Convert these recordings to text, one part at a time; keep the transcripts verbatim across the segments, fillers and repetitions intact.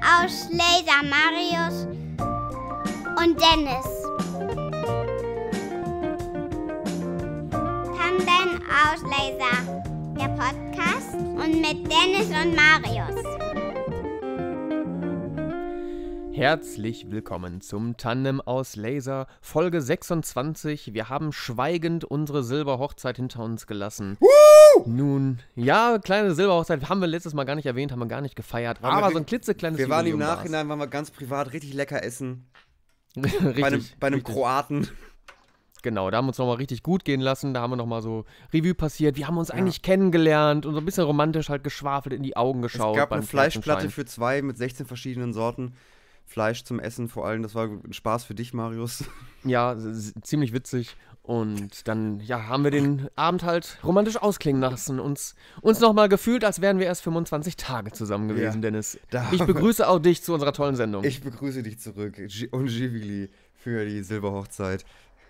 Tandemausleser Marius und Dennis. Tandemausleser, der Podcast und mit Dennis und Marius. Herzlich willkommen zum Tandem aus Laser, Folge sechsundzwanzig. Wir haben schweigend unsere Silberhochzeit hinter uns gelassen. Uh! Nun, ja, kleine Silberhochzeit, haben wir letztes Mal gar nicht erwähnt, haben wir gar nicht gefeiert, Haben aber wir- so ein klitzekleines Wir waren im Jubiläum Nachhinein, waren wir ganz privat richtig lecker essen. war's. richtig, Bei einem, bei einem richtig. Kroaten. Genau, da haben wir uns nochmal richtig gut gehen lassen, da haben wir nochmal so Revue passiert, wir haben uns eigentlich kennengelernt und so ein bisschen romantisch halt geschwafelt, in die Augen geschaut. Es gab beim eine Fleischplatte Kerzenschein. für zwei mit sechzehn verschiedenen Sorten. Fleisch zum Essen vor allem. Das war ein Spaß für dich, Marius. Ja, s- s- ziemlich witzig. Und dann, ja, haben wir den Abend halt romantisch ausklingen lassen. Uns, uns nochmal gefühlt, als wären wir erst fünfundzwanzig Tage zusammen gewesen, Ja. Dennis. Da- Ich begrüße auch dich zu unserer tollen Sendung. Ich begrüße dich zurück. G- Und Givili für die Silberhochzeit.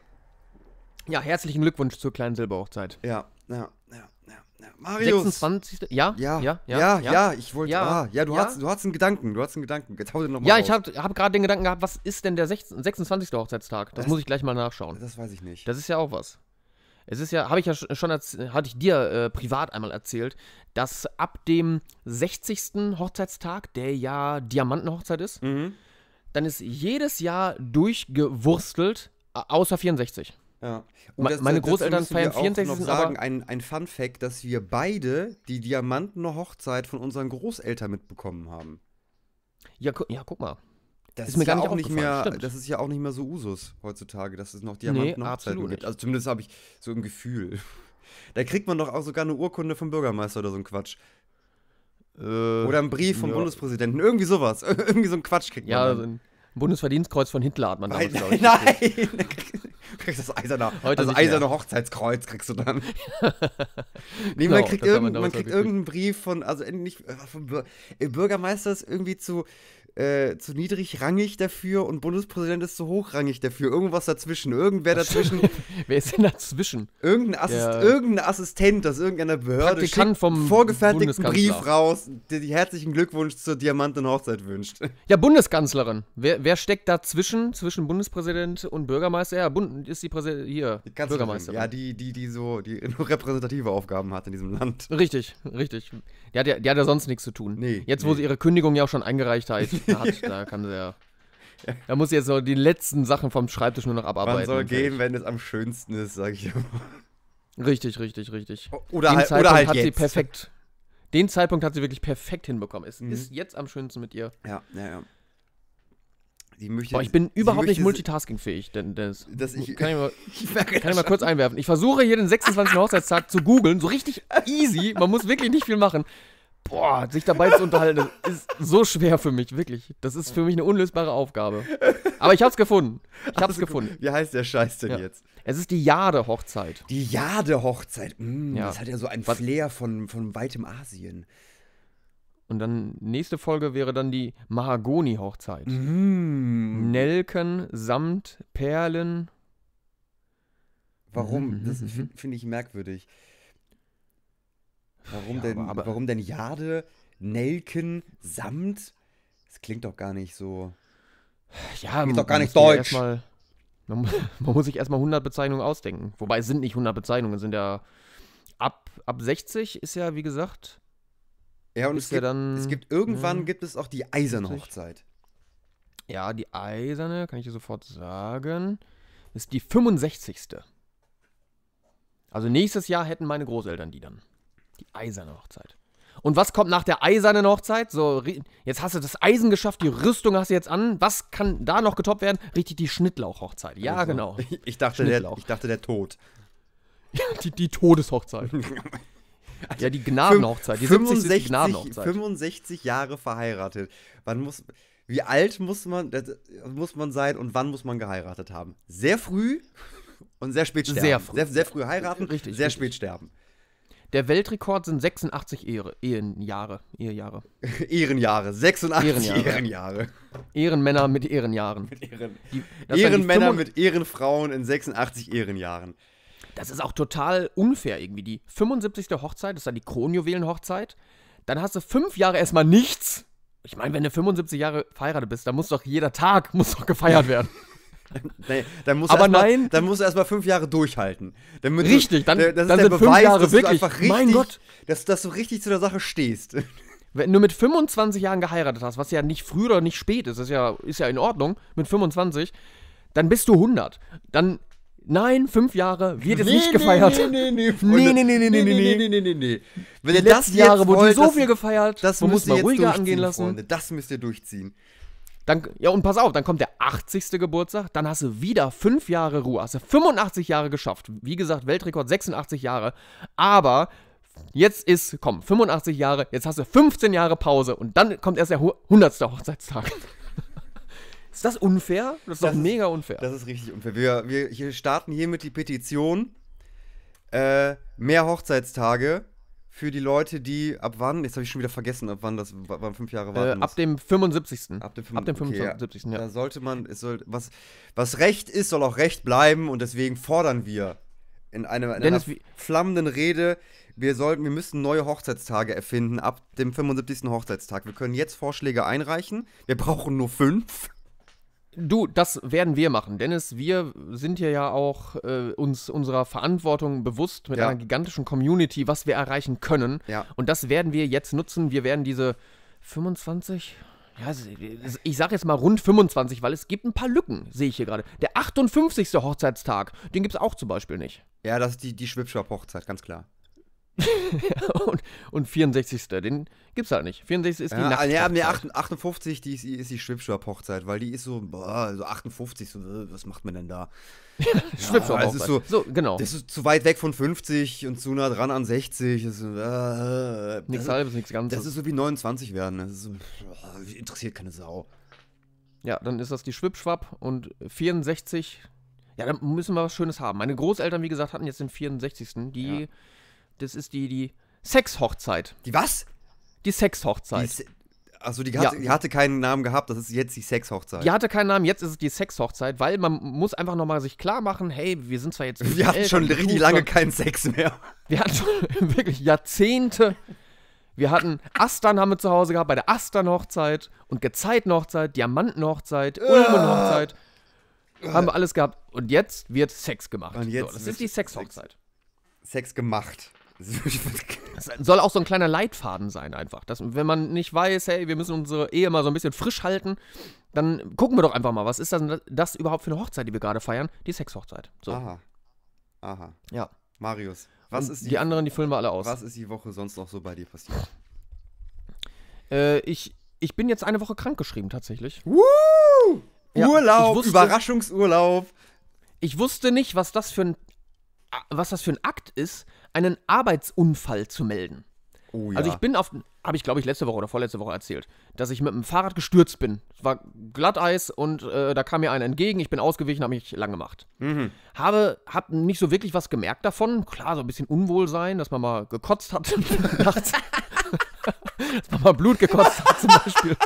Ja, herzlichen Glückwunsch zur kleinen Silberhochzeit. Ja, ja, ja, ja. ja. Marius. sechsundzwanzigste Ja? Ja, Ja? ja, ja, ich wollte, Ja, ah, ja, du, ja. Hast, du hast einen Gedanken, du hast einen Gedanken. Jetzt hau den nochmal Ja, ich habe hab gerade den Gedanken gehabt, was ist denn der sechzehn sechsundzwanzigste Hochzeitstag? Das, Das- muss ich gleich mal nachschauen. Das weiß ich nicht. Das ist ja auch was. Es ist ja, habe ich ja sch- schon, erz- hatte ich dir äh, privat einmal erzählt, dass ab dem sechzigsten Hochzeitstag, der ja Diamantenhochzeit ist, Mhm. dann ist jedes Jahr durchgewurstelt, a- außer vierundsechzig. Ja. Me- meine dazu Großeltern müssen feiern wir auch vierundsechzig, noch sagen, aber- ein, ein Fun-Fact, dass wir beide die Diamantene Hochzeit von unseren Großeltern mitbekommen haben. Ja, gu ja, guck mal. Das Ist ist, mir ja gar nicht auch nicht aufgefallen, mehr, stimmt. das ist ja auch nicht mehr so Usus heutzutage, dass es noch Nee, Diamantene absolut Hochzeiten gibt. nicht. Also zumindest habe ich so ein Gefühl. Da kriegt man doch auch sogar eine Urkunde vom Bürgermeister oder so ein Quatsch. Äh, Oder einen Brief vom ja. Bundespräsidenten. Irgendwie sowas. Irgendwie so ein Quatsch kriegt Ja, man also dann. ein Bundesverdienstkreuz von Hitler hat man damals, glaube ich. Nein! Du kriegst das eiserne, Heute das nicht eiserne mehr. Hochzeitskreuz kriegst du dann. Nee, Genau, man kriegt, das hat man irgend, man damals kriegt wirklich irgendeinen Brief von, also äh, nicht, äh, vom Bür äh, Bürgermeister ist irgendwie zu, äh, zu niedrigrangig dafür und Bundespräsident ist zu hochrangig dafür. Irgendwas dazwischen, irgendwer dazwischen, Wer ist denn dazwischen? irgendein, Assist Der- irgendein Assistent aus irgendeiner Behörde Praktikant schickt vom einen vorgefertigten Bundeskanzler. Brief raus, der die herzlichen Glückwunsch zur Diamantenen Hochzeit wünscht. Ja, Bundeskanzlerin. Wer, wer steckt dazwischen, zwischen Bundespräsident und Bürgermeister? Ja, Bund ist die Präse hier, Die Kanzlerin, Bürgermeisterin. ja, die, die, die so, die nur repräsentative Aufgaben hat in diesem Land. Richtig, richtig. Die hat, ja, die hat ja sonst nichts zu tun. Nee, Jetzt, wo nee. sie ihre Kündigung ja auch schon eingereicht hat, hat da kann sie ja. Da muss sie jetzt noch die letzten Sachen vom Schreibtisch nur noch abarbeiten. Man soll und fertig. gehen, wenn es am schönsten ist, sag ich immer. Richtig, richtig, richtig. Oder Den halt, Zeitpunkt oder halt hat sie jetzt. perfekt. Den Zeitpunkt hat sie wirklich perfekt hinbekommen. Es Mhm. ist jetzt am schönsten mit ihr. Ja, ja, ja. Die möchte, Boah, ich bin sie überhaupt nicht möchte- multitaskingfähig, denn das Dass ich, kann ich mal, ich merke kann ich mal kurz einwerfen. Ich versuche hier den sechsundzwanzigsten Hochzeitstag zu googeln, so richtig easy. Man muss wirklich nicht viel machen. Boah, sich dabei zu unterhalten, das ist so schwer für mich, wirklich. Das ist für mich eine unlösbare Aufgabe. Aber ich hab's gefunden. Ich hab's Also, gefunden. Wie heißt der Scheiß denn Ja. jetzt? Es ist die Jade-Hochzeit. Die Jade-Hochzeit. Mm, Ja. Das hat ja so ein Was- Flair von, von weitem Asien. Und dann nächste Folge wäre dann die Mahagoni-Hochzeit. Mm. Nelken, Samt, Perlen. Warum? Mhm, Das mhm, fi- finde ich merkwürdig. Warum, Ja, denn, aber- aber- warum denn Jade, Nelken, Samt? Das klingt doch gar nicht so. Ja, Geht man- doch gar man nicht muss sich Deutsch. erstmal- Man, mu- man muss sich erstmal hundert Bezeichnungen ausdenken. Wobei es sind nicht hundert Bezeichnungen, es sind ja ab, ab sechzig ist ja, wie gesagt, Ja, und ist es ja gibt, dann. es gibt irgendwann ja, gibt es auch die eiserne siebzig. Hochzeit. Ja, die eiserne, kann ich dir sofort sagen, ist die fünfundsechzigste. Also nächstes Jahr hätten meine Großeltern die dann. Die eiserne Hochzeit. Und was kommt nach der eisernen Hochzeit? So, ri- jetzt hast du das Eisen geschafft, die Rüstung hast du jetzt an. Was kann da noch getoppt werden? Richtig, die Schnittlauch-Hochzeit. Ja, Also, genau. Ich dachte, der, Schnittlauch. ich dachte, der Tod. Die, die Todeshochzeit. Ja, die Gnadenhochzeit. Die siebzigste ist die Gnadenhochzeit. fünfundsechzig Jahre verheiratet. Wann muss, wie alt muss man, das, muss man sein und wann muss man geheiratet haben? Sehr früh und sehr spät sterben. Sehr früh. Sehr, sehr früh heiraten, Richtig, sehr richtig. spät sterben. Der Weltrekord sind sechsundachtzig Ehre, Ehenjahre. Ehejahre. Ehrenjahre, sechsundachtzig Ehrenjahre. Ehrenjahre. Ehrenmänner mit Ehrenjahren. Ehren, Die, das, ist dann die Ehrenmänner fünfund- mit Ehrenfrauen in sechsundachtzig Ehrenjahren. das ist auch total unfair irgendwie. Die fünfundsiebzigste Hochzeit ist dann die Kronjuwelenhochzeit. Dann hast du fünf Jahre erstmal nichts. Ich meine, wenn du fünfundsiebzig Jahre verheiratet bist, dann muss doch jeder Tag muss doch gefeiert werden. Nee, dann musst Aber erst mal, nein. Dann musst du erstmal fünf Jahre durchhalten. Damit Richtig, du, dann, das ist dann der sind Beweis, fünf Jahre dass wirklich, du einfach richtig, mein Gott. Dass, dass du richtig zu der Sache stehst. Wenn du mit fünfundzwanzig Jahren geheiratet hast, was ja nicht früh oder nicht spät ist, ist ja, ist ja in Ordnung, mit fünfundzwanzig, dann bist du hundert. Dann, nein, fünf Jahre, wird jetzt nicht gefeiert. Nee, nee, nee, Nee, nee, nee, nee, nee, nee, nee, nee, nee, nee. Wenn Die ihr das letzten Jahre jetzt wurde wollt, so das, viel gefeiert, das man muss müsst ihr mal jetzt ruhiger durchziehen, angehen lassen. Freunde. Das müsst ihr durchziehen. Dann, ja, und pass auf, dann kommt der achtzigste Geburtstag, dann hast du wieder fünf Jahre Ruhe, hast du fünfundachtzig Jahre geschafft. Wie gesagt, Weltrekord sechsundachtzig Jahre, aber jetzt ist, komm, fünfundachtzig Jahre, jetzt hast du fünfzehn Jahre Pause und dann kommt erst der hundertste Hochzeitstag. Ist das unfair? Das ist Das doch ist- mega unfair. Das ist richtig unfair. Wir, wir hier starten hiermit die Petition. Äh, mehr Hochzeitstage für die Leute, die ab wann, jetzt habe ich schon wieder vergessen, ab wann das wann fünf Jahre Äh, warten ab muss. dem fünfundsiebzigsten Ab dem, Ab dem okay, fünfundsiebzigsten ja. ja. Da sollte man, es soll, was, was Recht ist, soll auch Recht bleiben und deswegen fordern wir in, eine, in Dennis, einer wie- flammenden Rede, wir sollten, wir müssen neue Hochzeitstage erfinden ab dem fünfundsiebzigsten Hochzeitstag. Wir können jetzt Vorschläge einreichen. Wir brauchen nur fünf. Du, das werden wir machen. Dennis, wir sind hier ja auch äh, uns unserer Verantwortung bewusst mit Ja. einer gigantischen Community, was wir erreichen können. Ja. Und das werden wir jetzt nutzen. Wir werden diese fünfundzwanzig, ja, ich sag jetzt mal rund fünfundzwanzig, weil es gibt ein paar Lücken, sehe ich hier gerade. Der achtundfünfzigste Hochzeitstag, den gibt es auch zum Beispiel nicht. Ja, das ist die, die Schwipschwap-Hochzeit, ganz klar. und, und vierundsechzigste den gibt's halt nicht. vierundsechzigste ist die Ja, Nacht. ja, nee, achtundfünfzig, die ist, ist die Schwipschwap-Hochzeit, weil die ist so, boah, so achtundfünfzig, so, äh, was macht man denn da? Schwipschwap es ist so, so, genau. das ist zu weit weg von fünfzig und zu nah dran an sechzig. Das ist, so, äh, Nichts das, halbes, nichts Ganzes. das ist so wie neunundzwanzig werden. Das ist so, boah, interessiert keine Sau. Ja, dann ist das die Schwipschwapp und vierundsechzig. Ja, dann müssen wir was Schönes haben. Meine Großeltern, wie gesagt, hatten jetzt den vierundsechzigsten Die, Ja. das ist die, die Sexhochzeit. Die was? Die Sexhochzeit. Die, Se- Achso, die, hatte- Ja. die hatte keinen Namen gehabt, das ist jetzt die Sexhochzeit. Die hatte keinen Namen, jetzt ist es die Sexhochzeit, weil man muss einfach nochmal sich klar machen, hey, wir sind zwar jetzt... Wir hatten Eltern, schon richtig Besucher, lange keinen Sex mehr. Wir hatten schon wirklich Jahrzehnte. Wir hatten Astern haben wir zu Hause gehabt, bei der Astern-Hochzeit und Gezeiten-Hochzeit, Diamanten-Hochzeit, Ulmen-Hochzeit. Haben wir alles gehabt. Und jetzt wird Sex gemacht. Und jetzt so, das wird ist die Sexhochzeit. Sex gemacht. Das soll auch so ein kleiner Leitfaden sein einfach. Dass, wenn man nicht weiß, hey, wir müssen unsere Ehe mal so ein bisschen frisch halten, dann gucken wir doch einfach mal, was ist das, das überhaupt für eine Hochzeit, die wir gerade feiern? Die Sexhochzeit. So, Aha. Aha. ja. Marius, was Und ist die, die, anderen, die füllen wir alle aus. was ist die Woche sonst noch so bei dir passiert? Äh, ich, ich bin jetzt eine Woche krankgeschrieben, tatsächlich. Woo! Ja, Urlaub, ich wusste- Überraschungsurlaub. Ich wusste nicht, was das für ein, was das für ein Akt ist, einen Arbeitsunfall zu melden. Oh ja. Also ich bin auf, habe ich glaube ich letzte Woche oder vorletzte Woche erzählt, dass ich mit dem Fahrrad gestürzt bin. Es war Glatteis und äh, da kam mir einer entgegen, ich bin ausgewichen, habe mich lang gemacht. Mhm. Habe, hab nicht so wirklich was gemerkt davon. Klar, so ein bisschen Unwohlsein, dass man mal gekotzt hat nachts. Dass man mal Blut gekotzt hat zum Beispiel.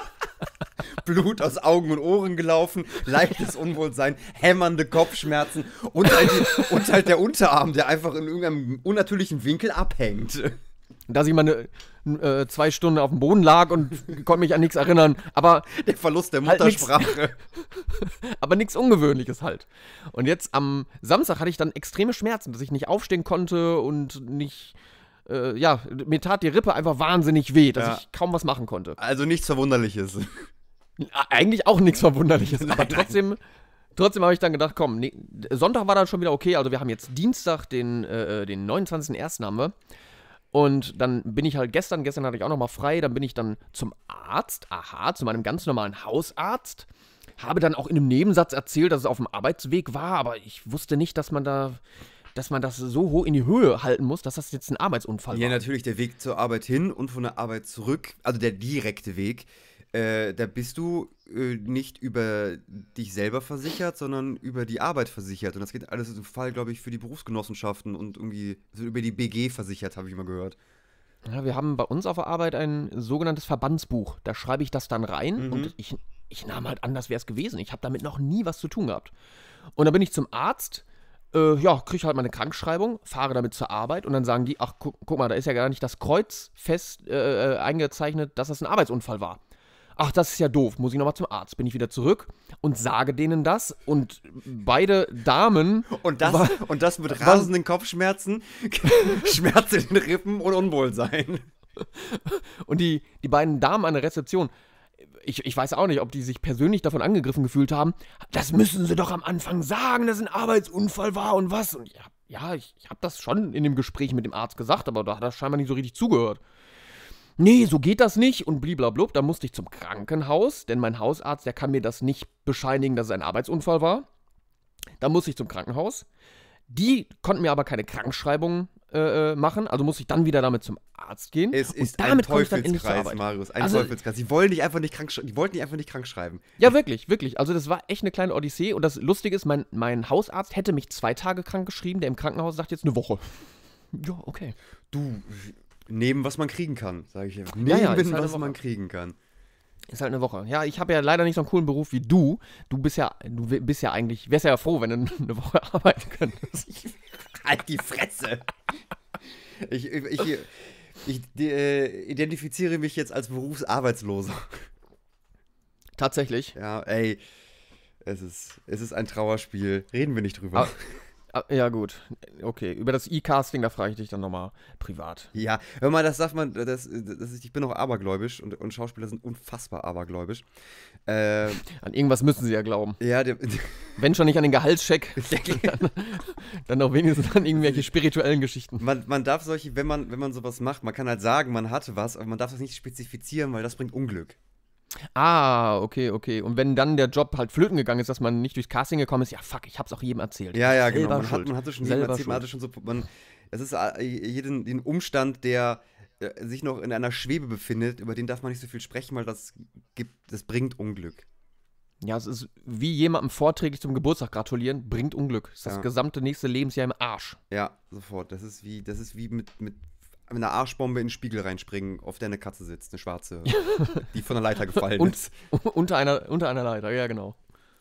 Blut aus Augen und Ohren gelaufen, leichtes Unwohlsein, hämmernde Kopfschmerzen und halt, die, und halt der Unterarm, der einfach in irgendeinem unnatürlichen Winkel abhängt. Dass ich mal eine, äh, zwei Stunden auf dem Boden lag und konnte mich an nichts erinnern. Aber Der Verlust der Halt nix. Muttersprache. Aber nichts Ungewöhnliches halt. Und jetzt am Samstag hatte ich dann extreme Schmerzen, dass ich nicht aufstehen konnte und nicht, äh, ja, mir tat die Rippe einfach wahnsinnig weh, dass Ja. ich kaum was machen konnte. Also nichts Verwunderliches. Eigentlich auch nichts Verwunderliches, aber Nein, nein. trotzdem, trotzdem habe ich dann gedacht, komm, nee, Sonntag war dann schon wieder okay, also wir haben jetzt Dienstag, den, äh, den neunundzwanzigsten ersten haben wir. Und dann bin ich halt gestern, gestern hatte ich auch noch mal frei, dann bin ich dann zum Arzt, aha, zu meinem ganz normalen Hausarzt. Habe dann auch in einem Nebensatz erzählt, dass es auf dem Arbeitsweg war, aber ich wusste nicht, dass man da, dass man das so hoch in die Höhe halten muss, dass das jetzt ein Arbeitsunfall Ja, war. natürlich der Weg zur Arbeit hin und von der Arbeit zurück, also der direkte Weg, äh, da bist du äh, nicht über dich selber versichert, sondern über die Arbeit versichert. Und das geht alles im Fall, glaube ich, für die Berufsgenossenschaften und irgendwie also über die B G versichert, habe ich mal gehört. Ja, wir haben bei uns auf der Arbeit ein sogenanntes Verbandsbuch. Da schreibe ich das dann rein Mhm. und ich, ich nahm halt an, das wäre es gewesen. Ich habe damit noch nie was zu tun gehabt. Und dann bin ich zum Arzt, äh, ja, kriege halt meine Krankschreibung, fahre damit zur Arbeit und dann sagen die, ach, guck, guck mal, da ist ja gar nicht das Kreuz fest äh, eingezeichnet, dass das ein Arbeitsunfall war. ach, das ist ja doof, muss ich nochmal zum Arzt. Bin ich wieder zurück und sage denen das und beide Damen... Und das, war, und das mit rasenden Kopfschmerzen, Schmerzen in den Rippen und Unwohlsein. Und die, die beiden Damen an der Rezeption, ich, ich weiß auch nicht, ob die sich persönlich davon angegriffen gefühlt haben, das müssen sie doch am Anfang sagen, dass ein Arbeitsunfall war und was. Und ja, ja ich, ich habe das schon in dem Gespräch mit dem Arzt gesagt, aber da hat er scheinbar nicht so richtig zugehört. Nee, so geht das nicht und bliblablub. Da musste ich zum Krankenhaus, denn mein Hausarzt, der kann mir das nicht bescheinigen, dass es ein Arbeitsunfall war. Da musste ich zum Krankenhaus. Die konnten mir aber keine Krankschreibung äh, machen, also musste ich dann wieder damit zum Arzt gehen. Es ist und damit ein komme ich dann endlich zur Teufelskreis, Arbeit. Marius, ein Also- Teufelskreis. Sie wollen dich einfach nicht krank, sch- die wollten dich einfach nicht krank schreiben. Ja, wirklich, wirklich. Also das war echt eine kleine Odyssee. Und das Lustige ist, mein, mein Hausarzt hätte mich zwei Tage krank geschrieben. Der im Krankenhaus sagt jetzt eine Woche. Ja, okay. Du, nehmen, was man kriegen kann, sage ich einfach. Nehmen, Ja, ja, ist halt eine was Woche. man kriegen kann. Ist halt eine Woche. Ja, ich habe ja leider nicht so einen coolen Beruf wie du. Du bist ja, du bist ja eigentlich, wärst ja froh, wenn du eine Woche arbeiten könntest. Halt die Fresse! Ich, ich, ich, ich äh, identifiziere mich jetzt als Berufsarbeitsloser. Tatsächlich. Ja, ey, es ist, es ist ein Trauerspiel. Reden wir nicht drüber. Ah, ah, ja, gut. Okay, über das E-Casting, da frage ich dich dann nochmal privat. Ja, hör mal, das darf man, das, das ist, ich bin auch abergläubisch und, und Schauspieler sind unfassbar abergläubisch. Äh, An irgendwas müssen sie ja glauben. ja, der, Wenn schon nicht an den Gehaltscheck, dann, dann doch wenigstens an irgendwelche spirituellen Geschichten. man, man darf solche, wenn man, wenn man sowas macht, man kann halt sagen, man hatte was, aber man darf das nicht spezifizieren, weil das bringt Unglück. Ah, okay, okay. Und wenn dann der Job halt flöten gegangen ist, dass man nicht durchs Casting gekommen ist, ja fuck, ich hab's auch jedem erzählt. Ja, ja, Selber genau. Man hat, schuld. man hatte schon jedem Selber erzählt, man hatte schon so, man, es ist äh, jeden den Umstand, der äh, sich noch in einer Schwebe befindet, über den darf man nicht so viel sprechen, weil das gibt, das bringt Unglück. Ja, es ist wie jemandem vorträglich zum Geburtstag gratulieren, bringt Unglück. Ist das Ja. gesamte nächste Lebensjahr im Arsch. Ja, sofort. Das ist wie, das ist wie mit, mit einer Arschbombe in den Spiegel reinspringen, auf der eine Katze sitzt, eine schwarze, die von der Leiter gefallen Und- ist. unter, einer, unter einer Leiter, ja genau.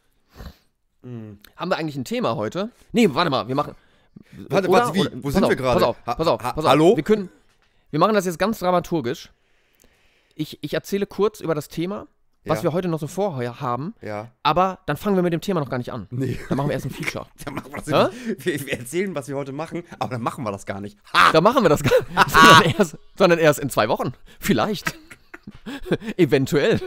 Mhm. Haben wir eigentlich ein Thema heute? Nee, warte mal, wir machen... Warte, oder- warte, wie? oder- Wo pass sind auf, wir gerade? Pass auf, Ha- pass auf, ha- pass auf. hallo? Wir, können, wir machen das jetzt ganz dramaturgisch. Ich, ich erzähle kurz über das Thema, was Ja. wir heute noch so vorher haben, Ja. aber dann fangen wir mit dem Thema noch gar nicht an. Nee. Dann machen wir erst ein Feature. Dann machen wir, das Hä? nicht. wir, wir erzählen, was wir heute machen, aber dann machen wir das gar nicht. Ha! Da machen wir das gar nicht, sondern erst, sondern erst in zwei Wochen. Vielleicht. Eventuell.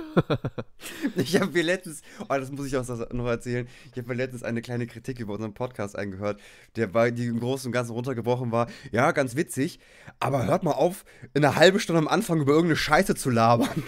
Ich habe mir letztens, oh, das muss ich auch noch erzählen, ich habe mir letztens eine kleine Kritik über unseren Podcast eingehört, der bei, die im Großen und Ganzen runtergebrochen war. Ja, ganz witzig, aber hört mal auf, eine halbe Stunde am Anfang über irgendeine Scheiße zu labern.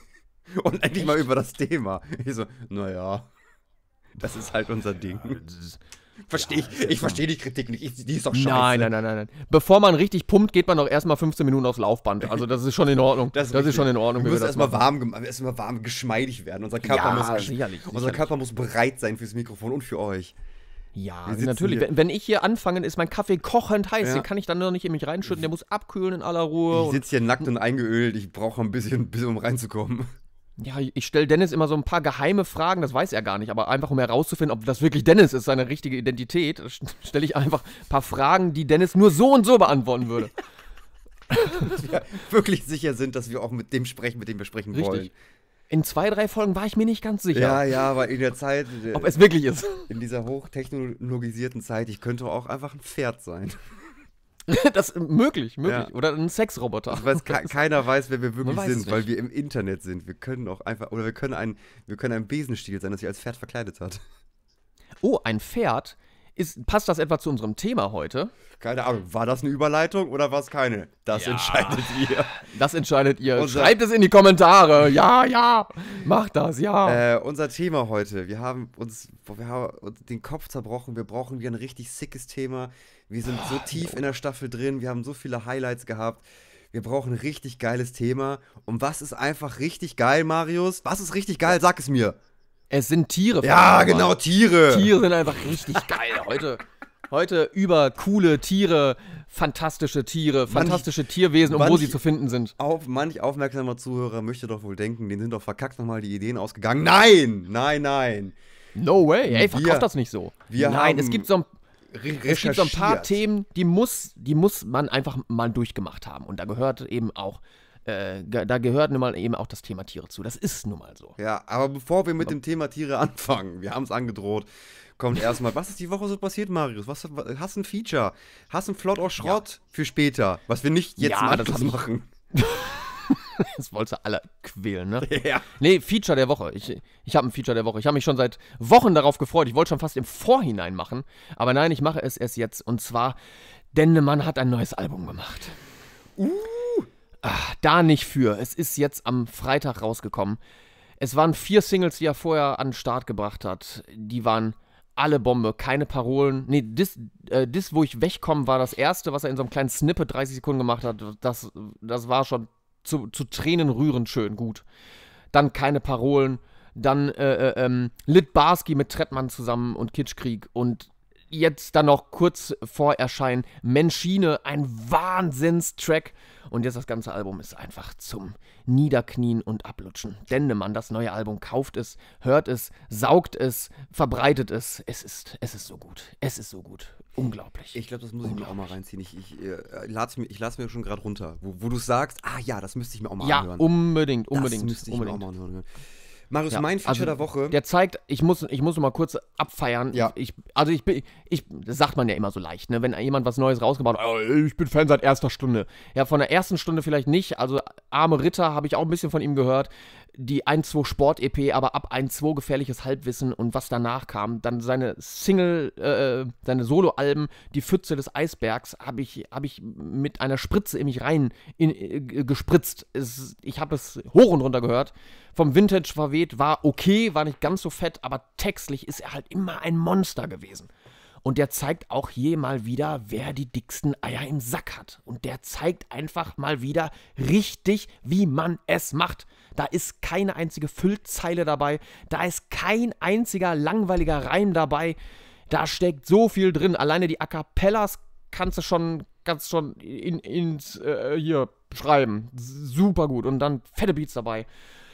Und endlich mal über das Thema. Ich so, naja, das ist halt unser Ding. Verstehe ich, ich verstehe die Kritik nicht, ich, die ist doch scheiße. Nein, nein, nein, nein, nein. Bevor man richtig pumpt, geht man doch erstmal fünfzehn Minuten aufs Laufband. Also das ist schon in Ordnung. Das, ist richtig. schon in Ordnung, Wir wie wir müssen das erstmal machen. warm, gem- erstmal warm, geschmeidig werden. Unser Körper, Ja, muss, gesch- sicherlich, unser sicherlich. Körper muss bereit sein fürs Mikrofon und für euch. Ja, Wir sitzen natürlich. hier- Wenn, wenn ich hier anfange, ist mein Kaffee kochend heiß. Ja. Den kann ich dann nur nicht in mich reinschütten. Der muss abkühlen in aller Ruhe. Ich Und, sitze hier nackt und eingeölt, ich brauche ein bisschen, bisschen, um reinzukommen. ja, ich stelle Dennis immer so ein paar geheime Fragen. Das weiß er gar nicht. Aber einfach, um herauszufinden, ob das wirklich Dennis ist, seine richtige Identität, stelle ich einfach ein paar Fragen, die Dennis nur so und so beantworten würde. Dass wir wirklich sicher sind, dass wir auch mit dem sprechen, mit dem wir sprechen wollen. Richtig. In zwei, drei Folgen war ich mir nicht ganz sicher, Ja, ja, aber in der Zeit, äh, ob es wirklich ist. in dieser hochtechnologisierten Zeit, ich könnte auch einfach ein Pferd sein. Das möglich, möglich. Ja. Oder ein Sexroboter. Ich weiß, ke keiner weiß, wer wir wirklich weiß es sind, weil nicht. wir im Internet sind. Wir können auch einfach, oder wir können ein, wir können ein Besenstiel sein, das sich als Pferd verkleidet hat. Oh, ein Pferd. Ist, passt das etwa zu unserem Thema heute? Keine Ahnung, war das eine Überleitung oder war es keine? Das Ja. entscheidet ihr. Das entscheidet ihr. Unser- Schreibt es in die Kommentare. Ja, ja. Macht das, ja. Äh, unser Thema heute, wir haben uns, wir haben uns den Kopf zerbrochen, wir brauchen wieder ein richtig sickes Thema. Wir sind so tief in der Staffel drin, wir haben so viele Highlights gehabt. Wir brauchen ein richtig geiles Thema. Und was ist einfach richtig geil, Marius? Was ist richtig geil? Sag es mir. Es sind Tiere. Ja, verdammt genau, nochmal. Tiere. Tiere sind einfach richtig geil. Heute, heute über coole Tiere, fantastische Tiere, fantastische Tierwesen und wo manch- sie zu finden sind. Auf, manch aufmerksamer Zuhörer möchte doch wohl denken, denen sind doch verkackt nochmal die Ideen ausgegangen. Nein, nein, nein. No way. Ey, Wir- verkauft das nicht so. wir Nein, haben es gibt so ein Re Es gibt so ein paar recherchiert. Themen, die muss, die muss man einfach mal durchgemacht haben. Und da gehört eben auch äh, ge- da gehört nun mal eben auch das Thema Tiere zu. Das ist nun mal so. Ja, aber bevor wir mit dem Thema Tiere anfangen, wir haben es angedroht, kommt erstmal, was ist die Woche so passiert, Marius? Was, was, hast ein Feature? Hast ein Flott aus Schrott für später, was wir nicht jetzt Ja, im das Anschluss hab ich- machen. Das wolltest du alle quälen, ne? Ja. Nee, Feature der Woche. Ich, ich habe ein Feature der Woche. Ich habe mich schon seit Wochen darauf gefreut. Ich wollte schon fast im Vorhinein machen. Aber nein, ich mache es erst jetzt. Und zwar, Dendemann hat ein neues Album gemacht. Uh. Ach, da nicht für. Es ist jetzt am Freitag rausgekommen. Es waren vier Singles, die er vorher an den Start gebracht hat. Die waren alle Bombe, keine Parolen. Nee, das, äh, das, wo ich wegkomme, war das erste, was er in so einem kleinen Snippet dreißig Sekunden gemacht hat. Das, das war schon zu, zu Tränen rührend schön gut. Dann keine Parolen. Dann äh, äh, ähm, Lit Barski mit Trettmann zusammen und Kitschkrieg. Und jetzt dann noch kurz vor Erscheinen Menschine, ein Wahnsinnstrack. Und jetzt das ganze Album ist einfach zum Niederknien und Ablutschen. Dendemann, das neue Album, kauft es, hört es, saugt es, verbreitet es. Es ist, es ist so gut. Es ist so gut. Unglaublich. Ich glaube, das muss ich mir auch mal reinziehen. Ich, ich, äh, lad's mir, ich lade es mir schon gerade runter, wo, wo du sagst, ah ja, das müsste ich mir auch mal ja, anhören. unbedingt, unbedingt. Das müsste ich unbedingt. mir auch mal anhören. Marius, Ja, mein Feature also der Woche. Der zeigt, ich muss, ich muss noch mal kurz abfeiern. Ja. Ich, also ich bin, ich, das sagt man ja immer so leicht, ne? Wenn jemand was Neues rausgebracht hat, oh, ich bin Fan seit erster Stunde. Ja, von der ersten Stunde vielleicht nicht. Also Arme Ritter habe ich auch ein bisschen von ihm gehört. Die eins zwei Sport-E P, aber ab eins zwei gefährliches Halbwissen und was danach kam. Dann seine Single, äh, seine Solo-Alben, die Pfütze des Eisbergs, habe ich, hab ich mit einer Spritze in mich rein in, äh, gespritzt. Es, ich habe es hoch und runter gehört. Vom Vintage verweht, war okay, war nicht ganz so fett, aber textlich ist er halt immer ein Monster gewesen. Und der zeigt auch hier mal wieder, wer die dicksten Eier im Sack hat. Und der zeigt einfach mal wieder richtig, wie man es macht. Da ist keine einzige Füllzeile dabei. Da ist kein einziger langweiliger Reim dabei. Da steckt so viel drin. Alleine die A Cappellas kannst du schon, kannst schon in, ins, äh, hier schreiben. Super gut. Und dann fette Beats dabei.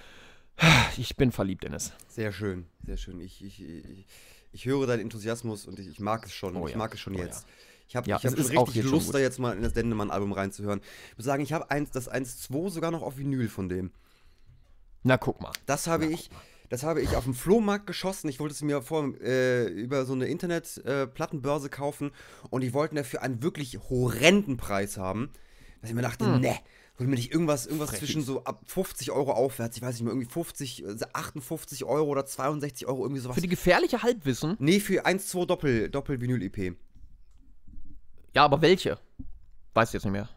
Ich bin verliebt, Dennis. Sehr schön, sehr schön. Ich, ich, ich, ich höre deinen Enthusiasmus und ich, ich mag es schon. Oh ich ja. mag es schon Oh jetzt. Ich habe Ja, ich hab es schon ist auch richtig jetzt schon Lust, gut. da jetzt mal in das Dendemann-Album reinzuhören. Ich muss sagen, ich habe eins, das eins zwei sogar noch auf Vinyl von dem. Na, guck mal. Das habe Na, ich, das habe ich auf dem Flohmarkt geschossen. Ich wollte es mir vor, äh, über so eine Internet-Plattenbörse äh, kaufen und die wollten dafür einen wirklich horrenden Preis haben. Dass ich mir dachte, Hm. ne, hol mir nicht irgendwas, irgendwas Frechis. zwischen so ab fünfzig Euro aufwärts. Ich weiß nicht mehr, irgendwie fünfzig, achtundfünfzig Euro oder zweiundsechzig Euro, irgendwie sowas. Für die gefährliche Halbwissen? Nee, für eins zwei Doppel, Doppel-Vinyl-E P. Ja, aber welche? Weiß ich jetzt nicht mehr.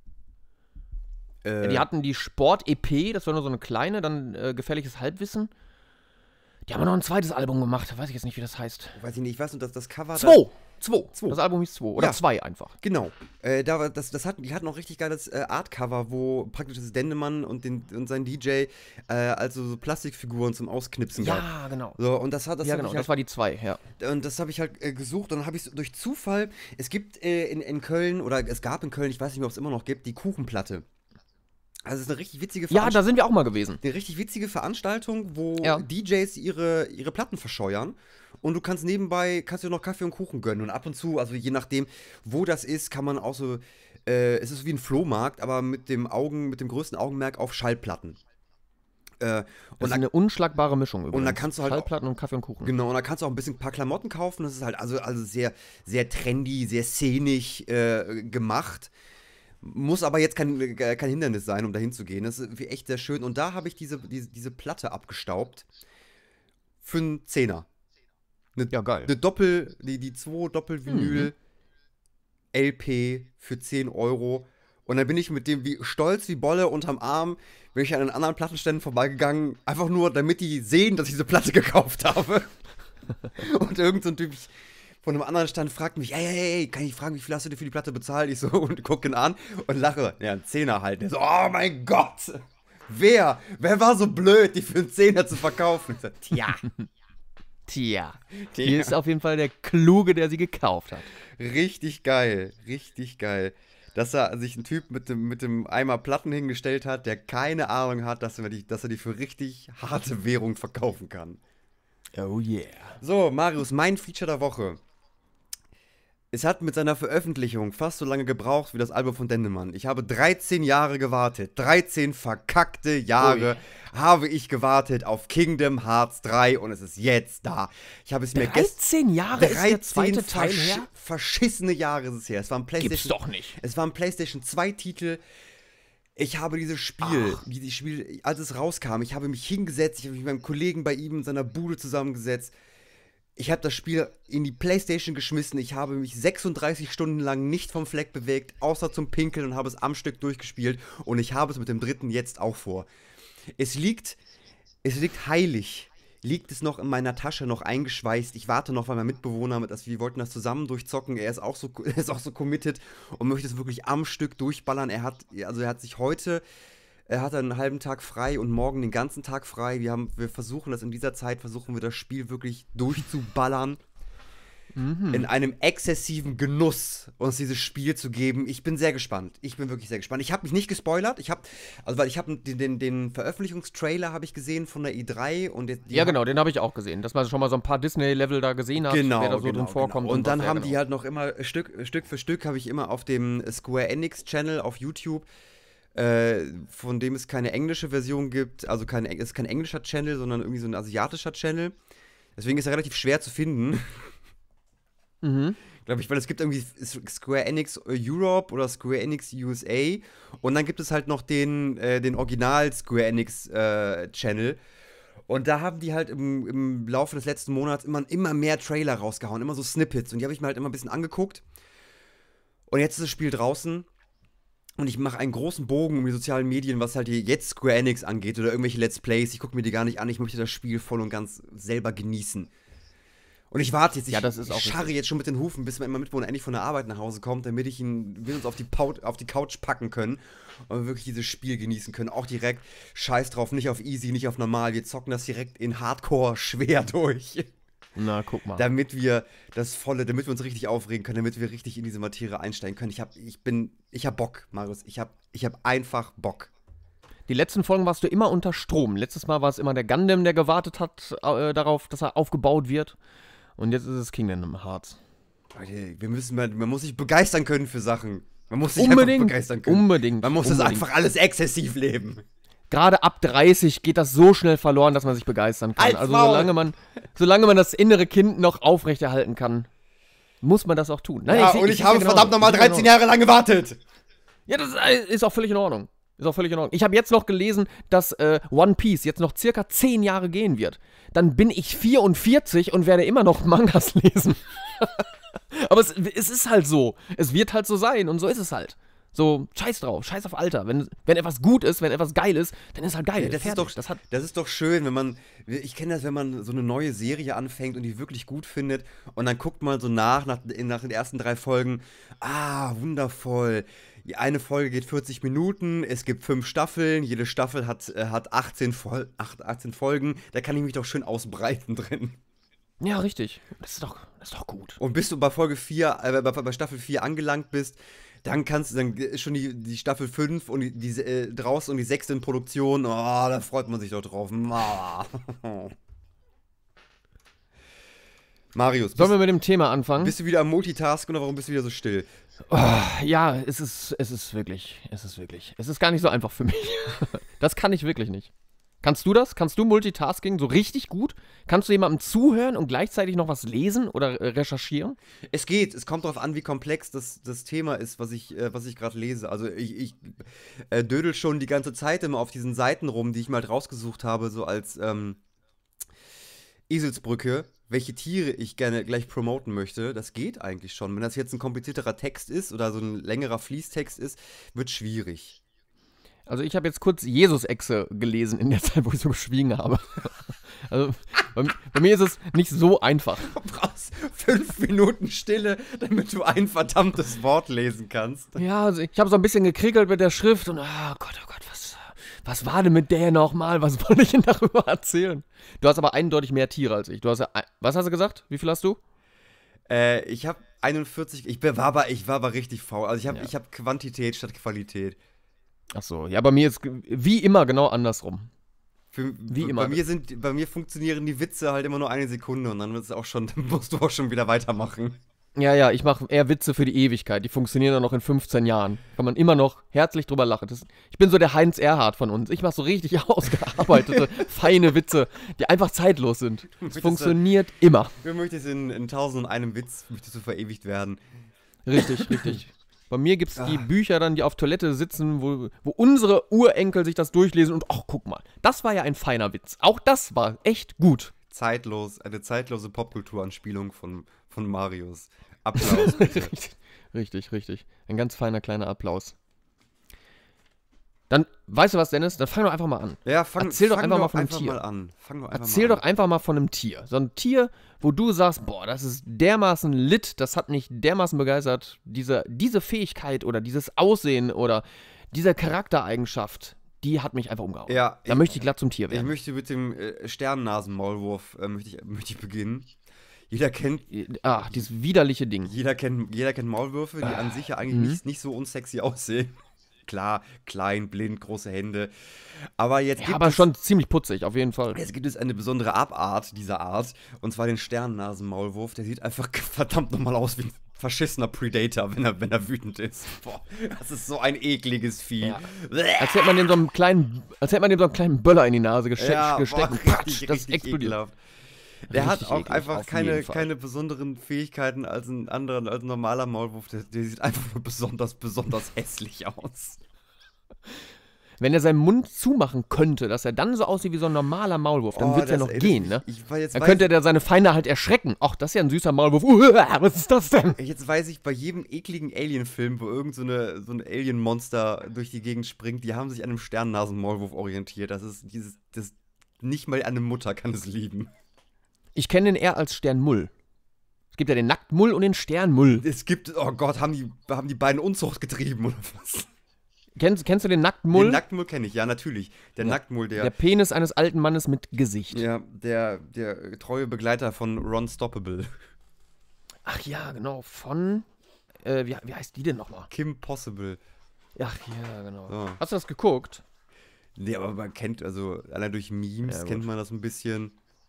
Äh, Die hatten die Sport-E P, das war nur so eine kleine, dann äh, gefährliches Halbwissen. Die haben noch ein zweites Album gemacht, weiß ich jetzt nicht, wie das heißt. weiß ich nicht, ich weiß nur, dass das Cover. Zwei! Zwei. Zwei. Das Album hieß zwei. Oder Ja. zwei einfach. Genau. Äh, da war, das, das hat, die hatten auch richtig geiles äh, Artcover, wo praktisch das Dendemann und, den, und sein D J äh, also so Plastikfiguren zum Ausknipsen gab. Ja, genau. So, und das hat das ja, hab genau, ich das halt, war die zwei, ja. und das habe ich halt äh, gesucht und dann habe ich durch Zufall, es gibt äh, in, in Köln, oder es gab in Köln, ich weiß nicht mehr, ob es immer noch gibt, die Kuchenplatte. Also es ist eine richtig witzige Ja, Veranstaltung. da sind wir auch mal gewesen. Eine richtig witzige Veranstaltung, wo Ja. D Js ihre, ihre Platten verscheuern und du kannst nebenbei, kannst dir noch Kaffee und Kuchen gönnen und ab und zu, also je nachdem, wo das ist, kann man auch so, äh, es ist wie ein Flohmarkt, aber mit dem Augen, mit dem größten Augenmerk auf Schallplatten. Äh, Das und ist da, eine unschlagbare Mischung übrigens. da kannst du halt auch- Schallplatten und Kaffee und Kuchen. genau, und da kannst du auch ein bisschen ein paar Klamotten kaufen, das ist halt also, also sehr, sehr trendy, sehr szenisch äh, gemacht. Muss aber jetzt kein, äh, kein Hindernis sein, um da hinzugehen. Das ist echt sehr schön. Und da habe ich diese, diese, diese Platte abgestaubt. Für einen Zehner. Eine, Ja, geil. Eine Doppel, die, die zwei Doppel-Vinyl L P für zehn Euro. Und dann bin ich mit dem wie stolz wie Bolle unterm Arm, bin ich an den anderen Plattenständen vorbeigegangen, einfach nur, damit die sehen, dass ich diese Platte gekauft habe. Und irgend so ein Typ von einem anderen Stand fragt mich, ey, ey, ey, kann ich fragen, wie viel hast du dir für die Platte bezahlt? Ich so und gucke ihn an und lache. Ja, ein Zehner halt. Der so, oh mein Gott, wer? Wer war so blöd, die für einen Zehner zu verkaufen? Ich so, tja. Tja. Tja. Hier ist auf jeden Fall der Kluge, der sie gekauft hat. Richtig geil, richtig geil. Dass da sich ein Typ mit dem, mit dem Eimer Platten hingestellt hat, der keine Ahnung hat, dass er die, dass er die für richtig harte Währung verkaufen kann. Oh yeah. So, Marius, mein Feature der Woche. Es hat mit seiner Veröffentlichung fast so lange gebraucht wie das Album von Dendemann. Ich habe dreizehn Jahre gewartet. dreizehn verkackte Jahre Ui. habe ich gewartet auf Kingdom Hearts drei und es ist jetzt da. Ich habe es mir dreizehn Jahre ist der zweite Teil versch her? Verschissene Jahre ist es her. Es war ein PlayStation, Gibt's doch nicht. Es war ein PlayStation zwei Titel. Ich habe dieses Spiel, Ach. dieses Spiel, als es rauskam, ich habe mich hingesetzt, ich habe mich mit meinem Kollegen bei ihm in seiner Bude zusammengesetzt. Ich habe das Spiel in die PlayStation geschmissen. Ich habe mich sechsunddreißig Stunden lang nicht vom Fleck bewegt, außer zum Pinkeln und habe es am Stück durchgespielt. Und ich habe es mit dem dritten jetzt auch vor. Es liegt, es liegt heilig, liegt es noch in meiner Tasche, noch eingeschweißt. Ich warte noch, weil mein Mitbewohner, dass wir wollten das zusammen durchzocken. Er ist auch so, er ist auch so committed und möchte es wirklich am Stück durchballern. Er hat, also er hat sich heute Er hat einen halben Tag frei und morgen den ganzen Tag frei. Wir, haben, wir versuchen das in dieser Zeit, versuchen wir das Spiel wirklich durchzuballern. Mhm. In einem exzessiven Genuss, uns dieses Spiel zu geben. Ich bin sehr gespannt. Ich bin wirklich sehr gespannt. Ich habe mich nicht gespoilert. Ich habe, also weil ich habe den, den, den Veröffentlichungstrailer habe ich gesehen von der E drei. Und die, die ja, genau, den habe ich auch gesehen. Dass man schon mal so ein paar Disney-Level da gesehen hat, genau, wer da so genau, drin vorkommt. Genau. Und, und dann was, haben ja, genau. die halt noch immer, Stück, Stück für Stück habe ich immer auf dem Square Enix-Channel auf YouTube, Äh, von dem es keine englische Version gibt, also kein, es ist kein englischer Channel, sondern irgendwie so ein asiatischer Channel. Deswegen ist er relativ schwer zu finden. Mhm. Glaube ich, weil es gibt irgendwie Square Enix Europe oder Square Enix U S A und dann gibt es halt noch den, äh, den Original Square Enix äh, Channel. Und da haben die halt im, im Laufe des letzten Monats immer, immer mehr Trailer rausgehauen, immer so Snippets. Und die habe ich mir halt immer ein bisschen angeguckt. Und jetzt ist das Spiel draußen. Und ich mache einen großen Bogen um die sozialen Medien, was halt hier jetzt Square Enix angeht oder irgendwelche Let's Plays. Ich gucke mir die gar nicht an. Ich möchte das Spiel voll und ganz selber genießen. Und ich warte jetzt. Ich, ja, das ist auch ich scharre jetzt schon mit den Hufen, bis mein Mitbewohner endlich von der Arbeit nach Hause kommt, damit ich ihn, wir uns auf die, Paut, auf die Couch packen können und wir wirklich dieses Spiel genießen können. Auch direkt, scheiß drauf, nicht auf easy, nicht auf normal. Wir zocken das direkt in Hardcore schwer durch. Na, guck mal. Damit wir das volle, damit wir uns richtig aufregen können, damit wir richtig in diese Materie einsteigen können. Ich hab, ich bin, ich hab Bock, Marius. Ich hab, ich hab einfach Bock. Die letzten Folgen warst du immer unter Strom. Letztes Mal war es immer der Gundam, der gewartet hat äh, darauf, dass er aufgebaut wird. Und jetzt ist es Kingdom Hearts. Leute, wir müssen, man, man muss sich begeistern können für Sachen. Man muss sich unbedingt, einfach begeistern können. Unbedingt. Man muss unbedingt. das einfach alles exzessiv leben. Gerade ab dreißig geht das so schnell verloren, dass man sich begeistern kann. Als also Maul. solange man, solange man das innere Kind noch aufrechterhalten kann, muss man das auch tun. Nein, ja, ich, und ich, ich, ich habe genau verdammt nochmal dreizehn Jahre lang gewartet. Ja, das ist auch völlig in Ordnung. Ist auch völlig in Ordnung. Ich habe jetzt noch gelesen, dass äh, One Piece jetzt noch circa zehn Jahre gehen wird. Dann bin ich vierundvierzig und werde immer noch Mangas lesen. Aber es, es ist halt so. Es wird halt so sein und so ist es halt. So, scheiß drauf, scheiß auf Alter. Wenn, wenn etwas gut ist, wenn etwas geil ist, dann ist halt geil. Ja, das, ist doch, das, hat das ist doch schön, wenn man, ich kenne das, wenn man so eine neue Serie anfängt und die wirklich gut findet und dann guckt man so nach, nach, nach den ersten drei Folgen, ah, wundervoll. Die eine Folge geht vierzig Minuten, es gibt fünf Staffeln, jede Staffel hat, äh, hat achtzehn, Fol- achtzehn Folgen, da kann ich mich doch schön ausbreiten drin. Ja, richtig. Das ist doch, das ist doch gut. Und bis du bei Folge vier, äh, bei, bei Staffel vier angelangt bist, dann kannst du, dann ist schon die, die Staffel fünf und die, die äh, draußen und die sechste in Produktion. Oh, da freut man sich doch drauf. Marius, Sollen bist, wir mit dem Thema anfangen? bist du wieder am Multitasken oder warum bist du wieder so still? Oh, ja, es ist, es ist wirklich, es ist wirklich, es ist gar nicht so einfach für mich. Das kann ich wirklich nicht. Kannst du das? Kannst du Multitasking so richtig gut? Kannst du jemandem zuhören und gleichzeitig noch was lesen oder äh, recherchieren? Es geht. Es kommt darauf an, wie komplex das, das Thema ist, was ich, äh, was ich gerade lese. Also ich, ich äh, dödel schon die ganze Zeit immer auf diesen Seiten rum, die ich mal halt rausgesucht habe, so als ähm, Eselsbrücke, welche Tiere ich gerne gleich promoten möchte. Das geht eigentlich schon. Wenn das jetzt ein komplizierterer Text ist oder so ein längerer Fließtext ist, wird schwierig. Also ich habe jetzt kurz Jesus-Echse gelesen in der Zeit, wo ich so geschwiegen habe. Also bei, bei mir ist es nicht so einfach. Du brauchst fünf Minuten Stille, damit du ein verdammtes Wort lesen kannst. Ja, also ich habe so ein bisschen gekriegelt mit der Schrift und oh Gott, oh Gott, was, was war denn mit der nochmal? Was wollte ich denn darüber erzählen? Du hast aber eindeutig mehr Tiere als ich. Du hast ja, was hast du gesagt? Wie viel hast du? Äh, ich habe einundvierzig, ich war aber, ich war aber richtig faul. Also ich habe Ja. ich hab Quantität statt Qualität. Ach so, ja, bei mir ist wie immer genau andersrum. Für, Wie bei immer. Mir sind, bei mir funktionieren die Witze halt immer nur eine Sekunde und dann ist es auch schon, dann musst du auch schon wieder weitermachen. Ja, ja, ich mache eher Witze für die Ewigkeit. Die funktionieren dann noch in fünfzehn Jahren. Kann man immer noch herzlich drüber lachen. Das, ich bin so der Heinz Erhardt von uns. Ich mache so richtig ausgearbeitete, feine Witze, die einfach zeitlos sind. Es funktioniert du, immer. Du möchtest in, in tausend und einem Witz möchtest du verewigt werden. Richtig, richtig. Bei mir gibt es die Bücher dann, die auf Toilette sitzen, wo, wo unsere Urenkel sich das durchlesen und ach, guck mal, das war ja ein feiner Witz. Auch das war echt gut. Zeitlos, eine zeitlose Popkulturanspielung von, von Marius. Applaus, bitte. richtig, richtig, richtig. Ein ganz feiner kleiner Applaus. Dann, weißt du was, Dennis? Dann fang doch einfach mal an. Ja, fang, Erzähl doch fang einfach doch mal von einem einfach Tier. Mal an. Fang doch einfach Erzähl mal doch an. einfach mal von einem Tier. So ein Tier, wo du sagst, boah, das ist dermaßen lit, das hat mich dermaßen begeistert. Diese, diese Fähigkeit oder dieses Aussehen oder diese Charaktereigenschaft, die hat mich einfach umgehauen. Ja, da ich, möchte ich glatt zum Tier Ich werden. möchte mit dem äh, Sternennasenmaulwurf äh, möchte, ich, möchte ich beginnen. Jeder kennt, Ah, dieses widerliche Ding. jeder kennt, jeder kennt Maulwürfe, die an sich ja eigentlich Mhm. nicht, nicht so unsexy aussehen. Klar, klein, blind, große Hände. Aber jetzt Ja, gibt aber es, schon ziemlich putzig, auf jeden Fall. jetzt gibt es eine besondere Abart dieser Art. Und zwar den Sternennasenmaulwurf. Der sieht einfach verdammt nochmal aus wie ein verschissener Predator, wenn er, wenn er wütend ist. Boah, das ist so ein ekliges Vieh. Ja. Als hätte man dem so einen kleinen, als hätte man dem so einen kleinen Böller in die Nase geste Ja, gesteckt boah, und patsch, richtig, das richtig explodiert. ekelhaft. Der Richtig hat auch eklig, einfach auf keine, jeden Fall. keine besonderen Fähigkeiten als ein anderer, als ein normaler Maulwurf. Der, der sieht einfach nur besonders, besonders hässlich aus. Wenn er seinen Mund zumachen könnte, dass er dann so aussieht wie so ein normaler Maulwurf, dann Oh, würde es ja das- noch ey, das- gehen, ich- ne? Ich, weil jetzt Dann weiß könnte er seine Feinde halt erschrecken. Ach, das ist ja ein süßer Maulwurf. Uh, was ist das denn? ich, jetzt weiß ich, bei jedem ekligen Alien-Film, wo irgend so, eine, so ein Alien-Monster durch die Gegend springt, die haben sich an einem Sternennasen-Maulwurf orientiert. Das ist dieses, das, nicht mal eine Mutter kann es lieben. Ich kenne den eher als Sternmull. Es gibt ja den Nacktmull und den Sternmull. Es gibt, oh Gott, haben die, haben die beiden Unzucht getrieben oder was? Kennst, kennst du den Nacktmull? Den Nacktmull kenne ich, ja, natürlich. Der Ja. Nacktmull, der, Der Penis eines alten Mannes mit Gesicht. ja, der, der treue Begleiter von Ron Stoppable. Ach ja, genau. Von, äh, wie, wie heißt die denn nochmal? Kim Possible. Ach ja, genau. So. Hast du das geguckt? Nee, aber man kennt, also allein durch Memes Ja, gut. kennt man das ein bisschen.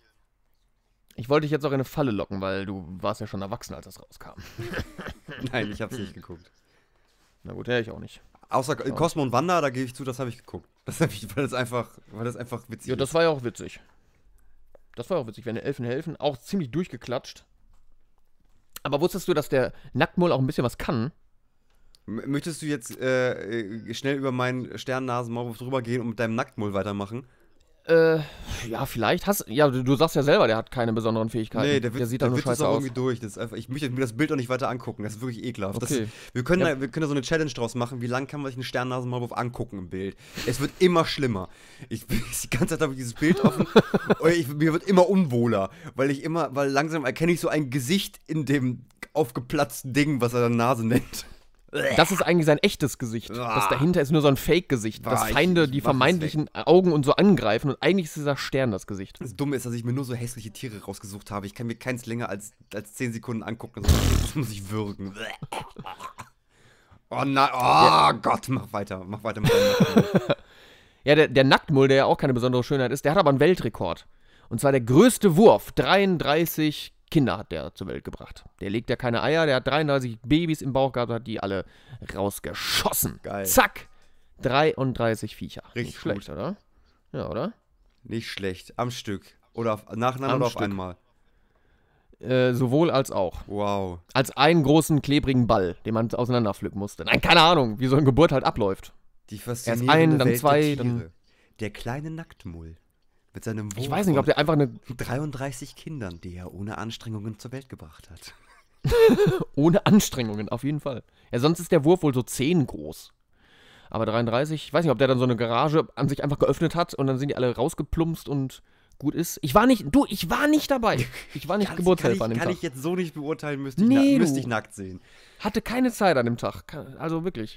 Ich wollte dich jetzt auch in eine Falle locken, weil du warst ja schon erwachsen, als das rauskam. Nein, ich hab's nicht geguckt. Na gut, ja, ich auch nicht. Außer äh, Cosmo und Wanda, da gebe ich zu, das habe ich geguckt. Das hab ich, weil das einfach, weil das einfach witzig Ja, das ist. war ja auch witzig. Das war auch witzig, wenn die Elfen helfen. Auch ziemlich durchgeklatscht. Aber wusstest du, dass der Nacktmull auch ein bisschen was kann? M möchtest du jetzt äh, äh, schnell über meinen Sternnasenmaulwurf drüber gehen und mit deinem Nacktmull weitermachen? Äh, ja, vielleicht. Hast, ja, du, du sagst ja selber, der hat keine besonderen Fähigkeiten. Nee, der, wird, der sieht der da nur wird das scheiße auch aus. irgendwie durch. Das ist einfach, ich möchte mir das Bild auch nicht weiter angucken. Das ist wirklich ekelhaft. Das Okay. ist, wir, können Ja. da, wir können da so eine Challenge draus machen. Wie lange kann man sich einen Sternnasenmaulwurf angucken im Bild? Es wird immer schlimmer. Ich bin die ganze Zeit habe ich dieses Bild offen und ich, mir wird immer unwohler, weil ich immer, weil langsam erkenne ich so ein Gesicht in dem aufgeplatzten Ding, was er dann Nase nennt. Das ist eigentlich sein echtes Gesicht. Das Ah. dahinter ist nur so ein Fake-Gesicht, das Ah, ich- Feinde ich die mach es vermeintlichen Augen und so angreifen und eigentlich ist dieser Stern das Gesicht. Das Dumme ist, dass ich mir nur so hässliche Tiere rausgesucht habe. Ich kann mir keins länger als, als zehn Sekunden angucken, sonst das muss ich würgen. Oh nein, oh Gott, mach weiter, mach weiter mit deinem Nacken. Ja, der, der Nacktmull, der ja auch keine besondere Schönheit ist, der hat aber einen Weltrekord. Und zwar der größte Wurf. dreiunddreißig Kinder hat der zur Welt gebracht. Der legt ja keine Eier, der hat dreiunddreißig Babys im Bauch gehabt und hat die alle rausgeschossen. Geil. Zack! dreiunddreißig Viecher. Richtig Nicht schlecht, oder? Ja, oder? Nicht schlecht, am Stück. Oder auf, nacheinander Am oder auf Stück. einmal. Äh, sowohl als auch. Wow. Als einen großen, klebrigen Ball, den man auseinanderpflücken musste. Nein, keine Ahnung, wie so eine Geburt halt abläuft. Die Erst faszinierende ein, dann Welt zwei, der dann- Tiere. Der kleine Nacktmull. Mit seinem Wurf Ich weiß nicht, ob von der einfach eine dreiunddreißig Kindern, die er ohne Anstrengungen zur Welt gebracht hat. ohne Anstrengungen, auf jeden Fall. Ja, sonst ist der Wurf wohl so zehn groß. Aber dreiunddreißig, ich weiß nicht, ob der dann so eine Garage an sich einfach geöffnet hat und dann sind die alle rausgeplumpst und gut ist. Ich war nicht, du, ich war nicht dabei. Ich war nicht Kann, Geburtshelfer kann, an ich, dem kann Tag. ich jetzt so nicht beurteilen, müsste ich, Nee, na, müsste du. ich nackt sehen. Hatte keine Zeit an dem Tag. Ka- Also wirklich.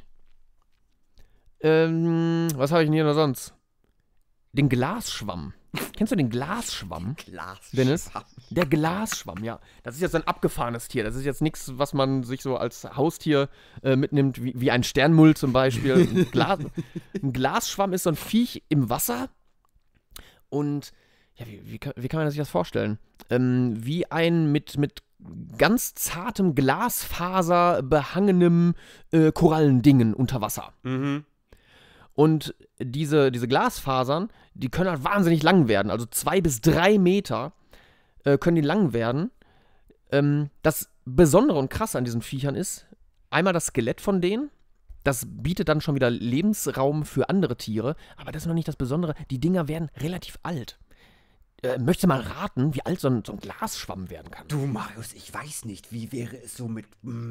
Ähm, was habe ich denn hier noch sonst? Den Glasschwamm. Kennst du den Glasschwamm? Glas. Dennis? Der Glasschwamm, ja. Das ist jetzt ein abgefahrenes Tier. Das ist jetzt nichts, was man sich so als Haustier äh, mitnimmt, wie, wie ein Sternmull zum Beispiel. Ein, Glas, ein Glasschwamm ist so ein Viech im Wasser. Und, ja, wie, wie, kann, wie kann man sich das vorstellen? Ähm, wie ein mit, mit ganz zartem Glasfaser behangenem äh, Korallendingen unter Wasser. Mhm. Und diese, diese Glasfasern, die können halt wahnsinnig lang werden. Also zwei bis drei Meter äh, können die lang werden. Ähm, das Besondere und Krasse an diesen Viechern ist, einmal das Skelett von denen. Das bietet dann schon wieder Lebensraum für andere Tiere. Aber das ist noch nicht das Besondere. Die Dinger werden relativ alt. Äh, möchtest du mal raten, wie alt so ein, so ein Glasschwamm werden kann? Du, Marius, ich weiß nicht, wie wäre es so mit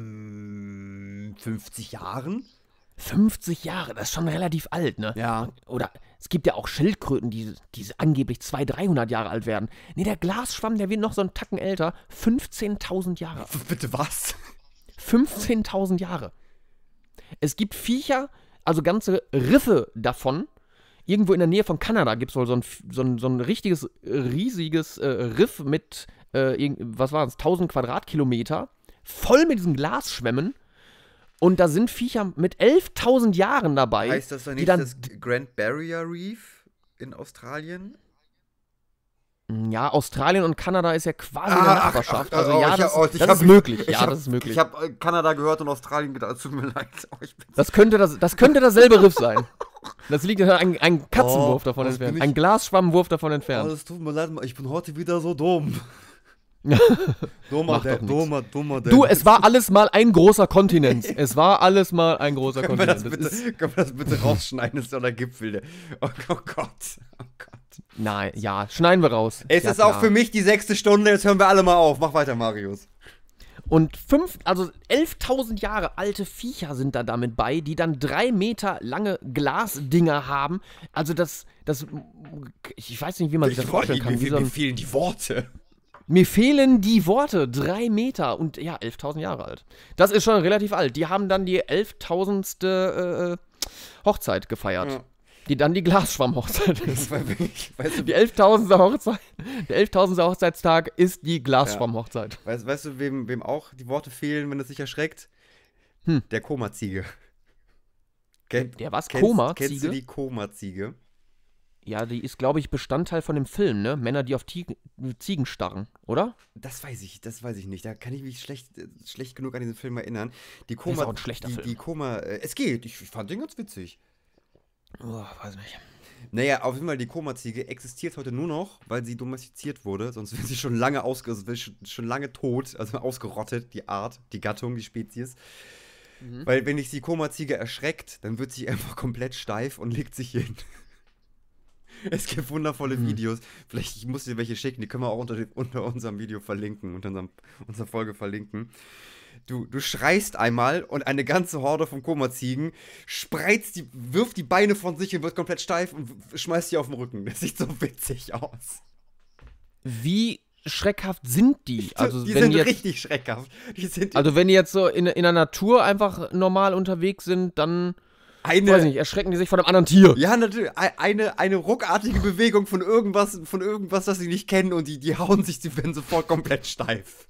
mm, fünfzig Jahren? fünfzig Jahre, das ist schon relativ alt, ne? Ja. Oder es gibt ja auch Schildkröten, die, die angeblich zweihundert, dreihundert Jahre alt werden. Nee, der Glasschwamm, der wird noch so einen Tacken älter. fünfzehntausend Jahre. Bitte was? fünfzehntausend Jahre. Es gibt Viecher, also ganze Riffe davon. Irgendwo in der Nähe von Kanada gibt es wohl so ein, so, ein, so ein richtiges, riesiges äh, Riff mit, äh, irgend, was war es, tausend Quadratkilometer, voll mit diesen Glasschwämmen. Und da sind Viecher mit elftausend Jahren dabei. Heißt das dann die nicht dann, das Grand Barrier Reef in Australien? Ja, Australien und Kanada ist ja quasi Ah, eine ach, Nachbarschaft. ach, also oh, ja, ich das, hab- oh, ich das hab- ist möglich. Ich Ja, hab- das ist möglich. Ich habe Kanada gehört und Australien gedacht, es tut mir leid. Oh, ich bin Das könnte, das, das könnte dasselbe Riff sein. Das liegt ein, ein Katzenwurf Oh, davon was entfernt. bin ich- Ein Glasschwammwurf davon entfernt. es tut mir leid, ich bin heute wieder so dumm. dummer, Macht der, doch nix. dummer, dummer. Du, es war alles mal ein großer Kontinent. Es war alles mal ein großer Können wir, das Kontinent. Das ist, bitte, können wir das bitte rausschneiden? Das ist doch der Gipfel. Der, oh, oh Gott. Oh Gott. nein, ja, schneiden wir raus. Es ja, ist auch klar. für mich die sechste Stunde. Jetzt hören wir alle mal auf. Mach weiter, Marius. Und fünf, also elftausend Jahre alte Viecher sind da damit bei, die dann drei Meter lange Glasdinger haben. Also das, das, ich weiß nicht, wie man sich das vorstellen kann. Mir, Wie mir, so mir ein, fehlen die Worte. mir fehlen die Worte. Drei Meter und ja, elftausend Jahre alt. Das ist schon relativ alt. Die haben dann die elftausendste äh, Hochzeit gefeiert. Ja. Die dann die Glasschwamm-Hochzeit ist. Weißt du, Die elftausendste Hochzeit, der elftausendste Hochzeitstag ist die Glasschwamm-Hochzeit. weißt, weißt du, wem, wem auch die Worte fehlen, wenn es sich erschreckt? Hm. Der Koma-Ziege. Kenn- Der was? kennst- Koma-Ziege? Kennst du die Koma-Ziege? Ja, die ist, glaube ich, Bestandteil von dem Film, ne? Männer, die auf Tieg- Ziegen starren, oder? Das weiß ich, das weiß ich nicht. Da kann ich mich schlecht, äh, schlecht genug an diesen Film erinnern. Die ist Koma, auch ein schlechter die, Film. die Koma, äh, es geht. Ich, ich fand den ganz witzig. Oh, weiß nicht. Naja, auf jeden Fall, die Koma-Ziege existiert heute nur noch, weil sie domestiziert wurde. Sonst wäre sie schon lange ausge also wäre schon, schon lange tot, also ausgerottet, die Art, die Gattung, die Spezies. Mhm. Weil wenn dich die Koma-Ziege erschreckt, dann wird sie einfach komplett steif und legt sich hin. Es gibt wundervolle Mhm. Videos. Vielleicht, ich muss dir welche schicken, die können wir auch unter, dem- unter unserem Video verlinken, unter unserem, unserer Folge verlinken. Du, du schreist einmal und eine ganze Horde von Koma-Ziegen spreizt die, wirft die Beine von sich und wird komplett steif und w- schmeißt die auf den Rücken. Das sieht so witzig aus. Wie schreckhaft sind die? Also, die wenn sind die jetzt, richtig schreckhaft. Die sind also wenn die jetzt so in, in der Natur einfach normal unterwegs sind, dann, eine, weiß nicht, erschrecken die sich von einem anderen Tier. ja, natürlich, ei- eine, eine ruckartige Bewegung von irgendwas, von irgendwas, das sie nicht kennen und die, die hauen sich, die werden sofort komplett steif.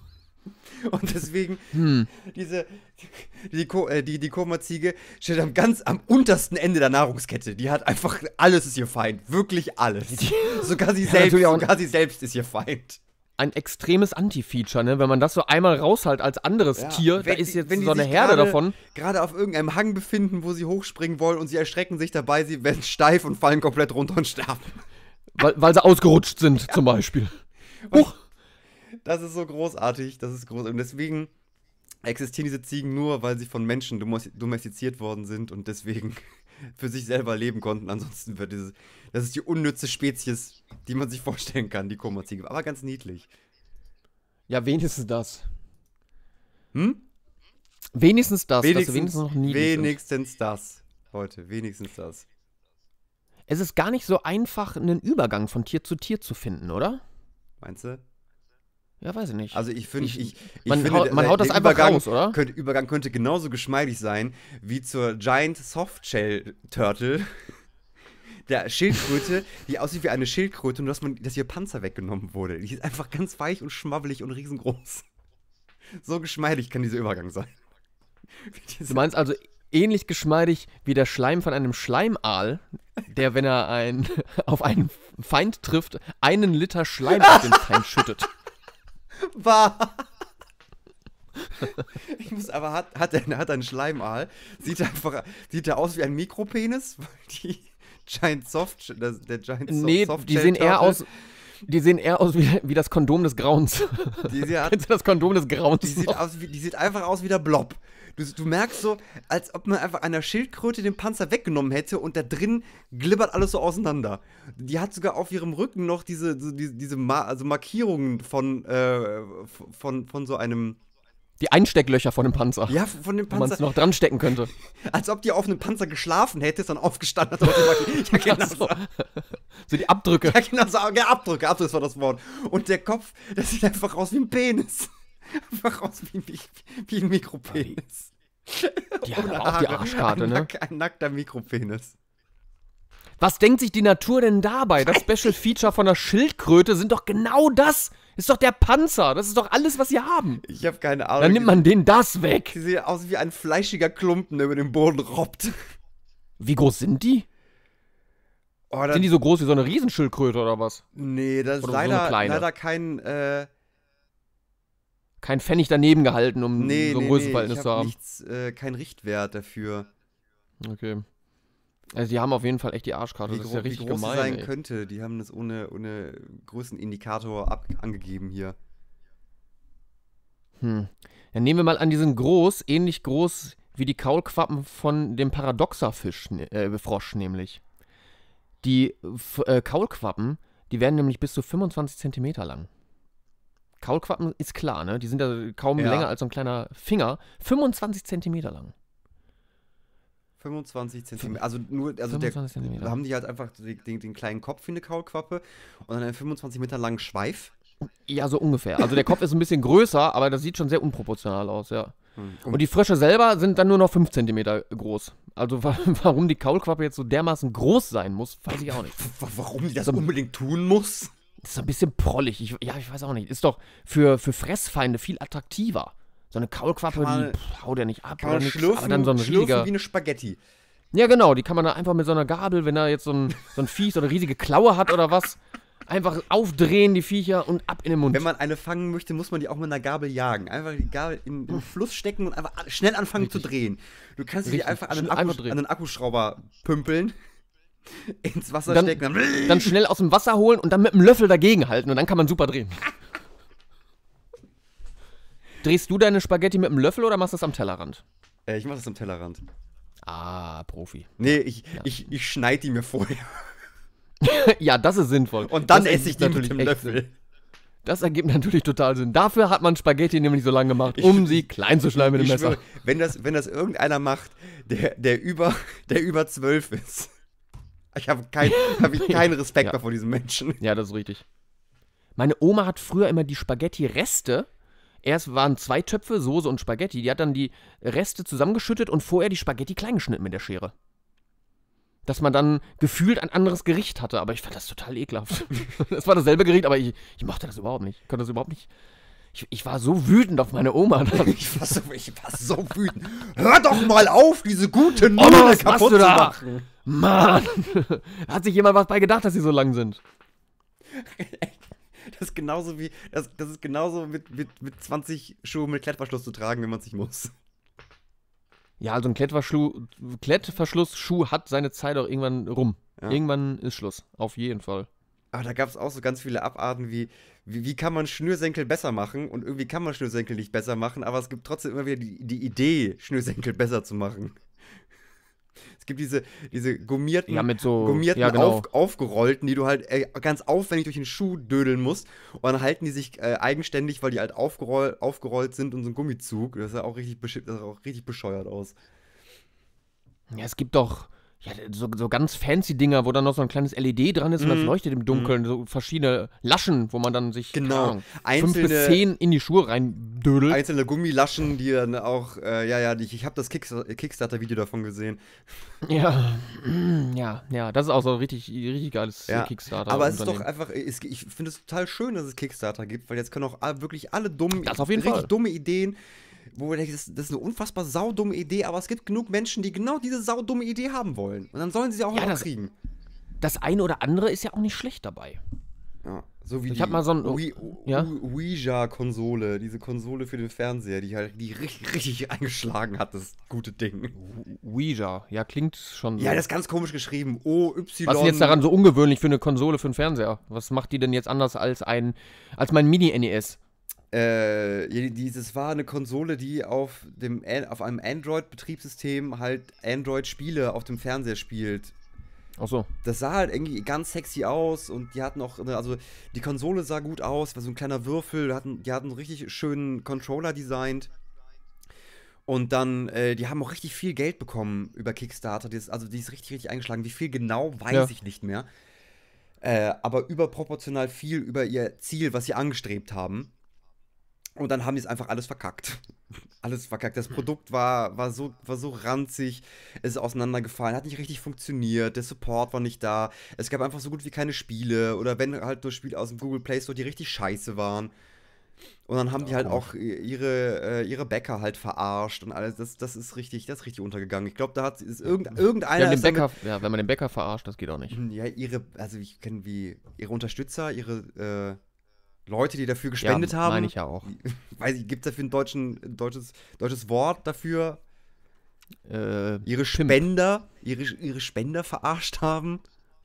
Und deswegen, Hm. diese, die, Ko- äh, die, die Koma-Ziege steht am ganz am untersten Ende der Nahrungskette. Die hat einfach, alles ist ihr Feind. Wirklich alles. Sogar sie Ja, selbst, natürlich auch- sogar sie selbst ist ihr Feind. Ein extremes Anti-Feature, ne? Wenn man das so einmal raushalt als anderes Ja, Tier, da wenn ist die- jetzt wenn die so eine sich Herde gerade- davon, Gerade auf irgendeinem Hang befinden, wo sie hochspringen wollen und sie erschrecken sich dabei, sie werden steif und fallen komplett runter und sterben. weil, weil sie ausgerutscht sind, zum Beispiel. Huch. Das ist so großartig, das ist großartig. Und deswegen existieren diese Ziegen nur, weil sie von Menschen domos- domestiziert worden sind und deswegen für sich selber leben konnten. Ansonsten wird dieses, das ist die unnütze Spezies, die man sich vorstellen kann, die Koma-Ziege. Aber ganz niedlich. Ja, wenigstens das. Hm? Wenigstens das, dass Wenigstens, sie wenigstens noch niedlich sind. wenigstens das, Leute, wenigstens das. Es ist gar nicht so einfach, einen Übergang von Tier zu Tier zu finden, oder? Meinst du? Ja, weiß ich nicht. Also ich finde, Ich- ich, ich man finde, haut- der, man haut der das einfach Übergang raus, oder? Könnte, Übergang könnte genauso geschmeidig sein wie zur Giant Softshell Turtle, der Schildkröte, die aussieht wie eine Schildkröte und dass, man, dass ihr Panzer weggenommen wurde. Die ist einfach ganz weich und schmabbelig und riesengroß. So geschmeidig kann dieser Übergang sein. Du meinst also ähnlich geschmeidig wie der Schleim von einem Schleimaal, der, wenn er ein, auf einen Feind trifft, einen Liter Schleim auf den Feind schüttet. War. Ich muss aber, hat, hat, er, hat einen Schleimaal, sieht einfach, sieht er aus wie ein Mikropenis, weil die Giant Soft, das, der Giant Soft, Nee, Soft die sehen eher aus, die sehen eher aus wie, wie das Kondom des Grauens. Die, die, hat, Kennst du das Kondom des Grauens? die, sieht aus wie, die sieht einfach aus wie der Blob. Du, du merkst so, als ob man einfach einer Schildkröte den Panzer weggenommen hätte und da drin glibbert alles so auseinander. Die hat sogar auf ihrem Rücken noch diese, so, diese, diese Ma also Markierungen von, äh, von, von so einem... Die Einstecklöcher von dem Panzer. Ja, von dem Wo man es Panzer. noch dran stecken könnte. Als ob die auf einem Panzer geschlafen hätte, ist dann aufgestanden hat. Ja, genau so. So die Abdrücke. Ja, genau so. Ja, Abdrücke, Abdrücke war das Wort. Und der Kopf, das sieht einfach aus wie ein Penis. Einfach aus wie, wie, wie ein Mikropenis. Die hat Ohne auch die Haare. Arschkarte, ein, ne? Nack, ein nackter Mikropenis. Was denkt sich die Natur denn dabei? Das Special Feature von der Schildkröte sind doch genau das. Ist doch der Panzer. Das ist doch alles, was sie haben. Ich habe keine Ahnung. Dann nimmt man denen das weg. Die sehen aus wie ein fleischiger Klumpen, der über den Boden robbt. Wie groß sind die? Oh, das, Sind die so groß wie so eine Riesenschildkröte oder was? nee, das ist Oder so eine leider, kleine? leider kein, äh, Kein Pfennig daneben gehalten, um nee, so ein nee, größeres nee, Verhältnis ich zu hab haben. nichts, äh, kein Richtwert dafür. Okay. Also die haben auf jeden Fall echt die Arschkarte. Wie, Das ist gro ja richtig wie groß gemein, sie sein ey. könnte, die haben das ohne, ohne Größenindikator ab angegeben hier. Hm. Dann nehmen wir mal an, die sind groß, ähnlich groß wie die Kaulquappen von dem Paradoxa-Fisch, äh, Frosch nämlich. Die F äh, Kaulquappen, die werden nämlich bis zu fünfundzwanzig Zentimeter lang. Kaulquappen ist klar, ne? Die sind ja kaum Ja. länger als so ein kleiner Finger. fünfundzwanzig Zentimeter lang. fünfundzwanzig Zentimeter. Also nur, also der, fünfundzwanzig Zentimeter. da haben die halt einfach den, den, den kleinen Kopf wie eine Kaulquappe und dann einen fünfundzwanzig Meter langen Schweif. Ja, so ungefähr. Also der Kopf ist ein bisschen größer, aber das sieht schon sehr unproportional aus, ja. Hm. Und die Frösche selber sind dann nur noch fünf Zentimeter groß. Also wa warum die Kaulquappe jetzt so dermaßen groß sein muss, weiß ich auch nicht. Warum die das So- unbedingt tun muss? Das ist ein bisschen prollig. Ich, ja, ich weiß auch nicht. Ist doch für, für Fressfeinde viel attraktiver. So eine Kaulquappe, Kann die man- pff, haut ja nicht ab Kann oder man nichts. schlürfen, Aber dann so ein schlürfen riesiger... wie eine Spaghetti. Ja, genau. Die kann man da einfach mit so einer Gabel, wenn da jetzt so ein, so ein Viech, so eine riesige Klaue hat oder was, einfach aufdrehen, die Viecher, und ab in den Mund. Wenn man eine fangen möchte, muss man die auch mit einer Gabel jagen. Einfach die Gabel in den Fluss stecken und einfach schnell anfangen Richtig. zu drehen. Du kannst sie Richtig. einfach an den, Schnell einfach Akku, drehen. an den Akkuschrauber pümpeln, ins Wasser Dann- stecken, dann, Dann schnell aus dem Wasser holen und dann mit dem Löffel dagegen halten und dann kann man super drehen. Drehst du deine Spaghetti mit dem Löffel oder machst du das am Tellerrand? Äh, ich mach das am Tellerrand. Ah, Profi. Nee, ich, ich, ich schneide die mir vorher. Ja, das ist sinnvoll. Und dann Das esse ich ergibt die mit dem echt Löffel. Sinn. Das ergibt natürlich total Sinn. Dafür hat man Spaghetti nämlich so lange gemacht, Ich- um sie klein zu schneiden mit dem Ich Messer. schwöre, wenn das, wenn das irgendeiner macht, der, der, über, der über zwölf ist, ich habe kein, hab ich keinen Respekt Ja. mehr vor diesem Menschen. Ja, das ist richtig. Meine Oma hat früher immer die Spaghetti-Reste, erst waren zwei Töpfe, Soße und Spaghetti, die hat dann die Reste zusammengeschüttet und vorher die Spaghetti klein geschnitten mit der Schere. Dass man dann gefühlt ein anderes Gericht hatte, aber ich fand das total ekelhaft. Das war dasselbe Gericht, aber ich, ich mochte das überhaupt nicht. Ich konnte das überhaupt nicht. Ich, ich war so wütend auf meine Oma. Dann. Ich war, so, ich war so wütend. Hör doch mal auf, diese gute Oma, Nudeln was machst kaputt du zu da? machen. Mann! Da hat sich jemand was bei gedacht, dass sie so lang sind. Das ist genauso wie, das, das ist genauso mit, mit, mit zwanzig Schuhe mit Klettverschluss zu tragen, wenn man es nicht muss. Ja, also ein Klettverschlu Klettverschlussschuh hat seine Zeit auch irgendwann rum. Ja. Irgendwann ist Schluss. Auf jeden Fall. Aber da gab es auch so ganz viele Abarten wie, wie, wie kann man Schnürsenkel besser machen? Und irgendwie kann man Schnürsenkel nicht besser machen, aber es gibt trotzdem immer wieder die, die Idee, Schnürsenkel besser zu machen. Es gibt diese, diese gummierten, Ja, mit so- gummierten ja, genau. auf, aufgerollten, die du halt äh, ganz aufwendig durch den Schuh dödeln musst. Und dann halten die sich äh, eigenständig, weil die halt aufgeroll, aufgerollt sind und so ein Gummizug. Das sah auch richtig, besch- das sah auch richtig bescheuert aus. Ja, es gibt doch ja, so, so ganz fancy Dinger, wo dann noch so ein kleines L E D dran ist und das Mhm. leuchtet im Dunkeln. So verschiedene Laschen, wo man dann sich keine Genau. Ahnung, fünf Einzelne- bis zehn in die Schuhe reindödelt. Einzelne Gummilaschen, die dann auch, äh, ja, ja, ich, ich habe das Kicks- Kickstarter-Video davon gesehen. Ja, ja, ja, das ist auch so ein richtig, richtig geiles Ja, Kickstarter. Aber es ist doch Unternehmen. einfach, es, ich finde es total schön, dass es Kickstarter gibt, weil jetzt können auch all- wirklich alle dummen, Das auf jeden richtig Fall. dumme Ideen, wo wir denken, das, das ist eine unfassbar saudumme Idee, aber es gibt genug Menschen, die genau diese saudumme Idee haben wollen. Und dann sollen sie sie auch Ja, noch das- kriegen. Das eine oder andere ist ja auch nicht schlecht dabei. Ja. So wie Ich die hab mal so ein- Wii- ja? Ouija-Konsole, diese Konsole für den Fernseher, die halt die richtig, richtig eingeschlagen hat, das gute Ding. Ouija, ja, klingt schon so. Ja, das ist ganz komisch geschrieben. O, Y. Was ist jetzt daran so ungewöhnlich für eine Konsole für einen Fernseher? Was macht die denn jetzt anders als ein als mein Mini-N E S? Äh, dieses war eine Konsole, die auf dem An- auf einem Android-Betriebssystem halt Android-Spiele auf dem Fernseher spielt. Ach so. Das sah halt irgendwie ganz sexy aus und die hatten auch, also die Konsole sah gut aus, war so ein kleiner Würfel, die hatten, die hatten einen richtig schönen Controller designt. Und dann, äh, die haben auch richtig viel Geld bekommen über Kickstarter. Die ist, also die ist richtig, richtig eingeschlagen. Wie viel genau, weiß Ja. ich nicht mehr. Äh, aber überproportional viel über ihr Ziel, was sie angestrebt haben. Und dann haben die es einfach alles verkackt. Alles verkackt. Das Produkt war, war, so, war so ranzig, es ist auseinandergefallen, hat nicht richtig funktioniert, der Support war nicht da. Es gab einfach so gut wie keine Spiele oder wenn halt nur Spiele aus dem Google Play Store, die richtig scheiße waren. Und dann haben die halt auch ihre, äh, ihre Bäcker halt verarscht und alles. Das, das ist richtig, das ist richtig untergegangen. Ich glaube, da hat ist irgend, irgendeiner. Ja, den ist damit- Bäcker, ja, wenn man den Bäcker verarscht, das geht auch nicht. ja, ihre, also ich kenne wie ihre Unterstützer, ihre äh, Leute, die dafür gespendet ja, haben. meine ich ja auch. Weiß ich, gibt es dafür ein, deutschen, ein deutsches, deutsches Wort dafür? Äh, Ihre Pimp. Spender, ihre, ihre Spender verarscht haben?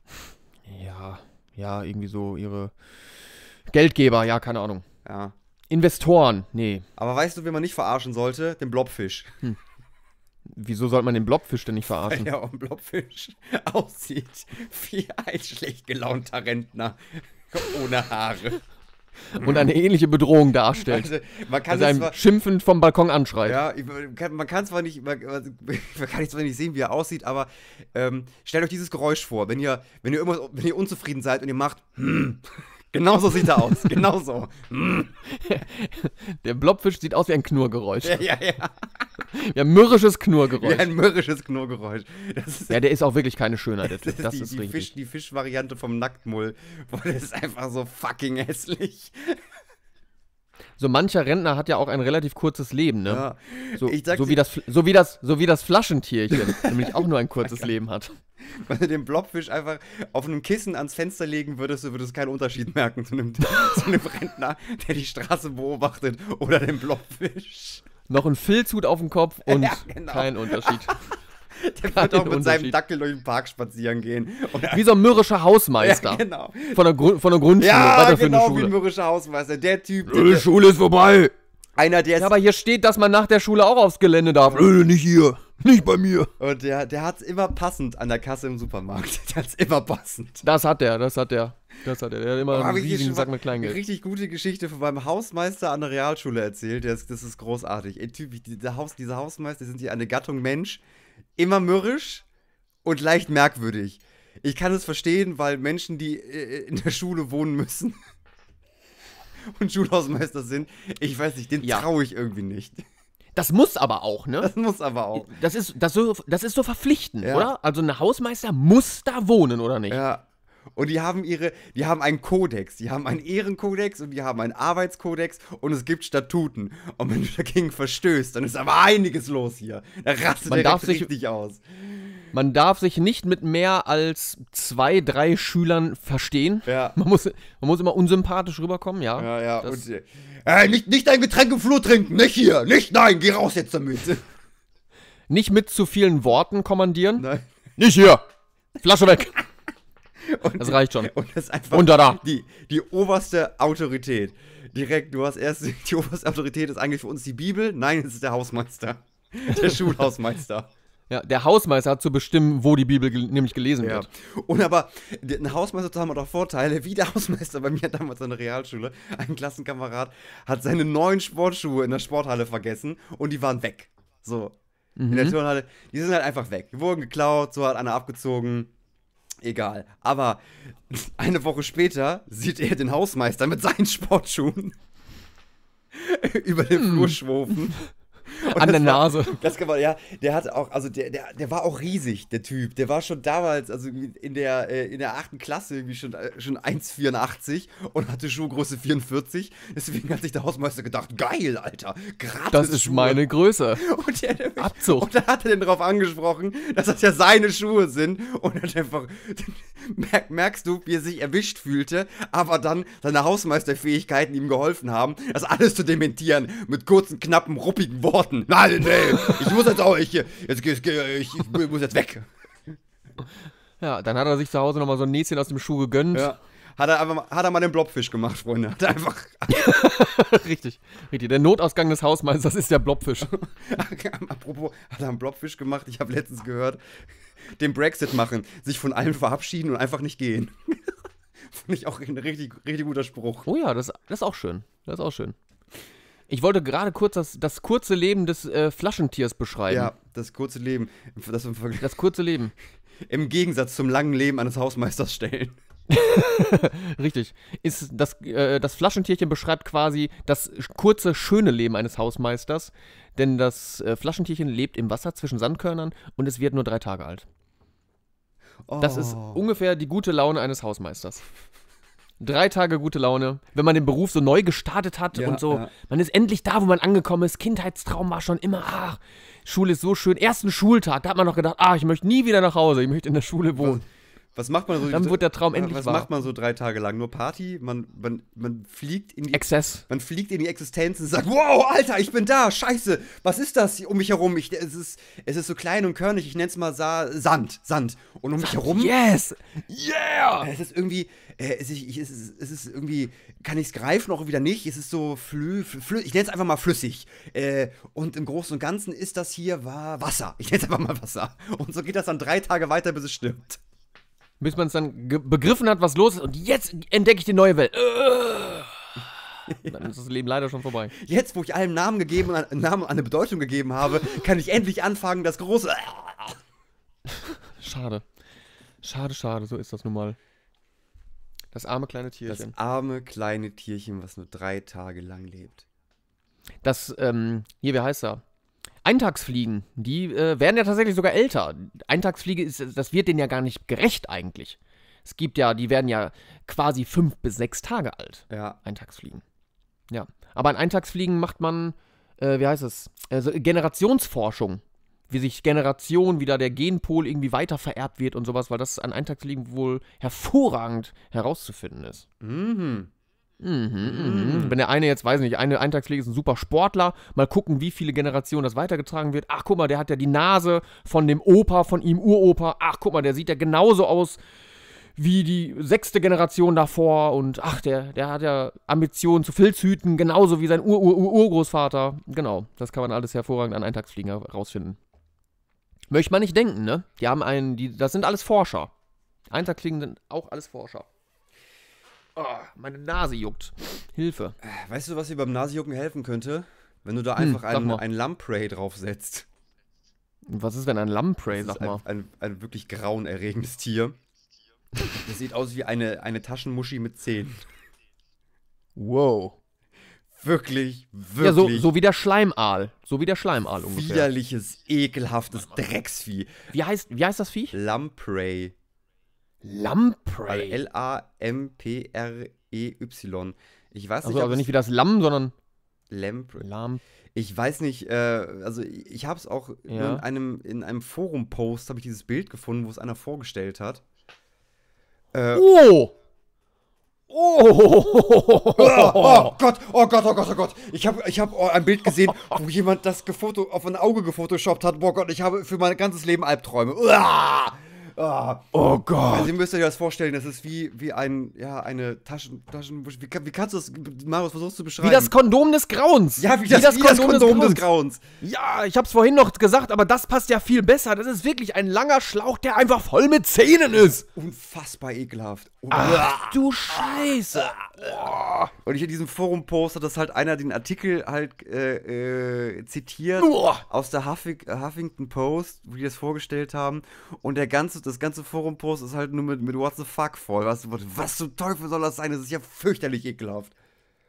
Ja, ja, irgendwie so ihre Geldgeber, ja, keine Ahnung. Ja. Investoren, nee. Aber weißt du, wen man nicht verarschen sollte? Den Blobfisch. Wieso sollte man den Blobfisch denn nicht Weil verarschen? ja auch ein Blobfisch aussieht wie ein schlecht gelaunter Rentner ohne Haare. Und eine ähnliche Bedrohung darstellt. Also, man kann Also es einem zwar, schimpfend vom Balkon anschreit. ja, ich- man kann, man kann zwar nicht, man, man kann zwar nicht sehen, wie er aussieht, aber ähm, stellt euch dieses Geräusch vor, wenn ihr, wenn ihr irgendwas, wenn ihr unzufrieden seid und ihr macht, hm, genauso sieht er aus, genauso. Hm. Der Blobfisch sieht aus wie ein Knurrgeräusch. Ja, ja, ja, Ja, mürrisches wie Knurrgeräusch. ein mürrisches Knurrgeräusch. Das ist, Ja, der ist auch wirklich keine Schönheit, der das Typ. ist Das die, ist die, richtig. Fisch, die Fischvariante vom Nacktmull. Boah, das ist einfach so fucking hässlich. So mancher Rentner hat ja auch ein relativ kurzes Leben, ne? Ja. So, Ich sag's so, wie dir- das, Fl- so, wie das, so wie das Flaschentierchen, nämlich auch nur ein kurzes Leben hat. Wenn du den Blobfisch einfach auf einem Kissen ans Fenster legen würdest, du würdest keinen Unterschied merken zu einem, zu einem Rentner, der die Straße beobachtet oder den Blobfisch. Noch ein Filzhut auf dem Kopf und Ja, genau. kein Unterschied. Der Kein wird auch mit seinem Unterschied. Dackel durch den Park spazieren gehen. Und Wie so ein mürrischer Hausmeister. ja, genau. Von der, Grund, von der Grundschule, Ja, weiterführende genau, wie ein Schule. mürrischer Hausmeister. Der Typ, Äh, der, Schule ist vorbei. einer, der ist, Ja, aber hier steht, dass man nach der Schule auch aufs Gelände darf. Äh, nicht hier. Nicht bei mir. und der, der hat's immer passend an der Kasse im Supermarkt. Der hat's immer passend. Das hat der, das hat der. Das hat der. Der hat immer Oh, einen hab ich dir riesigen schon Sack mal mit Kleingeld. eine richtig gute Geschichte von meinem Hausmeister an der Realschule erzählt. Das, das ist großartig. Ey, Typ, diese, Haus, diese Hausmeister sind hier eine Gattung Mensch. Immer mürrisch und leicht merkwürdig. Ich kann es verstehen, weil Menschen, die äh, in der Schule wohnen müssen und Schulhausmeister sind, ich weiß nicht, den Ja. traue ich irgendwie nicht. Das muss aber auch, ne? Das muss aber auch. Das ist, das so, das ist so verpflichtend, Ja. oder? Also ein Hausmeister muss da wohnen, oder nicht? Ja. Und die haben ihre, die haben einen Kodex, die haben einen Ehrenkodex und die haben einen Arbeitskodex und es gibt Statuten. Und wenn du dagegen verstößt, dann ist aber einiges los hier. Da rastet Man der darf direkt sich- richtig aus. Man darf sich nicht mit mehr als zwei, drei Schülern verstehen. Ja. Man muss, man muss immer unsympathisch rüberkommen, ja. Ja, ja. Das- Und, äh, äh, nicht, nicht dein Getränk im Flur trinken, nicht hier, nicht, nein, geh raus jetzt damit. Nicht mit zu vielen Worten kommandieren. Nein. Nicht hier. Flasche weg. Und Das reicht schon. Und das ist einfach Runter da. die, die oberste Autorität. Direkt, du hast erst, die oberste Autorität ist eigentlich für uns die Bibel. Nein, es ist der Hausmeister. Der Schulhausmeister. Ja, der Hausmeister hat zu bestimmen, wo die Bibel gel nämlich gelesen Ja. wird. Und aber, d- ein Hausmeister zu haben hat auch Vorteile, wie der Hausmeister bei mir damals an der Realschule. Ein Klassenkamerad hat seine neuen Sportschuhe in der Sporthalle vergessen und die waren weg. So. In der Turnhalle. Die sind halt einfach weg. Die wurden geklaut, so hat einer abgezogen. Egal. Aber eine Woche später sieht er den Hausmeister mit seinen Sportschuhen über den Flur schwufen. An der Nase. War, das kann man, ja, der hatte auch, also der, der, der war auch riesig, der Typ. Der war schon damals, also in der, äh, in der achten Klasse irgendwie schon, äh, schon eins Komma vierundachtzig und hatte Schuhgröße vierundvierzig. Deswegen hat sich der Hausmeister gedacht, geil, Alter, gratis Das ist Schuhe. meine Größe. Und, der, der mich, Abzug. und da hat er den drauf angesprochen, dass das ja seine Schuhe sind. Und dann einfach, merk, merkst du, wie er sich erwischt fühlte, aber dann seine Hausmeisterfähigkeiten ihm geholfen haben, das alles zu dementieren mit kurzen, knappen, ruppigen Worten. Nein, nee, ich muss jetzt auch, ich, jetzt, ich, ich, ich muss jetzt weg. Ja, dann hat er sich zu Hause nochmal so ein Näschen aus dem Schuh gegönnt. Ja. Hat er, einfach, mal- hat er mal den Blobfisch gemacht, Freunde. Hat er einfach. Richtig, richtig. Der Notausgang des Hausmeisters ist der Blobfisch. Apropos, hat er einen Blobfisch gemacht? Ich habe letztens gehört, den Brexit machen, sich von allen verabschieden und einfach nicht gehen. Fand ich auch ein richtig, richtig guter Spruch. Oh ja, das, das ist auch schön. Das ist auch schön. Ich wollte gerade kurz das, das kurze Leben des äh, Flaschentiers beschreiben. Ja, das kurze Leben. Das im, Vergleich- Das kurze Leben. Im Gegensatz zum langen Leben eines Hausmeisters stellen. Richtig. Ist das, äh, das Flaschentierchen beschreibt quasi das kurze, schöne Leben eines Hausmeisters. Denn das äh, Flaschentierchen lebt im Wasser zwischen Sandkörnern und es wird nur drei Tage alt. Oh. Das ist ungefähr die gute Laune eines Hausmeisters. Drei Tage gute Laune, wenn man den Beruf so neu gestartet hat Ja, und so, ja. man ist endlich da, wo man angekommen ist. Kindheitstraum war schon immer, ach, Schule ist so schön. Ersten Schultag, da hat man noch gedacht, ah, ich möchte nie wieder nach Hause, ich möchte in der Schule wohnen. Was macht man so? Dann wird der Traum endlich Was wahr. macht man so drei Tage lang? Nur Party? Man, man, man fliegt in die Exzess. Man fliegt in die Existenz und sagt, wow, Alter, ich bin da, scheiße, was ist das hier um mich herum? Ich, es, ist, es ist so klein und körnig, ich nenne es mal Sa Sand, Sand. Und um mich herum, Yes! Yeah! es ist irgendwie, äh, es, ist, ich- es, ist, es ist irgendwie, kann ich es greifen, auch wieder nicht, es ist so flü, flü ich nenne es einfach mal flüssig. Äh, und im Großen und Ganzen ist das hier war Wasser. Ich nenne es einfach mal Wasser. Und so geht das dann drei Tage weiter, bis es stimmt. Bis man es dann ge- begriffen hat, was los ist und jetzt entdecke ich die neue Welt. Äh. Dann ist das Leben leider schon vorbei. Jetzt, wo ich allem Namen gegeben und einen Namen und eine Bedeutung gegeben habe, kann ich endlich anfangen, das große. Schade. Schade, schade, so ist das nun mal. Das arme kleine Das Tierchen. arme kleine Tierchen, was nur drei Tage lang lebt. Das, ähm, hier, wie heißt er? Eintagsfliegen, die äh, werden ja tatsächlich sogar älter. Eintagsfliege, ist, das wird denen ja gar nicht gerecht eigentlich. Es gibt ja, die werden ja quasi fünf bis sechs Tage alt. Ja. Eintagsfliegen. Ja. Aber an Eintagsfliegen macht man, äh, wie heißt es? Also Generationsforschung. Wie sich Generation, wie da der Genpol irgendwie weiter vererbt wird und sowas, weil das an Eintagsfliegen wohl hervorragend herauszufinden ist. Mhm. Mhm, mhm. Wenn der eine jetzt, weiß nicht, eine Eintagsfliege ist ein super Sportler, mal gucken, wie viele Generationen das weitergetragen wird. Ach, guck mal, der hat ja die Nase von dem Opa, von ihm Uropa. Ach, guck mal, der sieht ja genauso aus wie die sechste Generation davor. Und ach, der, der hat ja Ambitionen zu Filzhüten, genauso wie sein Ur-Ur-Urgroßvater. Genau, das kann man alles hervorragend an Eintagsfliegen herausfinden. Möchte man nicht denken, ne? Die haben einen, die, das sind alles Forscher. Eintagsfliegen sind auch alles Forscher. Oh, meine Nase juckt. Hilfe. Weißt du, was dir beim Nasejucken helfen könnte? Wenn du da Hm, einfach sag ein, mal. ein Lamprey draufsetzt. Was ist denn ein Lamprey, Das sag ist mal? ein, ein, ein wirklich grauenerregendes Tier. Das sieht aus wie eine, eine Taschenmuschi mit Zähnen. Wow. Wirklich, wirklich Ja, so, so wie der Schleimaal. So wie der Schleimaal ungefähr. widerliches, ekelhaftes Drecksvieh. Wie heißt, wie heißt das Viech? Lamprey. Lamprey. L A M P R E Y. Ich weiß nicht, Also, ob also es nicht wie das Lamm, sondern Lamprey. Lam. Ich weiß nicht, äh, also ich, ich habe es auch Ja. in einem, in einem Forum-Post, habe ich dieses Bild gefunden, wo es einer vorgestellt hat. Äh, Oh! oh, Oh! oh Gott, oh Gott, oh Gott, oh Gott. Ich habe ich hab oh, ein Bild gesehen, wo jemand das gefoto auf ein Auge gefotoshoppt hat. Boah Gott, ich habe für mein ganzes Leben Albträume. Uah! Ah. Oh Gott! Also ihr müsst euch das vorstellen, das ist wie, wie ein, ja, eine Taschen, Taschen, wie, kann- wie kannst du das, Marius, versuchst du zu beschreiben? Wie das Kondom des Grauens. ja, wie das, wie das Kondom des Grauens. Grauens. Ja, ich hab's vorhin noch gesagt, aber das passt ja viel besser. Das ist wirklich ein langer Schlauch, der einfach voll mit Zähnen ist. Unfassbar ekelhaft. Ach du Scheiße. Und ich in diesem Forum-Post hat das halt einer den Artikel halt äh, äh, zitiert Uah. aus der Huffing, Huffington Post, wo die das vorgestellt haben. Und der ganze, das ganze Forum-Post ist halt nur mit, mit What the fuck voll. Was, was zum Teufel soll das sein? Das ist ja fürchterlich ekelhaft.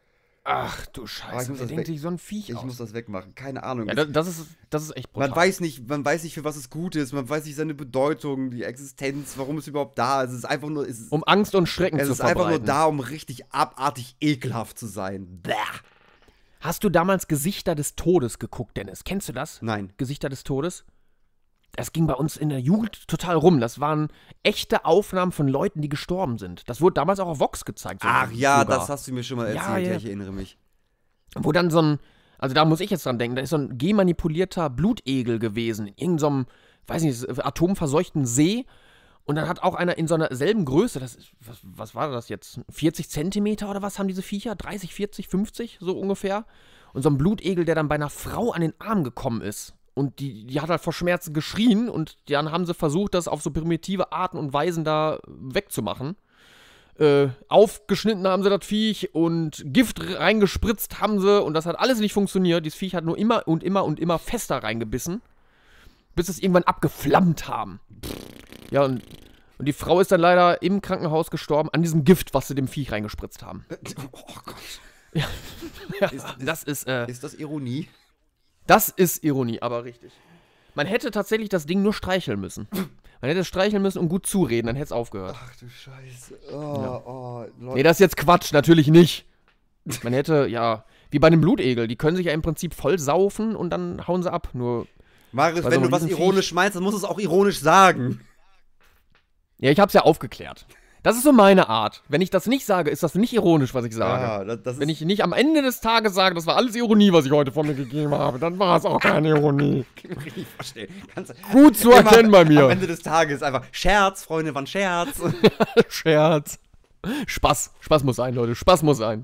Ach du Aber ich Scheiße, muss wer das denkt weg- sich so ein Viech Ich aus? muss das wegmachen. Keine Ahnung. Ja, Es- das, das, ist, das ist echt brutal. Man weiß nicht, man weiß nicht, für was es gut ist. Man weiß nicht seine Bedeutung, die Existenz, warum es überhaupt da ist. Es ist einfach nur, es ist, Um Angst und Schrecken es zu ist einfach verbreiten. nur da, um richtig abartig ekelhaft zu sein. Bäh. Hast du damals Gesichter des Todes geguckt, Dennis? Kennst du das? Nein. Gesichter des Todes? Das ging bei uns in der Jugend total rum. Das waren echte Aufnahmen von Leuten, die gestorben sind. Das wurde damals auch auf Vox gezeigt. so- Ach ja, sogar. das hast du mir schon mal Ja, erzählt. Ja, ja. ich erinnere mich. Wo dann so ein, also da muss ich jetzt dran denken, da ist so ein genmanipulierter Blutegel gewesen. In irgendeinem, weiß nicht, atomverseuchten See. Und dann hat auch einer in so einer selben Größe, das ist, was, was war das jetzt? vierzig Zentimeter oder was haben diese Viecher? dreißig, vierzig, fünfzig, so ungefähr. Und so ein Blutegel, der dann bei einer Frau an den Arm gekommen ist. Und die, die hat halt vor Schmerzen geschrien und dann haben sie versucht, das auf so primitive Arten und Weisen da wegzumachen. Äh, aufgeschnitten haben sie das Viech und Gift reingespritzt haben sie und das hat alles nicht funktioniert. Dieses Viech hat nur immer und immer und immer fester reingebissen, bis es irgendwann abgeflammt haben. Ja, und, und die Frau ist dann leider im Krankenhaus gestorben an diesem Gift, was sie dem Viech reingespritzt haben. Oh Gott. Ja, ja Ist- das ist, äh, Ist das Ironie? das ist Ironie, aber richtig. Man hätte tatsächlich das Ding nur streicheln müssen. Man hätte es streicheln müssen und gut zureden, dann hätte es aufgehört. Ach du Scheiße. Oh, oh, Leute. Nee, das ist jetzt Quatsch, natürlich nicht. Man hätte, ja, wie bei einem Blutegel, die können sich ja im Prinzip voll saufen und dann hauen sie ab. Nur, Marius, Bei wenn so du was einem ironisch meinst, dann musst du es auch ironisch sagen. ja, ich hab's ja aufgeklärt. Das ist so meine Art. Wenn ich das nicht sage, ist das nicht ironisch, was ich sage. Ja, das, das Wenn ist, ich nicht am Ende des Tages sage, das war alles Ironie, was ich heute von mir gegeben habe, dann war es auch keine Ironie. kann ich mir richtig verstehen. Kannst, Gut zu immer erkennen bei Am mir. Ende des Tages einfach Scherz, Freunde, war ein Scherz. Scherz. Spaß. Spaß muss sein, Leute. Spaß muss sein.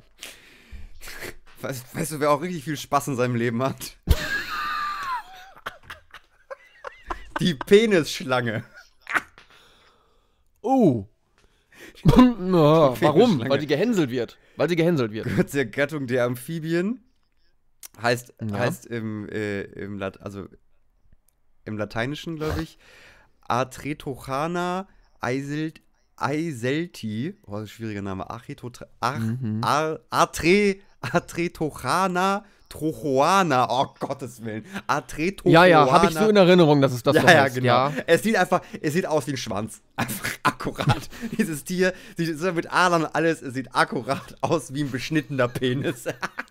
Weißt, weißt du, wer auch richtig viel Spaß in seinem Leben hat? Die Penisschlange. Oh. ja, warum? Penisschlange. Weil sie gehänselt wird. Weil sie gehänselt wird. Gehört zur Gattung der Amphibien. Heißt, Ja. heißt im, äh, im, Lat also im Lateinischen, glaube ich, Atretochana eiselt, eiselti. Oh, das ist ein schwieriger Name. Achetotra, Ach, Mhm. Ar, Atre, Atretochana trochoana. Oh, Gottes Willen. Atretochana. Ja, ja, habe ich so in Erinnerung, dass es das ja, so ja, heißt. genau. Ja. Es sieht einfach, es sieht aus wie ein Schwanz. Einfach akkurat. Dieses Tier sieht so mit Adern und alles, es sieht akkurat aus wie ein beschnittener Penis.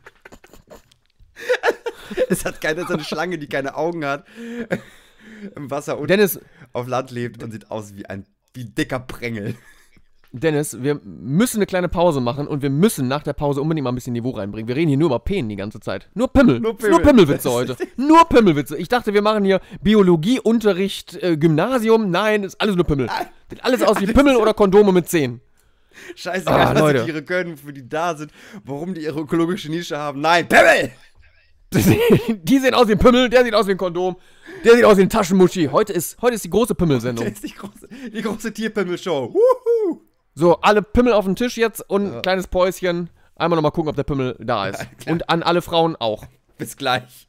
Es hat keine, so eine Schlange, die keine Augen hat, im Wasser und Dennis, auf Land lebt und sieht aus wie ein wie dicker Prängel. Dennis, wir müssen eine kleine Pause machen und wir müssen nach der Pause unbedingt mal ein bisschen Niveau reinbringen. Wir reden hier nur über Penen die ganze Zeit. Nur Pimmel. Nur Nur, Pimmel. Pimmelwitze Das heute. Nur Pimmelwitze. Ich dachte, wir machen hier Biologieunterricht, äh, Gymnasium. Nein, ist alles nur Pimmel. Sieht alles aus wie Pimmel oder Kondome mit Zehen. Scheißegal, Ah, was Leute. die Tiere können, wofür die da sind, warum die ihre ökologische Nische haben. Nein, Pimmel! Die sehen aus wie ein Pimmel, der sieht aus wie ein Kondom, der sieht aus wie ein Taschenmuschi. Heute ist, heute ist die große Das Pimmelsendung. ist die große, die große Tierpimmel-Show. Wuhu! So, alle Pimmel auf den Tisch jetzt und Ja. ein kleines Päuschen. Einmal nochmal gucken, ob der Pimmel da ist. Ja, klar. Und an alle Frauen auch. Bis gleich.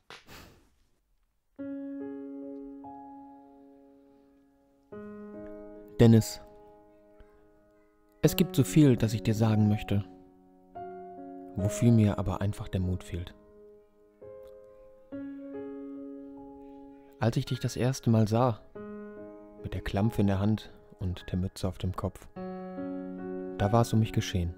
Dennis, es gibt so viel, das ich dir sagen möchte, wofür mir aber einfach der Mut fehlt. Als ich dich das erste Mal sah, mit der Klampfe in der Hand und der Mütze auf dem Kopf, da war es um mich geschehen.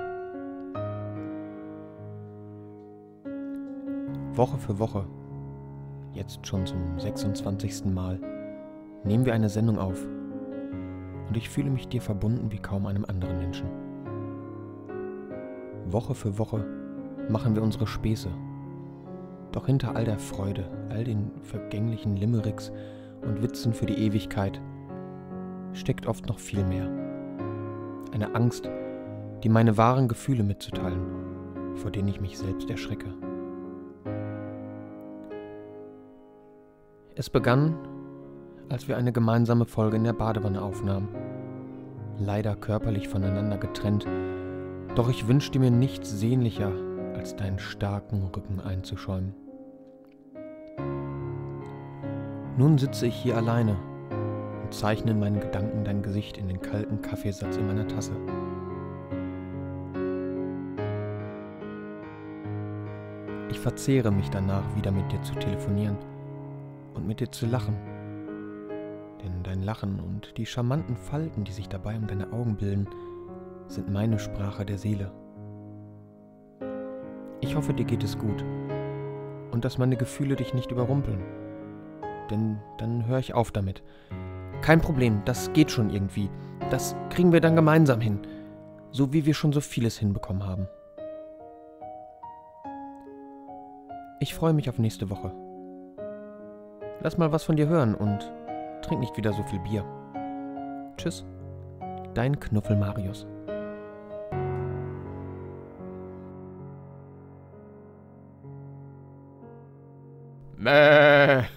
Woche für Woche, jetzt schon zum sechsundzwanzigsten Mal, nehmen wir eine Sendung auf. Und ich fühle mich dir verbunden wie kaum einem anderen Menschen. Woche für Woche machen wir unsere Späße. Doch hinter all der Freude, all den vergänglichen Limericks und Witzen für die Ewigkeit steckt oft noch viel mehr. Eine Angst, die meine wahren Gefühle mitzuteilen, vor denen ich mich selbst erschrecke. Es begann, als wir eine gemeinsame Folge in der Badewanne aufnahmen. Leider körperlich voneinander getrennt, doch ich wünschte mir nichts sehnlicher, als deinen starken Rücken einzuschäumen. Nun sitze ich hier alleine und zeichne in meinen Gedanken dein Gesicht in den kalten Kaffeesatz in meiner Tasse. verzehre mich danach, wieder mit dir zu telefonieren und mit dir zu lachen. Denn dein Lachen und die charmanten Falten, die sich dabei um deine Augen bilden, sind meine Sprache der Seele. Ich hoffe, dir geht es gut und dass meine Gefühle dich nicht überrumpeln. Denn dann höre ich auf damit. Kein Problem, das geht schon irgendwie. Das kriegen wir dann gemeinsam hin, so wie wir schon so vieles hinbekommen haben. Ich freue mich auf nächste Woche. Lass mal was von dir hören und trink nicht wieder so viel Bier. Tschüss, dein Knuffel Marius. Mäh.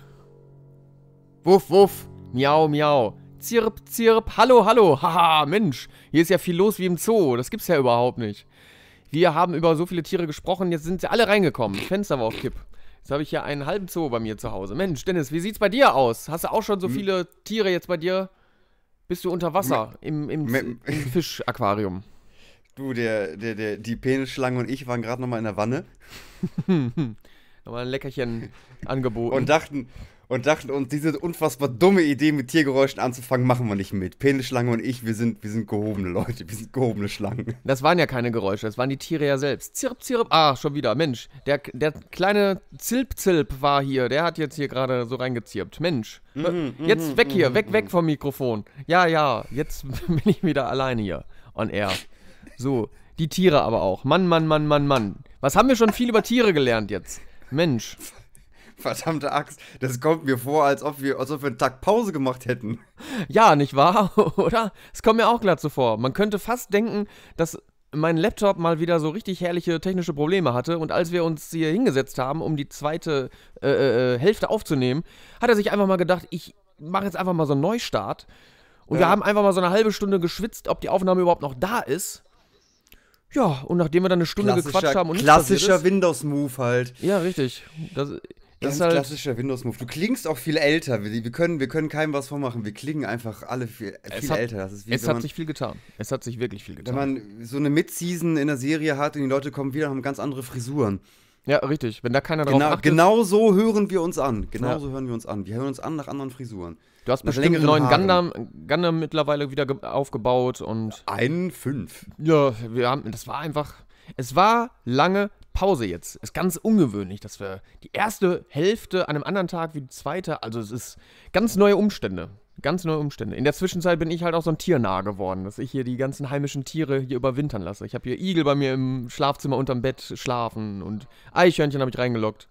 Wuff, wuff. Miau, miau. Zirp, zirp. Hallo, hallo. Haha, Mensch. Hier ist ja viel los wie im Zoo. Das gibt's ja überhaupt nicht. Wir haben über so viele Tiere gesprochen. Jetzt sind sie alle reingekommen. Das Fenster war auf Kipp. Jetzt habe ich hier einen halben Zoo bei mir zu Hause. Mensch, Dennis, wie sieht's bei dir aus? Hast du auch schon so viele Tiere jetzt bei dir? Bist du unter Wasser im, im, im Fischaquarium? Du, der, der, der, die Penisschlange und ich waren gerade nochmal in der Wanne. Nochmal ein Leckerchen angeboten. Und dachten, und dachten uns, diese unfassbar dumme Idee, mit Tiergeräuschen anzufangen, machen wir nicht mit. Penisschlange und ich, wir sind, wir sind gehobene Leute, wir sind gehobene Schlangen. Das waren ja keine Geräusche, das waren die Tiere ja selbst. Zirp, zirp, ah, schon wieder, Mensch. Der, der kleine Zilp-Zilp war hier, der hat jetzt hier gerade so reingezirpt. Mensch, Mhm, jetzt mhm, weg hier, mhm, weg, mhm. weg vom Mikrofon. Ja, ja, jetzt bin ich wieder alleine hier, on air. So, die Tiere aber auch. Mann, Mann, Mann, Mann, Mann. Was haben wir schon viel über Tiere gelernt jetzt? Mensch. Verdammte Axt, das kommt mir vor, als ob wir, als ob wir einen Tag Pause gemacht hätten. Ja, nicht wahr? Oder? Es kommt mir auch glatt so vor. Man könnte fast denken, dass mein Laptop mal wieder so richtig herrliche technische Probleme hatte und als wir uns hier hingesetzt haben, um die zweite äh, äh, Hälfte aufzunehmen, hat er sich einfach mal gedacht, ich mache jetzt einfach mal so einen Neustart und Ja. wir haben einfach mal so eine halbe Stunde geschwitzt, ob die Aufnahme überhaupt noch da ist. Ja, und nachdem wir dann eine Stunde gequatscht haben und nichts klassischer passiert ist, Windows-Move halt. ja, richtig. Das, das Ganz ist halt, klassischer Windows-Move. Du klingst auch viel älter. Wir, wir, können, wir können keinem was vormachen. Wir klingen einfach alle viel, viel hat- älter. Das ist wie, es wenn hat man, sich viel getan. Es hat sich wirklich viel wenn getan. man so eine Mid-Season in der Serie hat und die Leute kommen wieder und haben ganz andere Frisuren. Ja, richtig. Wenn da keiner drauf Genau, achtet, genau so hören wir uns an. Genau Ja. so hören wir uns an. Wir hören uns an nach anderen Frisuren. du hast nach bestimmt einen längeren neuen Haaren. Gundam, Gundam mittlerweile wieder ge- aufgebaut und Einen fünf. ja, wir haben, das war einfach, es war lange Pause jetzt. Ist ganz ungewöhnlich, dass wir die erste Hälfte an einem anderen Tag wie die zweite, also es ist ganz neue Umstände. Ganz neue Umstände. In der Zwischenzeit bin ich halt auch so ein Tiernah geworden, dass ich hier die ganzen heimischen Tiere hier überwintern lasse. Ich habe hier Igel bei mir im Schlafzimmer unterm Bett schlafen und Eichhörnchen habe ich reingelockt.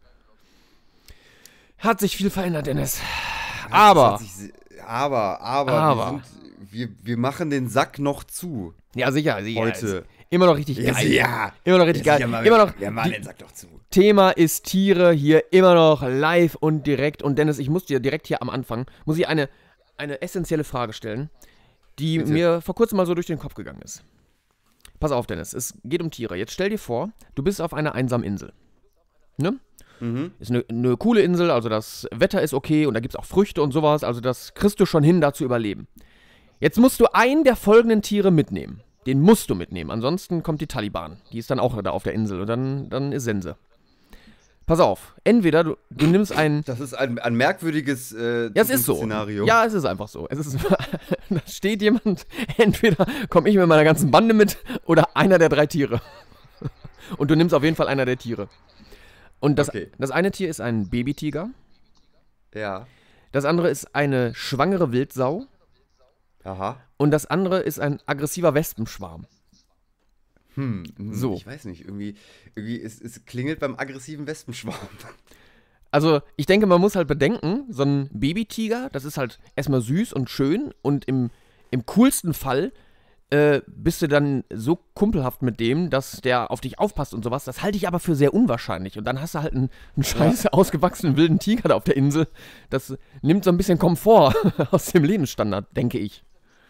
Hat sich viel verändert, Dennis. Aber, Das hat sich se- aber, aber, Aber. Wir, sind, wir, wir machen den Sack noch zu. ja sicher, sicher. Heute. ist Immer noch richtig Ja, geil. ja. Immer noch richtig geil. Immer noch. Wir machen die- den Sack doch zu. Thema ist Tiere hier immer noch live und direkt. Und Dennis, ich muss dir direkt hier am Anfang, muss ich eine, eine essentielle Frage stellen, die Bitte. mir vor kurzem mal so durch den Kopf gegangen ist. Pass auf, Dennis, es geht um Tiere. Jetzt stell dir vor, du bist auf einer einsamen Insel. Ne? Mhm. Ist eine, eine coole Insel, also das Wetter ist okay und da gibt es auch Früchte und sowas, also das kriegst du schon hin, da zu überleben. Jetzt musst du einen der folgenden Tiere mitnehmen. Den musst du mitnehmen, ansonsten kommt die Taliban. Die ist dann auch da auf der Insel und dann, dann ist Sense. Pass auf, entweder du, du nimmst einen... Das ist ein, ein merkwürdiges äh, Ja, es ist so. Szenario. Ja, es ist einfach so. Es ist, da steht jemand, entweder komme ich mit meiner ganzen Bande mit oder einer der drei Tiere. Und du nimmst auf jeden Fall einer der Tiere. Und das, Okay. das eine Tier ist ein Babytiger, Ja. das andere ist eine schwangere Wildsau Aha. und das andere ist ein aggressiver Wespenschwarm. Hm, hm, So. Ich weiß nicht, irgendwie, irgendwie es, es klingelt beim aggressiven Wespenschwarm. Also, ich denke, man muss halt bedenken, so ein Babytiger, das ist halt erstmal süß und schön und im, im coolsten Fall äh, bist du dann so kumpelhaft mit dem, dass der auf dich aufpasst und sowas. Das halte ich aber für sehr unwahrscheinlich. Und dann hast du halt einen, einen scheiße ausgewachsenen wilden Tiger da auf der Insel. Das nimmt so ein bisschen Komfort aus dem Lebensstandard, denke ich.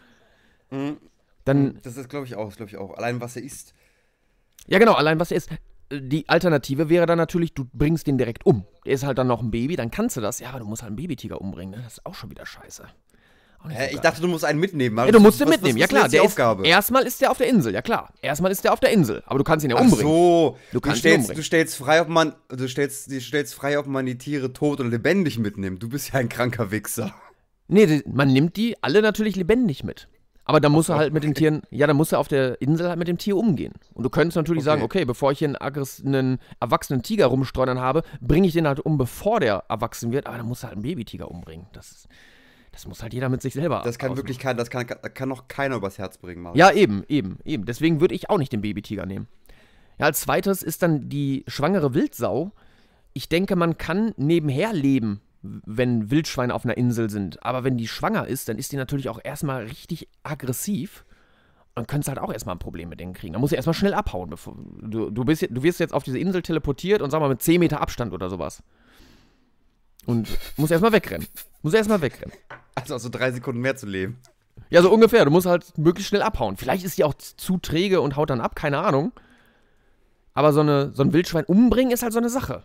Dann, Das ist, glaube ich, auch, glaube ich auch. Allein was er isst. ja genau, allein was er ist. Die Alternative wäre dann natürlich, du bringst den direkt um. Der ist halt dann noch ein Baby, dann kannst du das. Ja, aber du musst halt einen Babytiger umbringen, ne? Das ist auch schon wieder scheiße. Auch nicht Hä, so ich geil. dachte, du musst einen mitnehmen. Ja, du musst den Was- mitnehmen, was, ja was klar. ist die Der Aufgabe? Ist, erstmal ist der auf der Insel, ja klar. Erstmal ist der auf der Insel, aber du kannst ihn ja Ach umbringen. so, Du du, kannst ihn stellst, umbringen. du stellst frei, ob man, du stellst, du stellst frei, ob man die Tiere tot oder lebendig mitnimmt. Du bist ja ein kranker Wichser. Nee, die- man nimmt die alle natürlich lebendig mit. Aber dann muss er halt mit den Tieren, ja, dann muss er auf der Insel halt mit dem Tier umgehen. Und du könntest natürlich Okay. sagen, okay, bevor ich hier einen, aggress- einen erwachsenen Tiger rumstreunern habe, bringe ich den halt um, bevor der erwachsen wird. Aber dann muss er halt einen Babytiger umbringen. Das, ist, das muss halt jeder mit sich selber Das kann ausmachen. wirklich kein, das kann, kann noch keiner übers Herz bringen, Mann. Ja, eben, eben, eben. Deswegen würde ich auch nicht den Babytiger nehmen. Ja, als zweites ist dann die schwangere Wildsau. Ich denke, man kann nebenher leben, wenn Wildschweine auf einer Insel sind. Aber wenn die schwanger ist, dann ist die natürlich auch erstmal richtig aggressiv. Und dann könntest du halt auch erstmal ein Problem mit denen kriegen. Dann musst du erstmal schnell abhauen. Bevor, du, du, bist, du wirst jetzt auf diese Insel teleportiert und sag mal mit zehn Meter Abstand oder sowas. Und musst erstmal wegrennen. Musst erstmal wegrennen. Also, also drei Sekunden mehr zu leben. Ja, so ungefähr. Du musst halt möglichst schnell abhauen. Vielleicht ist die auch zu träge und haut dann ab, keine Ahnung. Aber so, eine, so ein Wildschwein umbringen ist halt so eine Sache.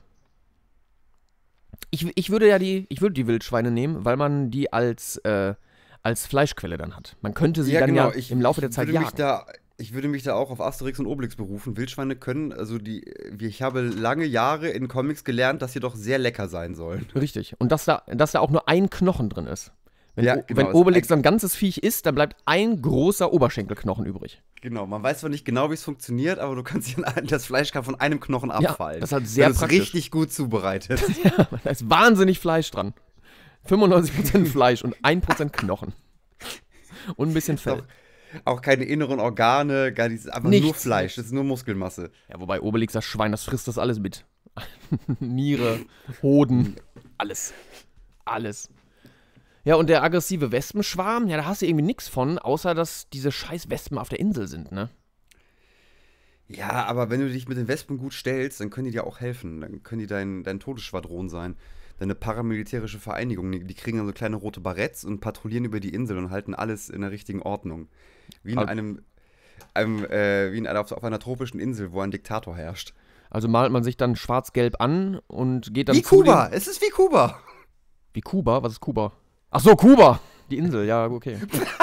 Ich, ich, würde ja die, ich würde die Wildschweine nehmen, weil man die als, äh, als Fleischquelle dann hat. Man könnte sie dann ja Ich, im Laufe der ich Zeit würde mich jagen. da, ich würde mich da auch auf Asterix und Obelix berufen. Wildschweine können, also die, ich habe lange Jahre in Comics gelernt, dass sie doch sehr lecker sein sollen. Richtig. Und dass da, dass da auch nur ein Knochen drin ist. Wenn, Ja, O- genau, wenn es- Obelix so ein ganzes Viech isst, dann bleibt ein großer Oberschenkelknochen übrig. Genau, man weiß zwar nicht genau, wie es funktioniert, aber du kannst dir ein- das Fleisch kann von einem Knochen abfallen. das ist halt sehr das ist praktisch. richtig gut zubereitet. Da ist wahnsinnig Fleisch dran. fünfundneunzig Prozent Fleisch und ein Prozent Knochen. Und ein bisschen Fell. Auch keine inneren Organe, gar nichts, einfach Nichts. nur Fleisch, das ist nur Muskelmasse. Ja, wobei Obelix, das Schwein, das frisst das alles mit. Niere, Hoden, alles. Alles. Ja, und der aggressive Wespenschwarm, ja, da hast du irgendwie nichts von, außer dass diese scheiß Wespen auf der Insel sind, ne? Ja, aber wenn du dich mit den Wespen gut stellst, dann können die dir auch helfen. Dann können die dein, dein Todesschwadron sein. Deine paramilitärische Vereinigung. Die, die kriegen dann so kleine rote Baretts und patrouillieren über die Insel und halten alles in der richtigen Ordnung. Wie in Also- einem, einem äh, wie in einer, auf, auf einer tropischen Insel, wo ein Diktator herrscht. Also malt man sich dann schwarz-gelb an und geht dann Wie zu Kuba! den- Es ist wie Kuba! Wie Kuba? Was ist Kuba? Ach so, Kuba! Die Insel, ja, okay.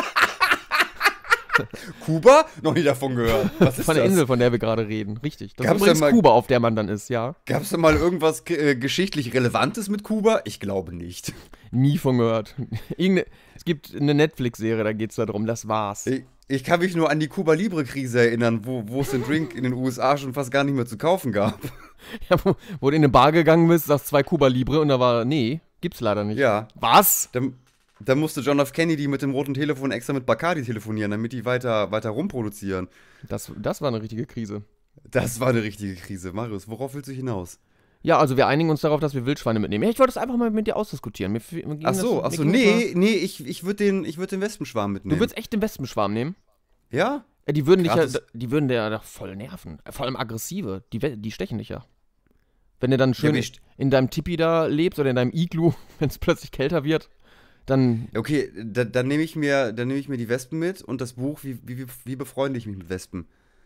Kuba? Noch nie davon gehört. Was ist Von der das? Insel, von der wir gerade reden. Richtig. Das Gab's ist übrigens da mal- Kuba, auf der man dann ist, ja. Gab es da mal irgendwas äh, geschichtlich Relevantes mit Kuba? Ich glaube nicht. Nie von gehört. Irgende, es gibt eine Netflix-Serie, da geht's darum, das war's. Ich, ich kann mich nur an die Kuba-Libre-Krise erinnern, wo, wo es den Drink in den U S A schon fast gar nicht mehr zu kaufen gab. Ja, wo, wo du in eine Bar gegangen bist, sagst zwei Kuba Libre und da war, nee, gibt's leider nicht. Ja. Was? Da, da musste John F. Kennedy mit dem roten Telefon extra mit Bacardi telefonieren, damit die weiter, weiter rumproduzieren. Das, das war eine richtige Krise. Das war eine richtige Krise. Marius, worauf willst du hinaus? Ja, also wir einigen uns darauf, dass wir Wildschweine mitnehmen. Ja, ich wollte es einfach mal mit dir ausdiskutieren. Mir, mir ging Ach so, das, ach so, mir ging das nee, nee, ich, ich würde den, ich würd den Wespenschwarm mal- mitnehmen. Du würdest echt den Wespenschwarm nehmen? Ja? Ja, die würden dich ja, Gratis. die würden dir ja doch voll nerven. Vor allem aggressive. Die, we- die stechen dich ja. Wenn du dann schön wie st- in deinem Tipi da lebst oder in deinem Iglu, wenn es plötzlich kälter wird, dann Okay, da, dann nehme ich, mir- dann nehm ich mir die Wespen mit und das Buch, wie, wie, wie befreunde ich mich mit Wespen?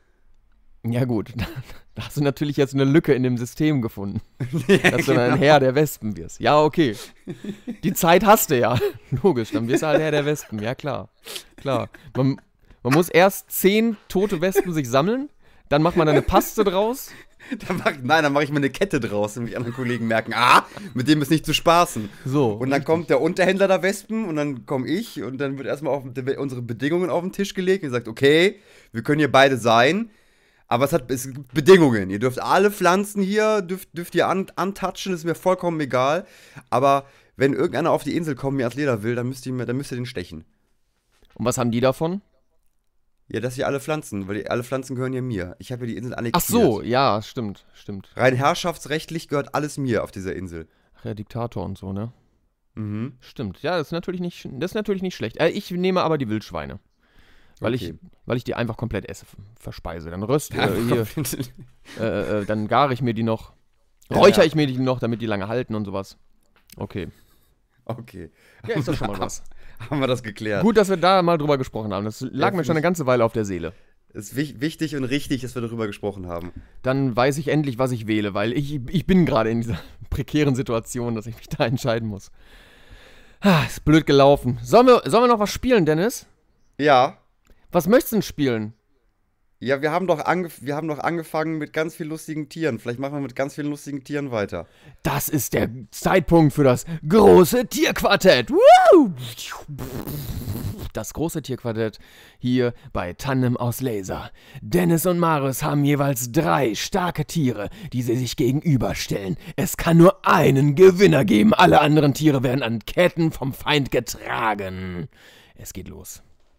ja gut, da hast du natürlich jetzt eine Lücke in dem System gefunden, dass du dann ein Herr der Wespen wirst. Ja, okay. Die Zeit hast du ja. Logisch, dann wirst du halt Herr der Wespen. Ja, klar. Klar. Man, man muss erst zehn tote Wespen sich sammeln, dann macht man eine Paste draus. Dann mach, nein, dann mache ich mir eine Kette draus, damit die anderen Kollegen merken, ah, mit dem ist nicht zu spaßen. So. Und dann kommt der Unterhändler der Wespen und dann komme ich und dann wird erstmal auf, unsere Bedingungen auf den Tisch gelegt und gesagt, okay, wir können hier beide sein, aber es, hat, es gibt Bedingungen. Ihr dürft alle Pflanzen hier, dürft, dürft ihr an, antatschen, ist mir vollkommen egal. Aber wenn irgendeiner auf die Insel kommt, mir als Leder will, dann müsst ihr, mir- dann müsst ihr den stechen. Und was haben die davon? Ja, das hier alle Pflanzen, weil die, alle Pflanzen gehören ja mir. Ich habe ja die Insel annexiert. Ach so, ja, stimmt, stimmt. Rein herrschaftsrechtlich gehört alles mir auf dieser Insel. Ach ja, Diktator und so, ne? Mhm. Stimmt. Ja, das ist natürlich nicht, das ist natürlich nicht schlecht. Äh, ich nehme aber die Wildschweine. Weil, Okay. ich, weil ich die einfach komplett esse, verspeise. Dann röst, äh, hier, äh, äh, dann gare ich mir die noch. Ja, Räuchere ja. ich mir die noch, damit die lange halten und sowas. Okay. Okay. Ja, ist doch schon mal was. Haben wir das geklärt. Gut, dass wir da mal drüber gesprochen haben. Das lag Ja, mir schon eine find ganze Weile auf der Seele. Es ist wich- wichtig und richtig, dass wir darüber gesprochen haben. Dann weiß ich endlich, was ich wähle, weil ich, ich bin gerade in dieser prekären Situation, dass ich mich da entscheiden muss. Ah, ist blöd gelaufen. Sollen wir, sollen wir noch was spielen, Dennis? Ja. Was möchtest du denn spielen? Ja, wir haben, doch angef- wir haben doch angefangen mit ganz vielen lustigen Tieren. Vielleicht machen wir mit ganz vielen lustigen Tieren weiter. Das ist der Zeitpunkt für das große Tierquartett. Woo! Das große Tierquartett hier bei Tandem aus Laser. Dennis und Marius haben jeweils drei starke Tiere, die sie sich gegenüberstellen. Es kann nur einen Gewinner geben. Alle anderen Tiere werden an Ketten vom Feind getragen. Es geht los.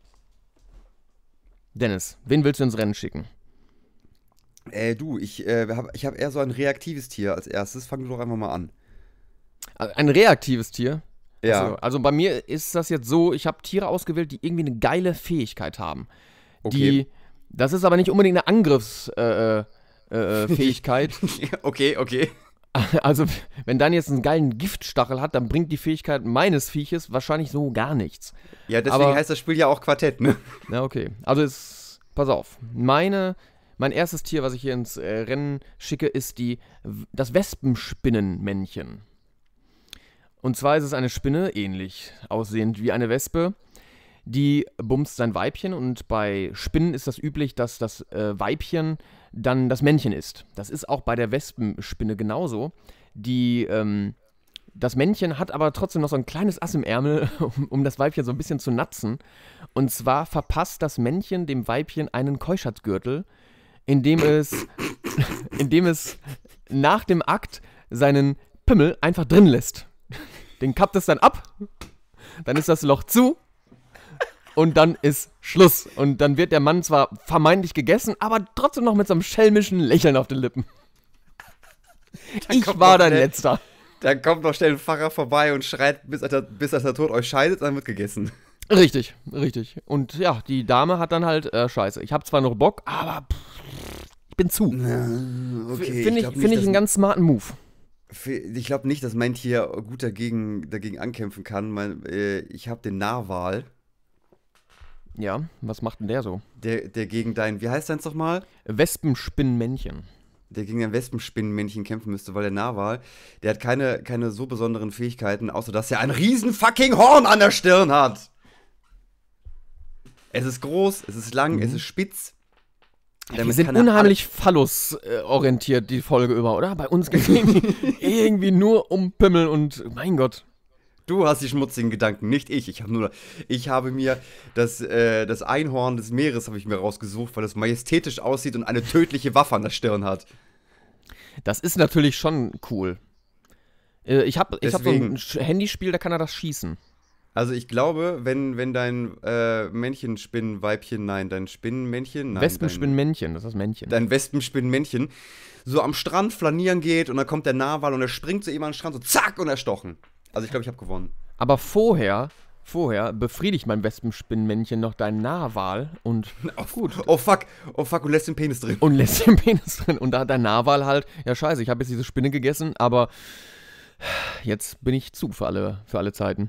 Dennis, wen willst du ins Rennen schicken? Äh, du, ich, äh, hab, ich habe eher so ein reaktives Tier als erstes. Fang du doch einfach mal an. Ein reaktives Tier? Ja. Also, also bei mir ist das jetzt so, ich habe Tiere ausgewählt, die irgendwie eine geile Fähigkeit haben. Okay. Die, das ist aber nicht unbedingt eine Angriffsfähigkeit. Äh, äh, Fähigkeit. okay, okay. Also, wenn dann jetzt einen geilen Giftstachel hat, dann bringt die Fähigkeit meines Vieches wahrscheinlich so gar nichts. Ja, deswegen Aber- heißt das Spiel ja auch Quartett, ne? Na, okay. Also, es, pass auf. Meine, mein erstes Tier, was ich hier ins äh, Rennen schicke, ist die, das Wespenspinnenmännchen. Und zwar ist es eine Spinne, ähnlich aussehend wie eine Wespe, die bumst sein Weibchen, und bei Spinnen ist das üblich, dass das äh, Weibchen dann das Männchen ist. Das ist auch bei der Wespenspinne genauso. Die, ähm, das Männchen hat aber trotzdem noch so ein kleines Ass im Ärmel, um, um das Weibchen so ein bisschen zu natzen. Und zwar verpasst das Männchen dem Weibchen einen Keuschatzgürtel, indem es, indem es nach dem Akt seinen Pimmel einfach drin lässt. Den kappt es dann ab, dann ist das Loch zu und dann ist Schluss. Und dann wird der Mann zwar vermeintlich gegessen, aber trotzdem noch mit so einem schelmischen Lächeln auf den Lippen. Dann Ich kommt war noch dein schnell- Letzter. Dann kommt noch schnell ein Pfarrer vorbei und schreit, bis er, bis er tot euch scheidet, dann wird gegessen. Richtig, richtig. Und ja, die Dame hat dann halt, äh, scheiße, ich hab zwar noch Bock, aber pff, ich bin zu. Okay, Finde ich, find ich einen ganz smarten Move. Ich glaube nicht, dass mein Tier gut dagegen, dagegen ankämpfen kann. Mein, äh, ich habe den Narwal, Ja, was macht denn der so? der, der gegen dein, wie heißt deins nochmal? Wespenspinnenmännchen. Der gegen ein Wespenspinnenmännchen kämpfen müsste, weil der Narwal, der hat keine, keine so besonderen Fähigkeiten, außer dass er ein riesen fucking Horn an der Stirn hat. Es ist groß, es ist lang, Mhm. es ist spitz. Wir Damit sind kann er unheimlich phallus-orientiert, die Folge über, oder? Bei uns geht es irgendwie, irgendwie nur um Pimmel und, mein Gott. Du hast die schmutzigen Gedanken, nicht ich. Ich habe nur, ich habe mir das, äh, das Einhorn des Meeres habe ich mir rausgesucht, weil es majestätisch aussieht und eine tödliche Waffe an der Stirn hat. Das ist natürlich schon cool. Äh, ich habe ich hab so ein Deswegen- Sch- Handyspiel, da kann er das schießen. Also ich glaube, wenn, wenn dein äh, Männchen-Spinnenweibchen, nein, dein Spinnenmännchen, nein, Wespenspinnenmännchen, das ist das Männchen. dein, dein Wespenspinnenmännchen so am Strand flanieren geht und dann kommt der Narwal und er springt zu ihm an den Strand so zack und erstochen. Also ich glaube, ich habe gewonnen. Aber vorher, vorher befriedigt mein Wespenspinnenmännchen noch deinen Narwal und, Oh, gut. Oh fuck, oh fuck, und lässt den Penis drin. und lässt den Penis drin. Und da hat der Narwal halt, ja scheiße, ich habe jetzt diese Spinne gegessen, aber jetzt bin ich zu für alle, für alle Zeiten.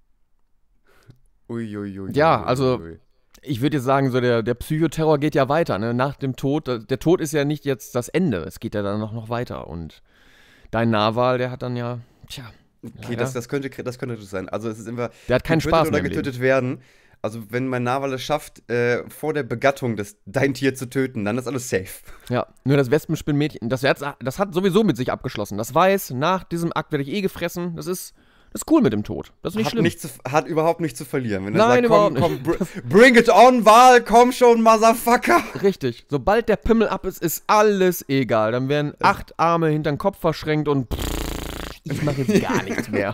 Uiuiui. Ja, also- Ich würde jetzt sagen, so der, der Psychoterror geht ja weiter, ne? Nach dem Tod, der Tod ist ja nicht jetzt das Ende, es geht ja dann noch, noch weiter. Und dein Narwal, der hat dann ja, tja, Okay, ja, das, ja. das, könnte, das könnte das sein. Also es ist immer Der hat keinen getötet Spaß oder mehr im Leben. getötet werden. Also wenn mein Narwal es schafft, äh, vor der Begattung das, dein Tier zu töten, dann ist alles safe. Ja, nur das Wespenspinnmädchen, das, hat's- das hat sowieso mit sich abgeschlossen. Das weiß, nach diesem Akt werde ich eh gefressen. Das ist, das ist cool mit dem Tod. Das ist nicht Hat, schlimm. nichts zu, hat überhaupt nichts zu verlieren. Wenn er Nein, sagt, komm, überhaupt komm, br bring it on, Wal, komm schon, Motherfucker. Richtig. Sobald der Pimmel ab ist, ist alles egal. Dann werden acht Arme hinter den Kopf verschränkt und ich mache jetzt gar nichts mehr.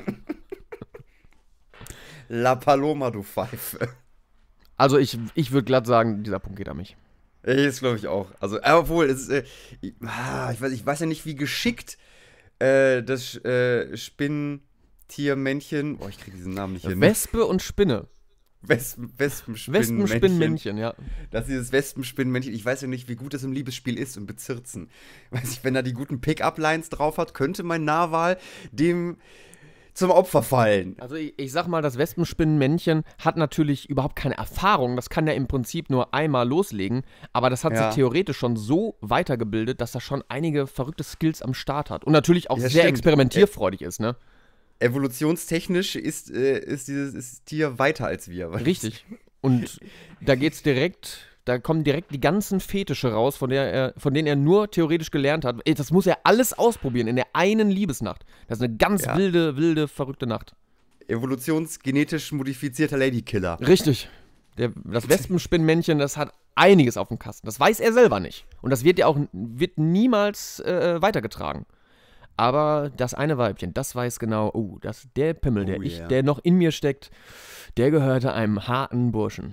La Paloma, du Pfeife. Also ich, ich würde glatt sagen, dieser Punkt geht an mich. Das glaube ich auch. Also, äh, obwohl, es ist, äh, ich, ah, ich, weiß, ich weiß ja nicht, wie geschickt äh, das äh, Spinnentiermännchen, oh, ich kriege diesen Namen nicht hin. Wespe und Spinne. Wespen, Wespenspinnenmännchen. Wespenspinnmännchen, ja. Das ist dieses Wespenspinnenmännchen. Ich weiß ja nicht, wie gut das im Liebesspiel ist und bezirzen. Weiß ich, wenn er die guten Pick-up-Lines drauf hat, könnte mein Narwal dem zum Opfer fallen. Also ich, ich sag mal, das Wespenspinnenmännchen hat natürlich überhaupt keine Erfahrung. Das kann ja im Prinzip nur einmal loslegen. Aber das hat Ja. sich theoretisch schon so weitergebildet, dass er schon einige verrückte Skills am Start hat. Und natürlich auch Ja, sehr stimmt. experimentierfreudig ist, ne? evolutionstechnisch ist, äh, ist dieses ist Tier weiter als wir. Richtig. Und da geht's direkt, da kommen direkt die ganzen Fetische raus, von, der er, von denen er nur theoretisch gelernt hat. Ey, das muss er alles ausprobieren in der einen Liebesnacht. Das ist eine ganz Ja. wilde, wilde, verrückte Nacht. Evolutionsgenetisch modifizierter Ladykiller. Richtig. Der, das Wespenspinnmännchen, das hat einiges auf dem Kasten. Das weiß er selber nicht. Und das wird ja auch wird niemals äh, weitergetragen. Aber das eine Weibchen, das weiß genau, oh, das, der Pimmel, der, Oh ich, yeah. der noch in mir steckt, der gehörte einem harten Burschen.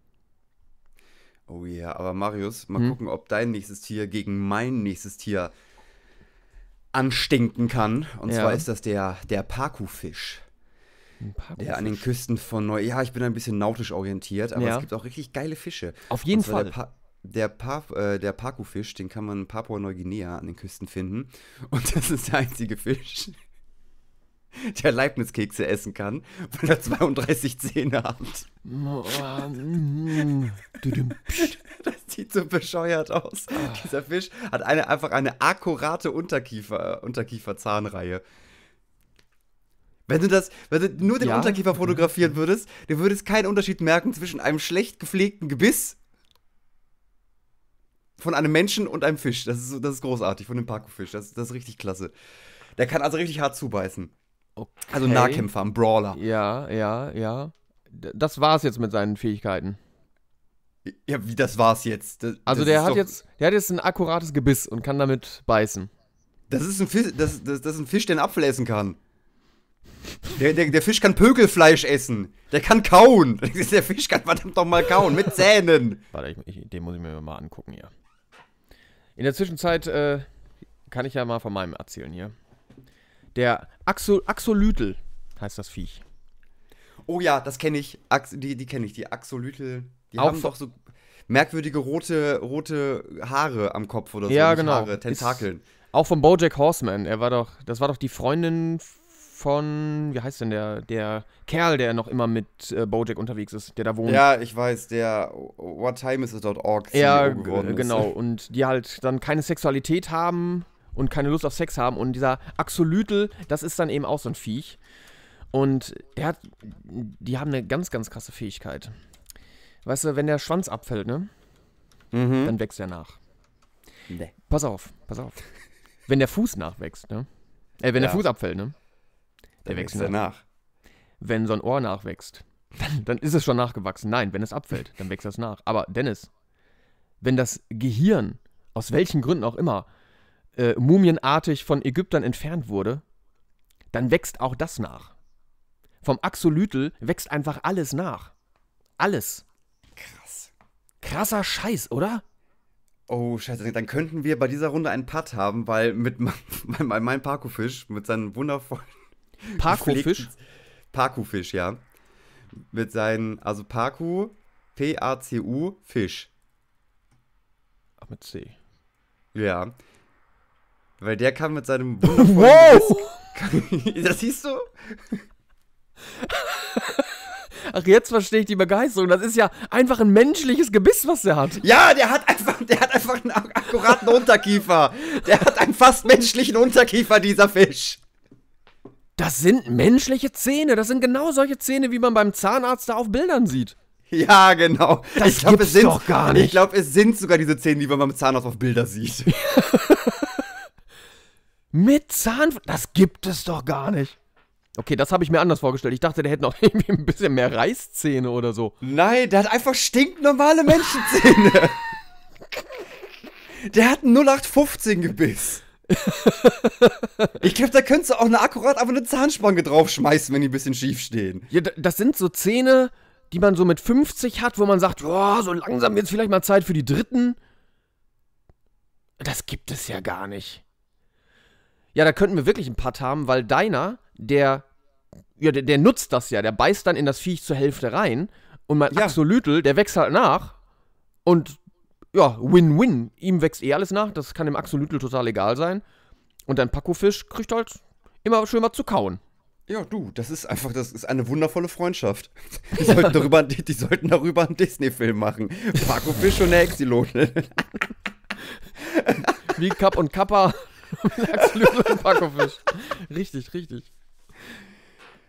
Oh ja, aber Marius, mal Hm? gucken, ob dein nächstes Tier gegen mein nächstes Tier anstinken kann. Und Ja. zwar ist das der, der Paku-Fisch. Ein Paku- Der an den Küsten von Neu... Ja, ich bin ein bisschen nautisch orientiert, aber Ja. es gibt auch richtig geile Fische. Auf jeden Und zwar Fall. Der, pa der, pa äh, der Paku-Fisch, den kann man in Papua-Neuguinea an den Küsten finden. Und das ist der einzige Fisch, der Leibniz-Kekse essen kann, weil er zweiunddreißig Zähne hat. Oh, mm, düdüm, pst. Das sieht so bescheuert aus. Dieser Fisch hat eine, einfach eine akkurate Unterkiefer, Unterkieferzahnreihe. Wenn du das, wenn du nur den Ja. Unterkiefer fotografieren würdest, du würdest keinen Unterschied merken zwischen einem schlecht gepflegten Gebiss von einem Menschen und einem Fisch. Das ist, so- das ist großartig, von dem Paku-Fisch. Das, das ist richtig klasse. Der kann also richtig hart zubeißen. Also Okay. Nahkämpfer, ein Brawler. Ja, ja, ja. D- Das war's jetzt mit seinen Fähigkeiten. Ja, wie das war's jetzt. Das, Also das der ist hat doch- jetzt, der hat jetzt ein akkurates Gebiss und kann damit beißen. Das ist ein Fisch, das, das, das ist ein Fisch, der einen Apfel essen kann. Der, der, der Fisch kann Pökelfleisch essen. Der kann kauen. Der Fisch kann verdammt doch mal kauen, mit Zähnen. Warte, ich, ich, den muss ich mir mal angucken hier. In der Zwischenzeit äh, kann ich ja mal von meinem erzählen hier. Der Axo, Axolütel heißt das Viech. Oh ja, das kenne ich. Ax die die kenne ich, die Axolütel. Die Auch haben von- doch so merkwürdige rote, rote Haare am Kopf oder so. Ja, Nicht genau. Haare, Tentakeln. Auch von BoJack Horseman. Er war doch, das war doch die Freundin von, wie heißt denn der, der Kerl, der noch immer mit äh, BoJack unterwegs ist, der da wohnt. Ja, ich weiß, der What Time Is It dot org Ja, C E O geworden g- ist. genau. Und die halt dann keine Sexualität haben und keine Lust auf Sex haben. Und dieser Axolütel, das ist dann eben auch so ein Viech. Und der hat, die haben eine ganz, ganz krasse Fähigkeit. Weißt du, wenn der Schwanz abfällt, ne, Mhm. dann wächst er nach. Nee. Pass auf, pass auf. Wenn der Fuß nachwächst, ne, äh, wenn Ja. der Fuß abfällt, ne, Der wächst wächst danach. wenn so ein Ohr nachwächst, dann, dann ist es schon nachgewachsen. Nein, wenn es abfällt, dann wächst das nach. Aber Dennis, wenn das Gehirn, aus welchen Gründen auch immer, äh, mumienartig von Ägyptern entfernt wurde, dann wächst auch das nach. Vom Axolütel wächst einfach alles nach. Alles. Krass. Krasser Scheiß, oder? Oh, scheiße, dann könnten wir bei dieser Runde einen Putt haben, weil mit mein, mein, mein Paku-Fisch, mit seinen wundervollen Parkofisch. gepflegten- Paku-Fisch, ja. Mit seinen, also Paku, P A C U, Fisch. Ach, mit C. Ja. Weil der kann mit seinem wundervollen Wow! Gebiss- Das siehst du? Ach, jetzt verstehe ich die Begeisterung. Das ist ja einfach ein menschliches Gebiss, was der hat. Ja, der hat einfach, der hat einfach einen ak- akkuraten Unterkiefer. Der hat einen fast menschlichen Unterkiefer, dieser Fisch. Das sind menschliche Zähne. Das sind genau solche Zähne, wie man beim Zahnarzt da auf Bildern sieht. Ja, genau. Das ich glaub, gibt's es sind, doch gar nicht. Ich glaube, es sind sogar diese Zähne, die man beim Zahnarzt auf Bilder sieht. Mit Zahn... Das gibt es doch gar nicht. Okay, das habe ich mir anders vorgestellt. Ich dachte, der hätte noch irgendwie ein bisschen mehr Reißzähne oder so. Nein, der hat einfach stinknormale Menschenzähne. Der hat ein null acht fünfzehn Gebiss. Ich glaube, da könntest du auch eine akkurat aber eine Zahnspange draufschmeißen, wenn die ein bisschen schief stehen. Ja, d- das sind so Zähne, die man so mit fünfzig hat, wo man sagt, ja, so langsam jetzt vielleicht mal Zeit für die dritten. Das gibt es ja gar nicht. Ja, da könnten wir wirklich einen Putt haben, weil deiner, der, ja, der, der nutzt das ja, der beißt dann in das Viech zur Hälfte rein und mein Ja. Axolütel, der wächst halt nach und ja, Win-Win. Ihm wächst eh alles nach, das kann dem Axolütel total egal sein und dein Paku-Fisch kriegt halt immer schön was zu kauen. Ja, du, das ist einfach, das ist eine wundervolle Freundschaft. Die sollten darüber, die, die sollten darüber einen Disney-Film machen. Paco Fisch und der Exilone. Wie Kapp und Kappa, Axolütel und Paku-Fisch. Richtig, richtig.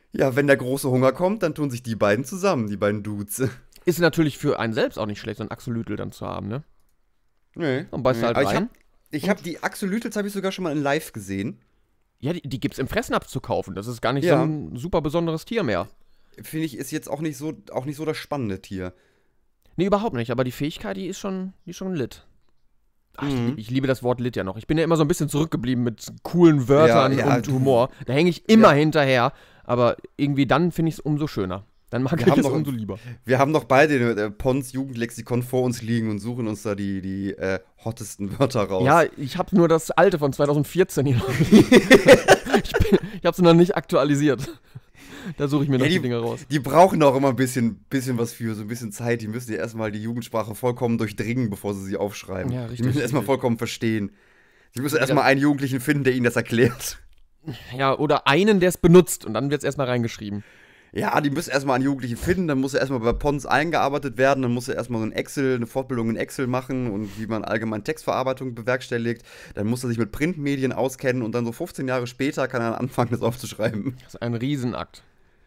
Ja, wenn der große Hunger kommt, dann tun sich die beiden zusammen, die beiden Dudes. Ist natürlich für einen selbst auch nicht schlecht, so einen Axolütl dann zu haben, ne? Nee. Dann beißt nee. du halt Aber rein. ich habe hab die Axolütls habe ich sogar schon mal in live gesehen. Ja, die, die gibt's im Fressnapf zu kaufen. Das ist gar nicht Ja. so ein super besonderes Tier mehr. Finde ich, ist jetzt auch nicht so, auch nicht so das spannende Tier. Nee, überhaupt nicht. Aber die Fähigkeit, die ist schon, die ist schon lit. Ach, Mhm. ich, ich liebe das Wort lit ja noch. Ich bin ja immer so ein bisschen zurückgeblieben mit coolen Wörtern Ja, ja, und du- Humor. Da hänge ich immer Ja. hinterher. Aber irgendwie dann finde ich es umso schöner. Dann mag Wir ich haben es doch- umso lieber. Wir haben doch beide äh, Pons Jugendlexikon vor uns liegen und suchen uns da die, die äh, hottesten Wörter raus. Ja, ich habe nur das alte von zwanzig vierzehn hier. noch. ich bin, ich habe es noch nicht aktualisiert. Da suche ich mir noch Ja, die, die- Dinge raus. Die brauchen auch immer ein bisschen, bisschen was für, so ein bisschen Zeit. Die müssen ja erstmal die Jugendsprache vollkommen durchdringen, bevor sie sie aufschreiben. Ja, Die richtig, müssen erstmal richtig. vollkommen verstehen. Sie müssen Ja. erstmal einen Jugendlichen finden, der ihnen das erklärt. Ja, oder einen, der es benutzt und dann wird es erstmal reingeschrieben. Ja, die müssen erstmal einen Jugendlichen finden, dann muss er erstmal bei Pons eingearbeitet werden, dann muss er erstmal so ein Excel, eine Fortbildung in Excel machen und wie man allgemein Textverarbeitung bewerkstelligt. Dann muss er sich mit Printmedien auskennen und dann so fünfzehn Jahre später kann er anfangen, das aufzuschreiben. Das ist ein Riesenakt.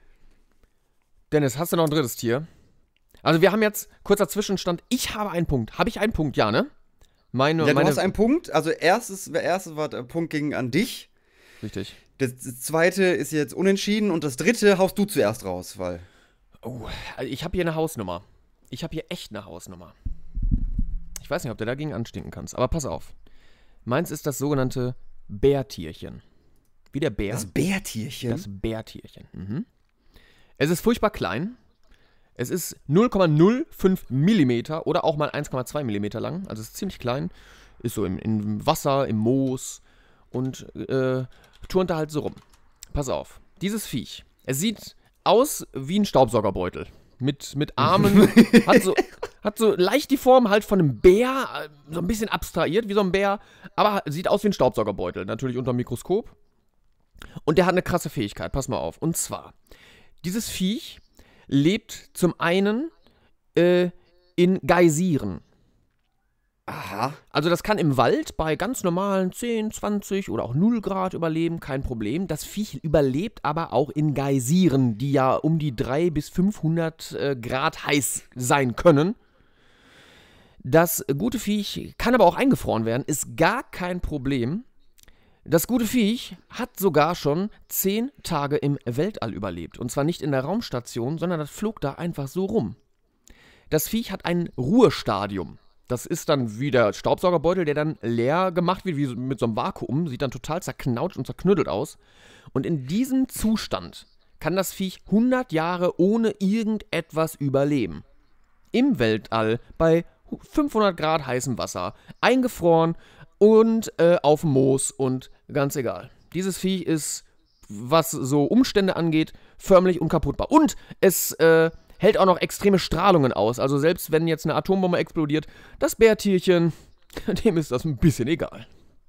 Dennis, hast du noch ein drittes Tier? Also wir haben jetzt, kurzer Zwischenstand, ich habe einen Punkt. Habe ich einen Punkt, ja, ne? Meine, Ja, du meine, hast einen Punkt. Also erstes, der erste war der Punkt ging an dich. Richtig. Das, das zweite ist jetzt unentschieden und das dritte haust du zuerst raus, weil. Oh, also ich habe hier eine Hausnummer. Ich habe hier echt eine Hausnummer. Ich weiß nicht, ob du dagegen anstinken kannst, aber pass auf. Meins ist das sogenannte Bärtierchen. Wie der Bär. Das Bärtierchen. Das Bärtierchen. Mhm. Es ist furchtbar klein. Es ist null Komma null fünf Millimeter oder auch mal eins Komma zwei Millimeter lang. Also es ist ziemlich klein. Ist so im, im Wasser, im Moos und äh, turnt da halt so rum. Pass auf. Dieses Viech. Es sieht aus wie ein Staubsaugerbeutel. Mit, mit Armen. hat, so, hat so leicht die Form halt von einem Bär. äh, So ein bisschen abstrahiert wie so ein Bär. Aber sieht aus wie ein Staubsaugerbeutel. Natürlich unter dem Mikroskop. Und der hat eine krasse Fähigkeit. Pass mal auf. Und zwar, dieses Viech lebt zum einen äh, in Geysiren. Aha. Also das kann im Wald bei ganz normalen zehn, zwanzig oder auch null Grad überleben, kein Problem. Das Viech überlebt aber auch in Geysiren, die ja um die dreihundert bis fünfhundert äh, Grad heiß sein können. Das gute Viech kann aber auch eingefroren werden, ist gar kein Problem. Das gute Viech hat sogar schon zehn Tage im Weltall überlebt. Und zwar nicht in der Raumstation, sondern das flog da einfach so rum. Das Viech hat ein Ruhestadium. Das ist dann wie der Staubsaugerbeutel, der dann leer gemacht wird, wie so- mit so einem Vakuum. Sieht dann total zerknautscht und zerknüttelt aus. Und in diesem Zustand kann das Viech hundert Jahre ohne irgendetwas überleben. Im Weltall bei fünfhundert Grad heißem Wasser, eingefroren und äh, auf dem Moos und ganz egal. Dieses Viech ist, was so Umstände angeht, förmlich unkaputtbar. Und es äh, hält auch noch extreme Strahlungen aus. Also selbst wenn jetzt eine Atombombe explodiert, das Bärtierchen, dem ist das ein bisschen egal.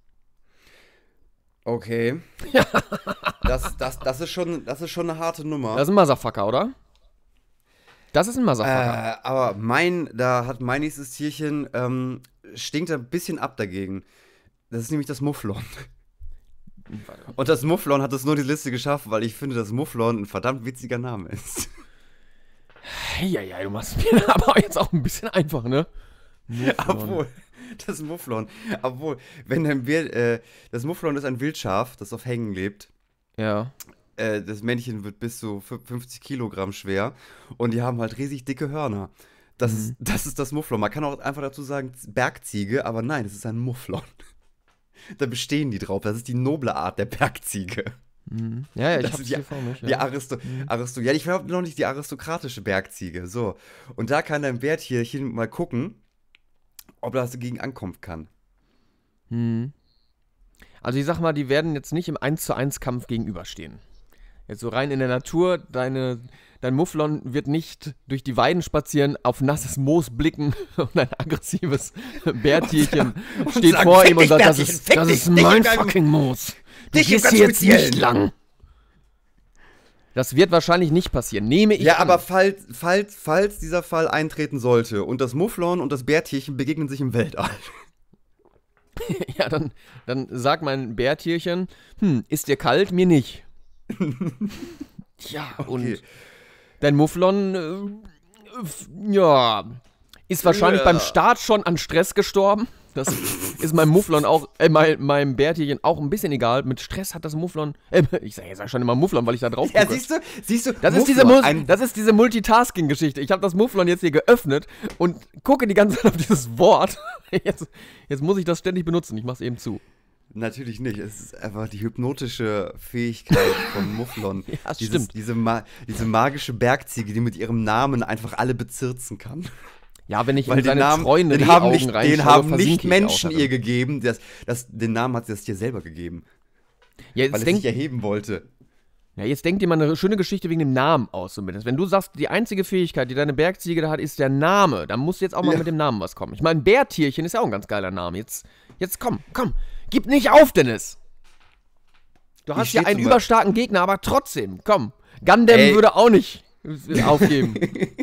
Okay. Das, das, das, ist schon, das ist schon eine harte Nummer. Das ist ein Motherfucker, oder? Das ist ein Motherfucker. Äh, aber mein, da hat mein nächstes Tierchen, ähm, stinkt ein bisschen ab dagegen. Das ist nämlich das Mufflon. Und das Mufflon hat es nur in die Liste geschafft, weil ich finde, dass Mufflon ein verdammt witziger Name ist. Ja, ja, du machst mir aber jetzt auch ein bisschen einfach, ne? Obwohl, das Mufflon, obwohl, wenn ein Wild, äh, das Mufflon ist ein Wildschaf, das auf Hängen lebt. Ja. Äh, das Männchen wird bis zu fünfzig Kilogramm schwer und die haben halt riesig dicke Hörner. Das, Mhm. ist, das ist das Mufflon. Man kann auch einfach dazu sagen Bergziege, aber nein, es ist ein Mufflon. Da bestehen die drauf. Das ist die noble Art der Bergziege. Mhm. Ja, ja, ich Das hab's ist ja- hier vor mich. Die Ja. Aristo, Aristo ja, ich glaube noch nicht die aristokratische Bergziege. So. Und da kann dein Bärtierchen mal gucken, ob das dagegen ankommen kann. Mhm. Also ich sag mal, die werden jetzt nicht im eins zu eins Kampf gegenüberstehen. Jetzt so rein in der Natur, deine, dein Mufflon wird nicht durch die Weiden spazieren, auf nasses Moos blicken und ein aggressives Bärtierchen steht sagen, vor "Fick ihm und dich, sagt, das Bärtchen, ist, fick das dich, ist dich mein im Gang- fucking Moos. Du dich im gehst ganz hier jetzt Speziellen." nicht lang. Das wird wahrscheinlich nicht passieren, nehme ich Ja, an. aber falls, falls, falls dieser Fall eintreten sollte und das Mufflon und das Bärtierchen begegnen sich im Weltall. Ja, dann, dann sagt mein Bärtierchen, hm, ist dir kalt? Mir nicht. Ja, Okay. und dein Mufflon, äh, f- ja, ist wahrscheinlich Ja. beim Start schon an Stress gestorben. Das ist meinem Mufflon auch, äh, mein, meinem Bärtierchen auch ein bisschen egal. Mit Stress hat das Mufflon, äh, ich sage jetzt sag schon immer Mufflon, weil ich da drauf Ja, gucke. siehst du, siehst du, Das ist, diese Mufflon, Mus ein, das ist diese Multitasking-Geschichte. Ich habe das Mufflon jetzt hier geöffnet und gucke die ganze Zeit auf dieses Wort. Jetzt, jetzt muss ich das ständig benutzen. Ich mach's eben zu. Natürlich nicht. Es ist einfach die hypnotische Fähigkeit von Mufflon. Ja, das Dieses, stimmt. Diese, ma diese magische Bergziege, die mit ihrem Namen einfach alle bezirzen kann. Ja, wenn ich Weil in den seine Namen, treuen den haben Rehaugen nicht, reinschaue, den haben versinke nicht ich Menschen auch ihr darin. gegeben. Das, das, den Namen hat sie das dir selber gegeben. Ja, Weil jetzt, es denk, sich erheben wollte. ja, jetzt denk dir mal eine schöne Geschichte wegen dem Namen aus, zumindest. Wenn du sagst, die einzige Fähigkeit, die deine Bergziege da hat, ist der Name, dann muss jetzt auch mal Ja. mit dem Namen was kommen. Ich meine, Bärtierchen ist ja auch ein ganz geiler Name. Jetzt, jetzt komm, komm, gib nicht auf, Dennis. Du hast Ich ja steh einen zum Be- überstarken Gegner, aber trotzdem, komm. Gundam Ey. würde auch nicht aufgeben.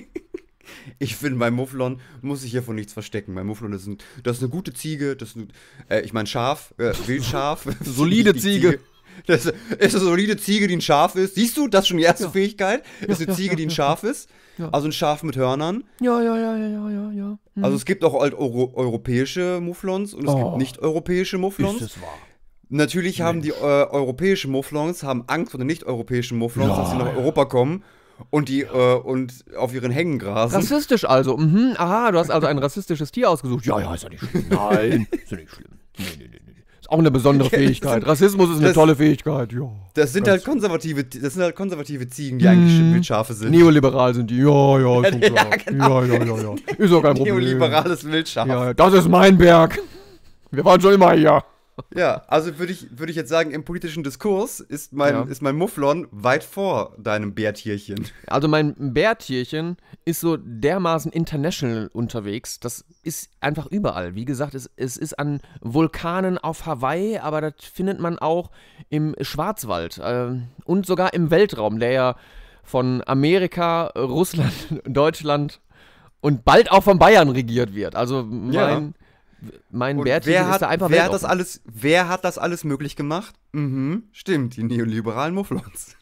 Ich finde, bei Mufflon muss ich hier von nichts verstecken. Bei Mufflon ist, ein, das ist eine gute Ziege, das ist ein, äh, ich meine Schaf, äh, Wildschaf. Solide Die Ziege. Das ist eine solide Ziege, die ein Schaf ist. Siehst du, das ist schon die erste Fähigkeit. Ist eine ja, Ziege, ja, die ein ja, Schaf ist. Ja. Also ein Schaf mit Hörnern. Ja, ja, ja, ja, ja, ja, ja. Hm. Also es gibt auch halt Euro europäische Mufflons und es Oh. gibt nicht-europäische Mufflons. ist es wahr? Natürlich haben die äh, europäischen Mufflons haben Angst vor den nicht-europäischen Mufflons, dass sie nach Europa kommen und die äh, und auf ihren Hängen grasen. Rassistisch also. Mhm. Aha, du hast also ein rassistisches Tier ausgesucht. Ja, ja, ist ja nicht schlimm. Nein, ist ja nicht schlimm. Nee, nee, nee, nee. Ist auch eine besondere Ja, das Fähigkeit. sind- Rassismus ist eine das- tolle Fähigkeit, ja. Das sind halt konservative, das sind halt konservative Ziegen, die eigentlich Mhm. Wildschafe sind. Neoliberal sind die. Ja, ja, ist schon Ja, klar. genau. Ja, ja, ja, ja. Ist auch kein Problem. Neoliberales Wildschaf. Ja, Ja, ja, das ist mein Berg. Wir waren schon immer hier. also würde ich, würd ich jetzt sagen, im politischen Diskurs ist mein, Ja. ist mein Mufflon weit vor deinem Bärtierchen. Also mein Bärtierchen ist so dermaßen international unterwegs. Das ist einfach überall. Wie gesagt, es, es ist an Vulkanen auf Hawaii, aber das findet man auch im Schwarzwald äh, und sogar im Weltraum, der ja von Amerika, Russland, Deutschland und bald auch von Bayern regiert wird. Also mein, Ja. mein Und Bärtierchen wer ist hat, da einfach wer, hat das weltoffen. alles, wer hat das alles möglich gemacht? Mhm, stimmt, die neoliberalen Mufflons.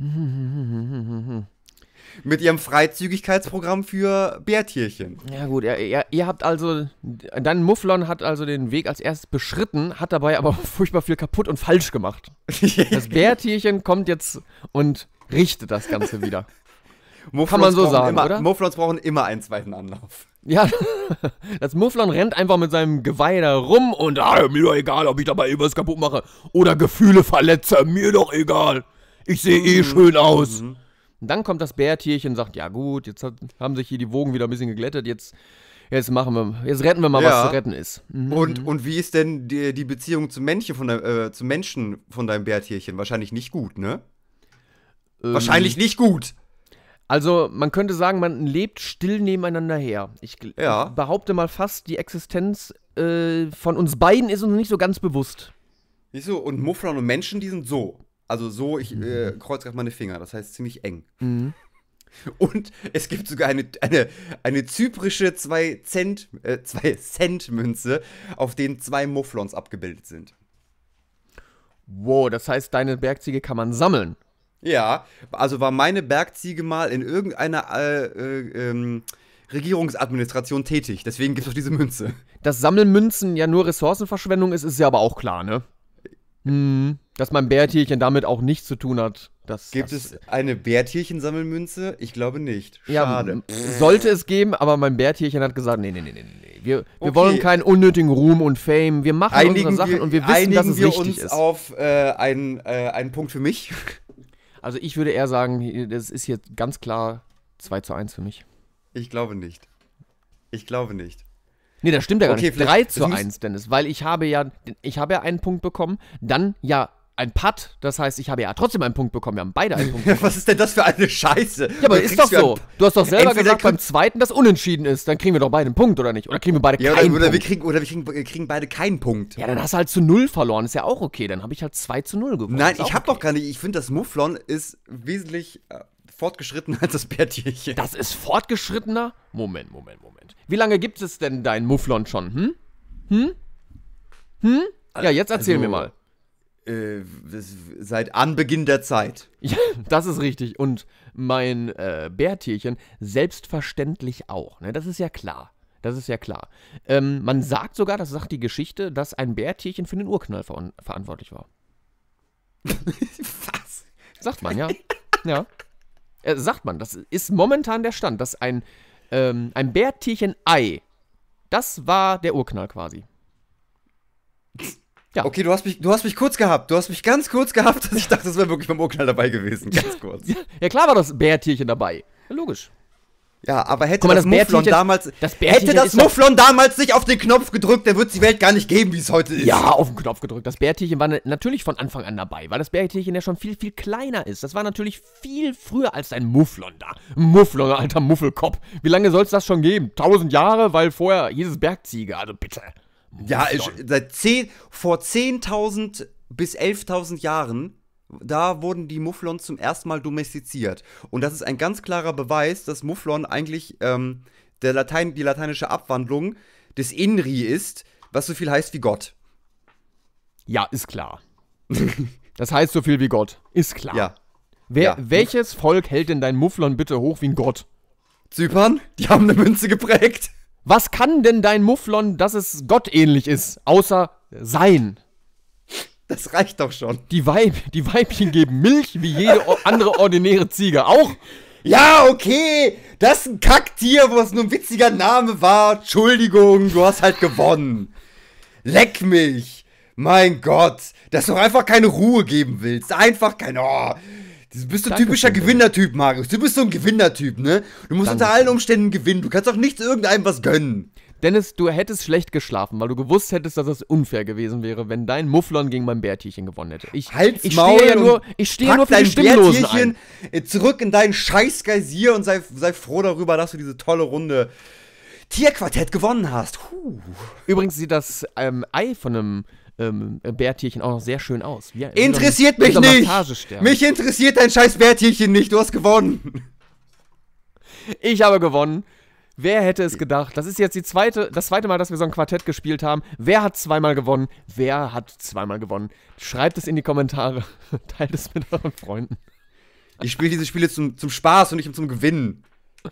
Mit ihrem Freizügigkeitsprogramm für Bärtierchen. Ja gut, ihr, ihr, ihr habt also, dein Mufflon hat also den Weg als erstes beschritten, hat dabei aber furchtbar viel kaputt und falsch gemacht. Das Bärtierchen kommt jetzt und richtet das Ganze wieder. Mufflons Kann man so brauchen sagen, immer, oder? Mufflons brauchen immer einen zweiten Anlauf. Ja, das Mufflon rennt einfach mit seinem Geweih da rum und ah, mir doch egal, ob ich dabei irgendwas kaputt mache oder Gefühle verletze, mir doch egal. Ich sehe eh schön aus. Mhm. Und dann kommt das Bärtierchen und sagt, ja gut, jetzt hat, haben sich hier die Wogen wieder ein bisschen geglättet, jetzt, jetzt machen wir, jetzt retten wir mal, Ja. was zu retten ist. Mhm. Und, und wie ist denn die, die Beziehung zum Männchen von dein, äh, zum Menschen von deinem Bärtierchen? Wahrscheinlich nicht gut, ne? Ähm, Wahrscheinlich nicht gut. Also, man könnte sagen, man lebt still nebeneinander her. Ich, gl- Ja. ich behaupte mal fast, die Existenz äh, von uns beiden ist uns nicht so ganz bewusst. Siehst du, und Mufflon und Menschen, die sind so. Also so, ich äh, kreuz gerade meine Finger, das heißt ziemlich eng. Mhm. Und es gibt sogar eine, eine, eine zyprische zwei Cent, äh, zwei Cent Münze, auf denen zwei Mufflons abgebildet sind. Wow, das heißt, deine Bergziege kann man sammeln. Ja, also war meine Bergziege mal in irgendeiner äh, äh, ähm, Regierungsadministration tätig. Deswegen gibt es auch diese Münze. Dass Sammelmünzen ja nur Ressourcenverschwendung ist, ist ja aber auch klar, ne? Hm, dass mein Bärtierchen damit auch nichts zu tun hat. Das, Gibt das, es eine Bärtierchen-Sammelmünze? Ich glaube nicht. Ja, Schade. m- sollte es geben, aber mein Bärtierchen hat gesagt, nee, nee, nee, nee, nee. Wir, wir Okay. wollen keinen unnötigen Ruhm und Fame. Wir machen Einigen unsere Sachen wir, und wir wissen, einigen dass es wir richtig uns ist. auf äh, einen, äh, einen Punkt für mich. Also ich würde eher sagen, das ist hier ganz klar zwei zu eins für mich. Ich glaube nicht. Ich glaube nicht. Nee, das stimmt ja gar Okay, nicht. vielleicht- drei das zu muss- eins, Dennis, weil ich habe ja, ich habe ja einen Punkt bekommen, dann ja ein Putt, das heißt, ich habe ja trotzdem einen Punkt bekommen, wir haben beide einen Punkt bekommen. Was ist denn das für eine Scheiße? Ja, aber Du ist kriegst doch für so. ein- Du hast doch selber Entweder gesagt beim krieg- zweiten, dass unentschieden ist, dann kriegen wir doch beide einen Punkt, oder nicht? Oder kriegen wir beide Ja, oder, keinen oder, wir Punkt? kriegen, oder wir kriegen, wir kriegen beide keinen Punkt. Ja, dann hast du halt zu null verloren, ist ja auch okay, dann habe ich halt zwei zu null gewonnen. Nein, ist auch ich habe okay. doch gar nicht. Ich finde, das Mufflon ist wesentlich äh, fortgeschrittener als das Bärtierchen. Das ist fortgeschrittener? Moment, Moment, Moment. Wie lange gibt es denn dein Mufflon schon, hm? Hm? Hm? Ja, jetzt erzähl Also, mir mal. Äh, das- seit Anbeginn der Zeit. Ja, das ist richtig. Und mein äh, Bärtierchen selbstverständlich auch. Ne? Das ist ja klar. Das ist ja klar. Ähm, man sagt sogar, das sagt die Geschichte, dass ein Bärtierchen für den Urknall ver verantwortlich war. Was? Sagt man, ja. Ja. Äh, sagt man. Das ist momentan der Stand, dass ein, ähm, ein Bärtierchen-Ei, das war der Urknall quasi. Ja. Okay, du hast, mich, du hast mich kurz gehabt. Du hast mich ganz kurz gehabt, dass ich dachte, das wäre wirklich beim Urknall dabei gewesen. Ganz kurz. Ja, klar war das Bärtierchen dabei. Ja, logisch. Ja, aber hätte Guck mal, das, das Mufflon Bärtierchen- damals. das Bärtierchen hätte das ist doch- Mufflon damals nicht auf den Knopf gedrückt, dann wird es die Welt gar nicht geben, wie es heute ist. Ja, auf den Knopf gedrückt. Das Bärtierchen war ne- natürlich von Anfang an dabei, weil das Bärtierchen ja schon viel, viel kleiner ist. Das war natürlich viel früher als ein Mufflon da. Mufflon, alter Muffelkopf. Wie lange soll es das schon geben? Tausend Jahre? Weil vorher hieß es Bergziege. Also bitte. Ja, ich, Mufflon. seit zehn, vor zehntausend bis elftausend Jahren, da wurden die Mufflons zum ersten Mal domestiziert. Und das ist ein ganz klarer Beweis, dass Mufflon eigentlich ähm, der Latein, die lateinische Abwandlung des Inri ist, was so viel heißt wie Gott. Ja, ist klar. Das heißt so viel wie Gott. Ist klar. Ja. Wer, Ja. Welches Volk hält denn dein Mufflon bitte hoch wie ein Gott? Zypern, die haben eine Münze geprägt. Was kann denn dein Mufflon, dass es gottähnlich ist, außer sein? Das reicht doch schon. Die, Weib, die Weibchen geben Milch wie jede o- andere ordinäre Ziege. Auch? Ja, okay, das ist ein Kacktier, wo es nur ein witziger Name war. Entschuldigung, du hast halt gewonnen. Leck mich. Mein Gott, dass du doch einfach keine Ruhe geben willst. Einfach keine. Oh. Du bist so ein Dankeschön, typischer Dennis. Gewinnertyp, Marius. Du bist so ein Gewinnertyp, ne? Du musst unter Dankeschön. allen Umständen gewinnen. Du kannst doch nicht irgendeinem was gönnen. Dennis, du hättest schlecht geschlafen, weil du gewusst hättest, dass es unfair gewesen wäre, wenn dein Mufflon gegen mein Bärtierchen gewonnen hätte. Ich, Halt's ich Maul stehe ja und nur, ich stehe pack nur für die dein Stimmlosen Bärtierchen ein. zurück in deinen scheiß Geysir und sei, sei froh darüber, dass du diese tolle Runde Tierquartett gewonnen hast. Huh. Übrigens sieht das ähm, Ei von einem ähm, Bärtierchen auch noch sehr schön aus. Wie, wie Interessiert so ein- mich wie so ein nicht. Massagestern. Mich interessiert dein scheiß Bärtierchen nicht. Du hast gewonnen. Ich habe gewonnen. Wer hätte es gedacht? Das ist jetzt die zweite, das zweite Mal, dass wir so ein Quartett gespielt haben. Wer hat zweimal gewonnen? Wer hat zweimal gewonnen? Schreibt es in die Kommentare. Teilt es mit euren Freunden. Ich spiele diese Spiele zum, zum Spaß und nicht zum Gewinnen.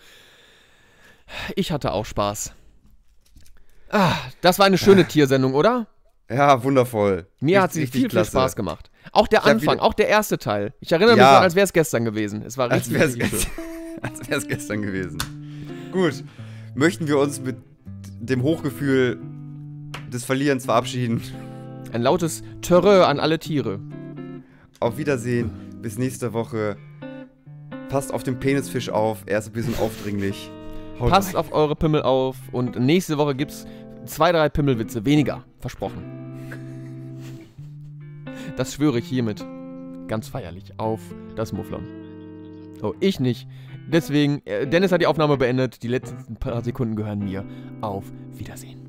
Ich hatte auch Spaß. Ah, das war eine schöne Tiersendung, oder? Ja, wundervoll. Mir hat Richtig- sie richtig viel, viel klasse. Spaß gemacht. Auch der Ich hab Anfang, wieder- auch der erste Teil. Ich erinnere mich Ja. noch, als wäre es gestern gewesen. Es war Als richtig, wäre es richtig schön. als wär's gestern gewesen. Gut. Möchten wir uns mit dem Hochgefühl des Verlierens verabschieden. Ein lautes Törö an alle Tiere. Auf Wiedersehen. Bis nächste Woche. Passt auf den Penisfisch auf. Er ist ein bisschen aufdringlich. Haut Passt rein. auf eure Pimmel auf und nächste Woche gibt's zwei, drei Pimmelwitze weniger. Versprochen. Das schwöre ich hiermit ganz feierlich auf das Mufflon. Oh, ich nicht. Deswegen, äh, Dennis hat die Aufnahme beendet. Die letzten paar Sekunden gehören mir. Auf Wiedersehen.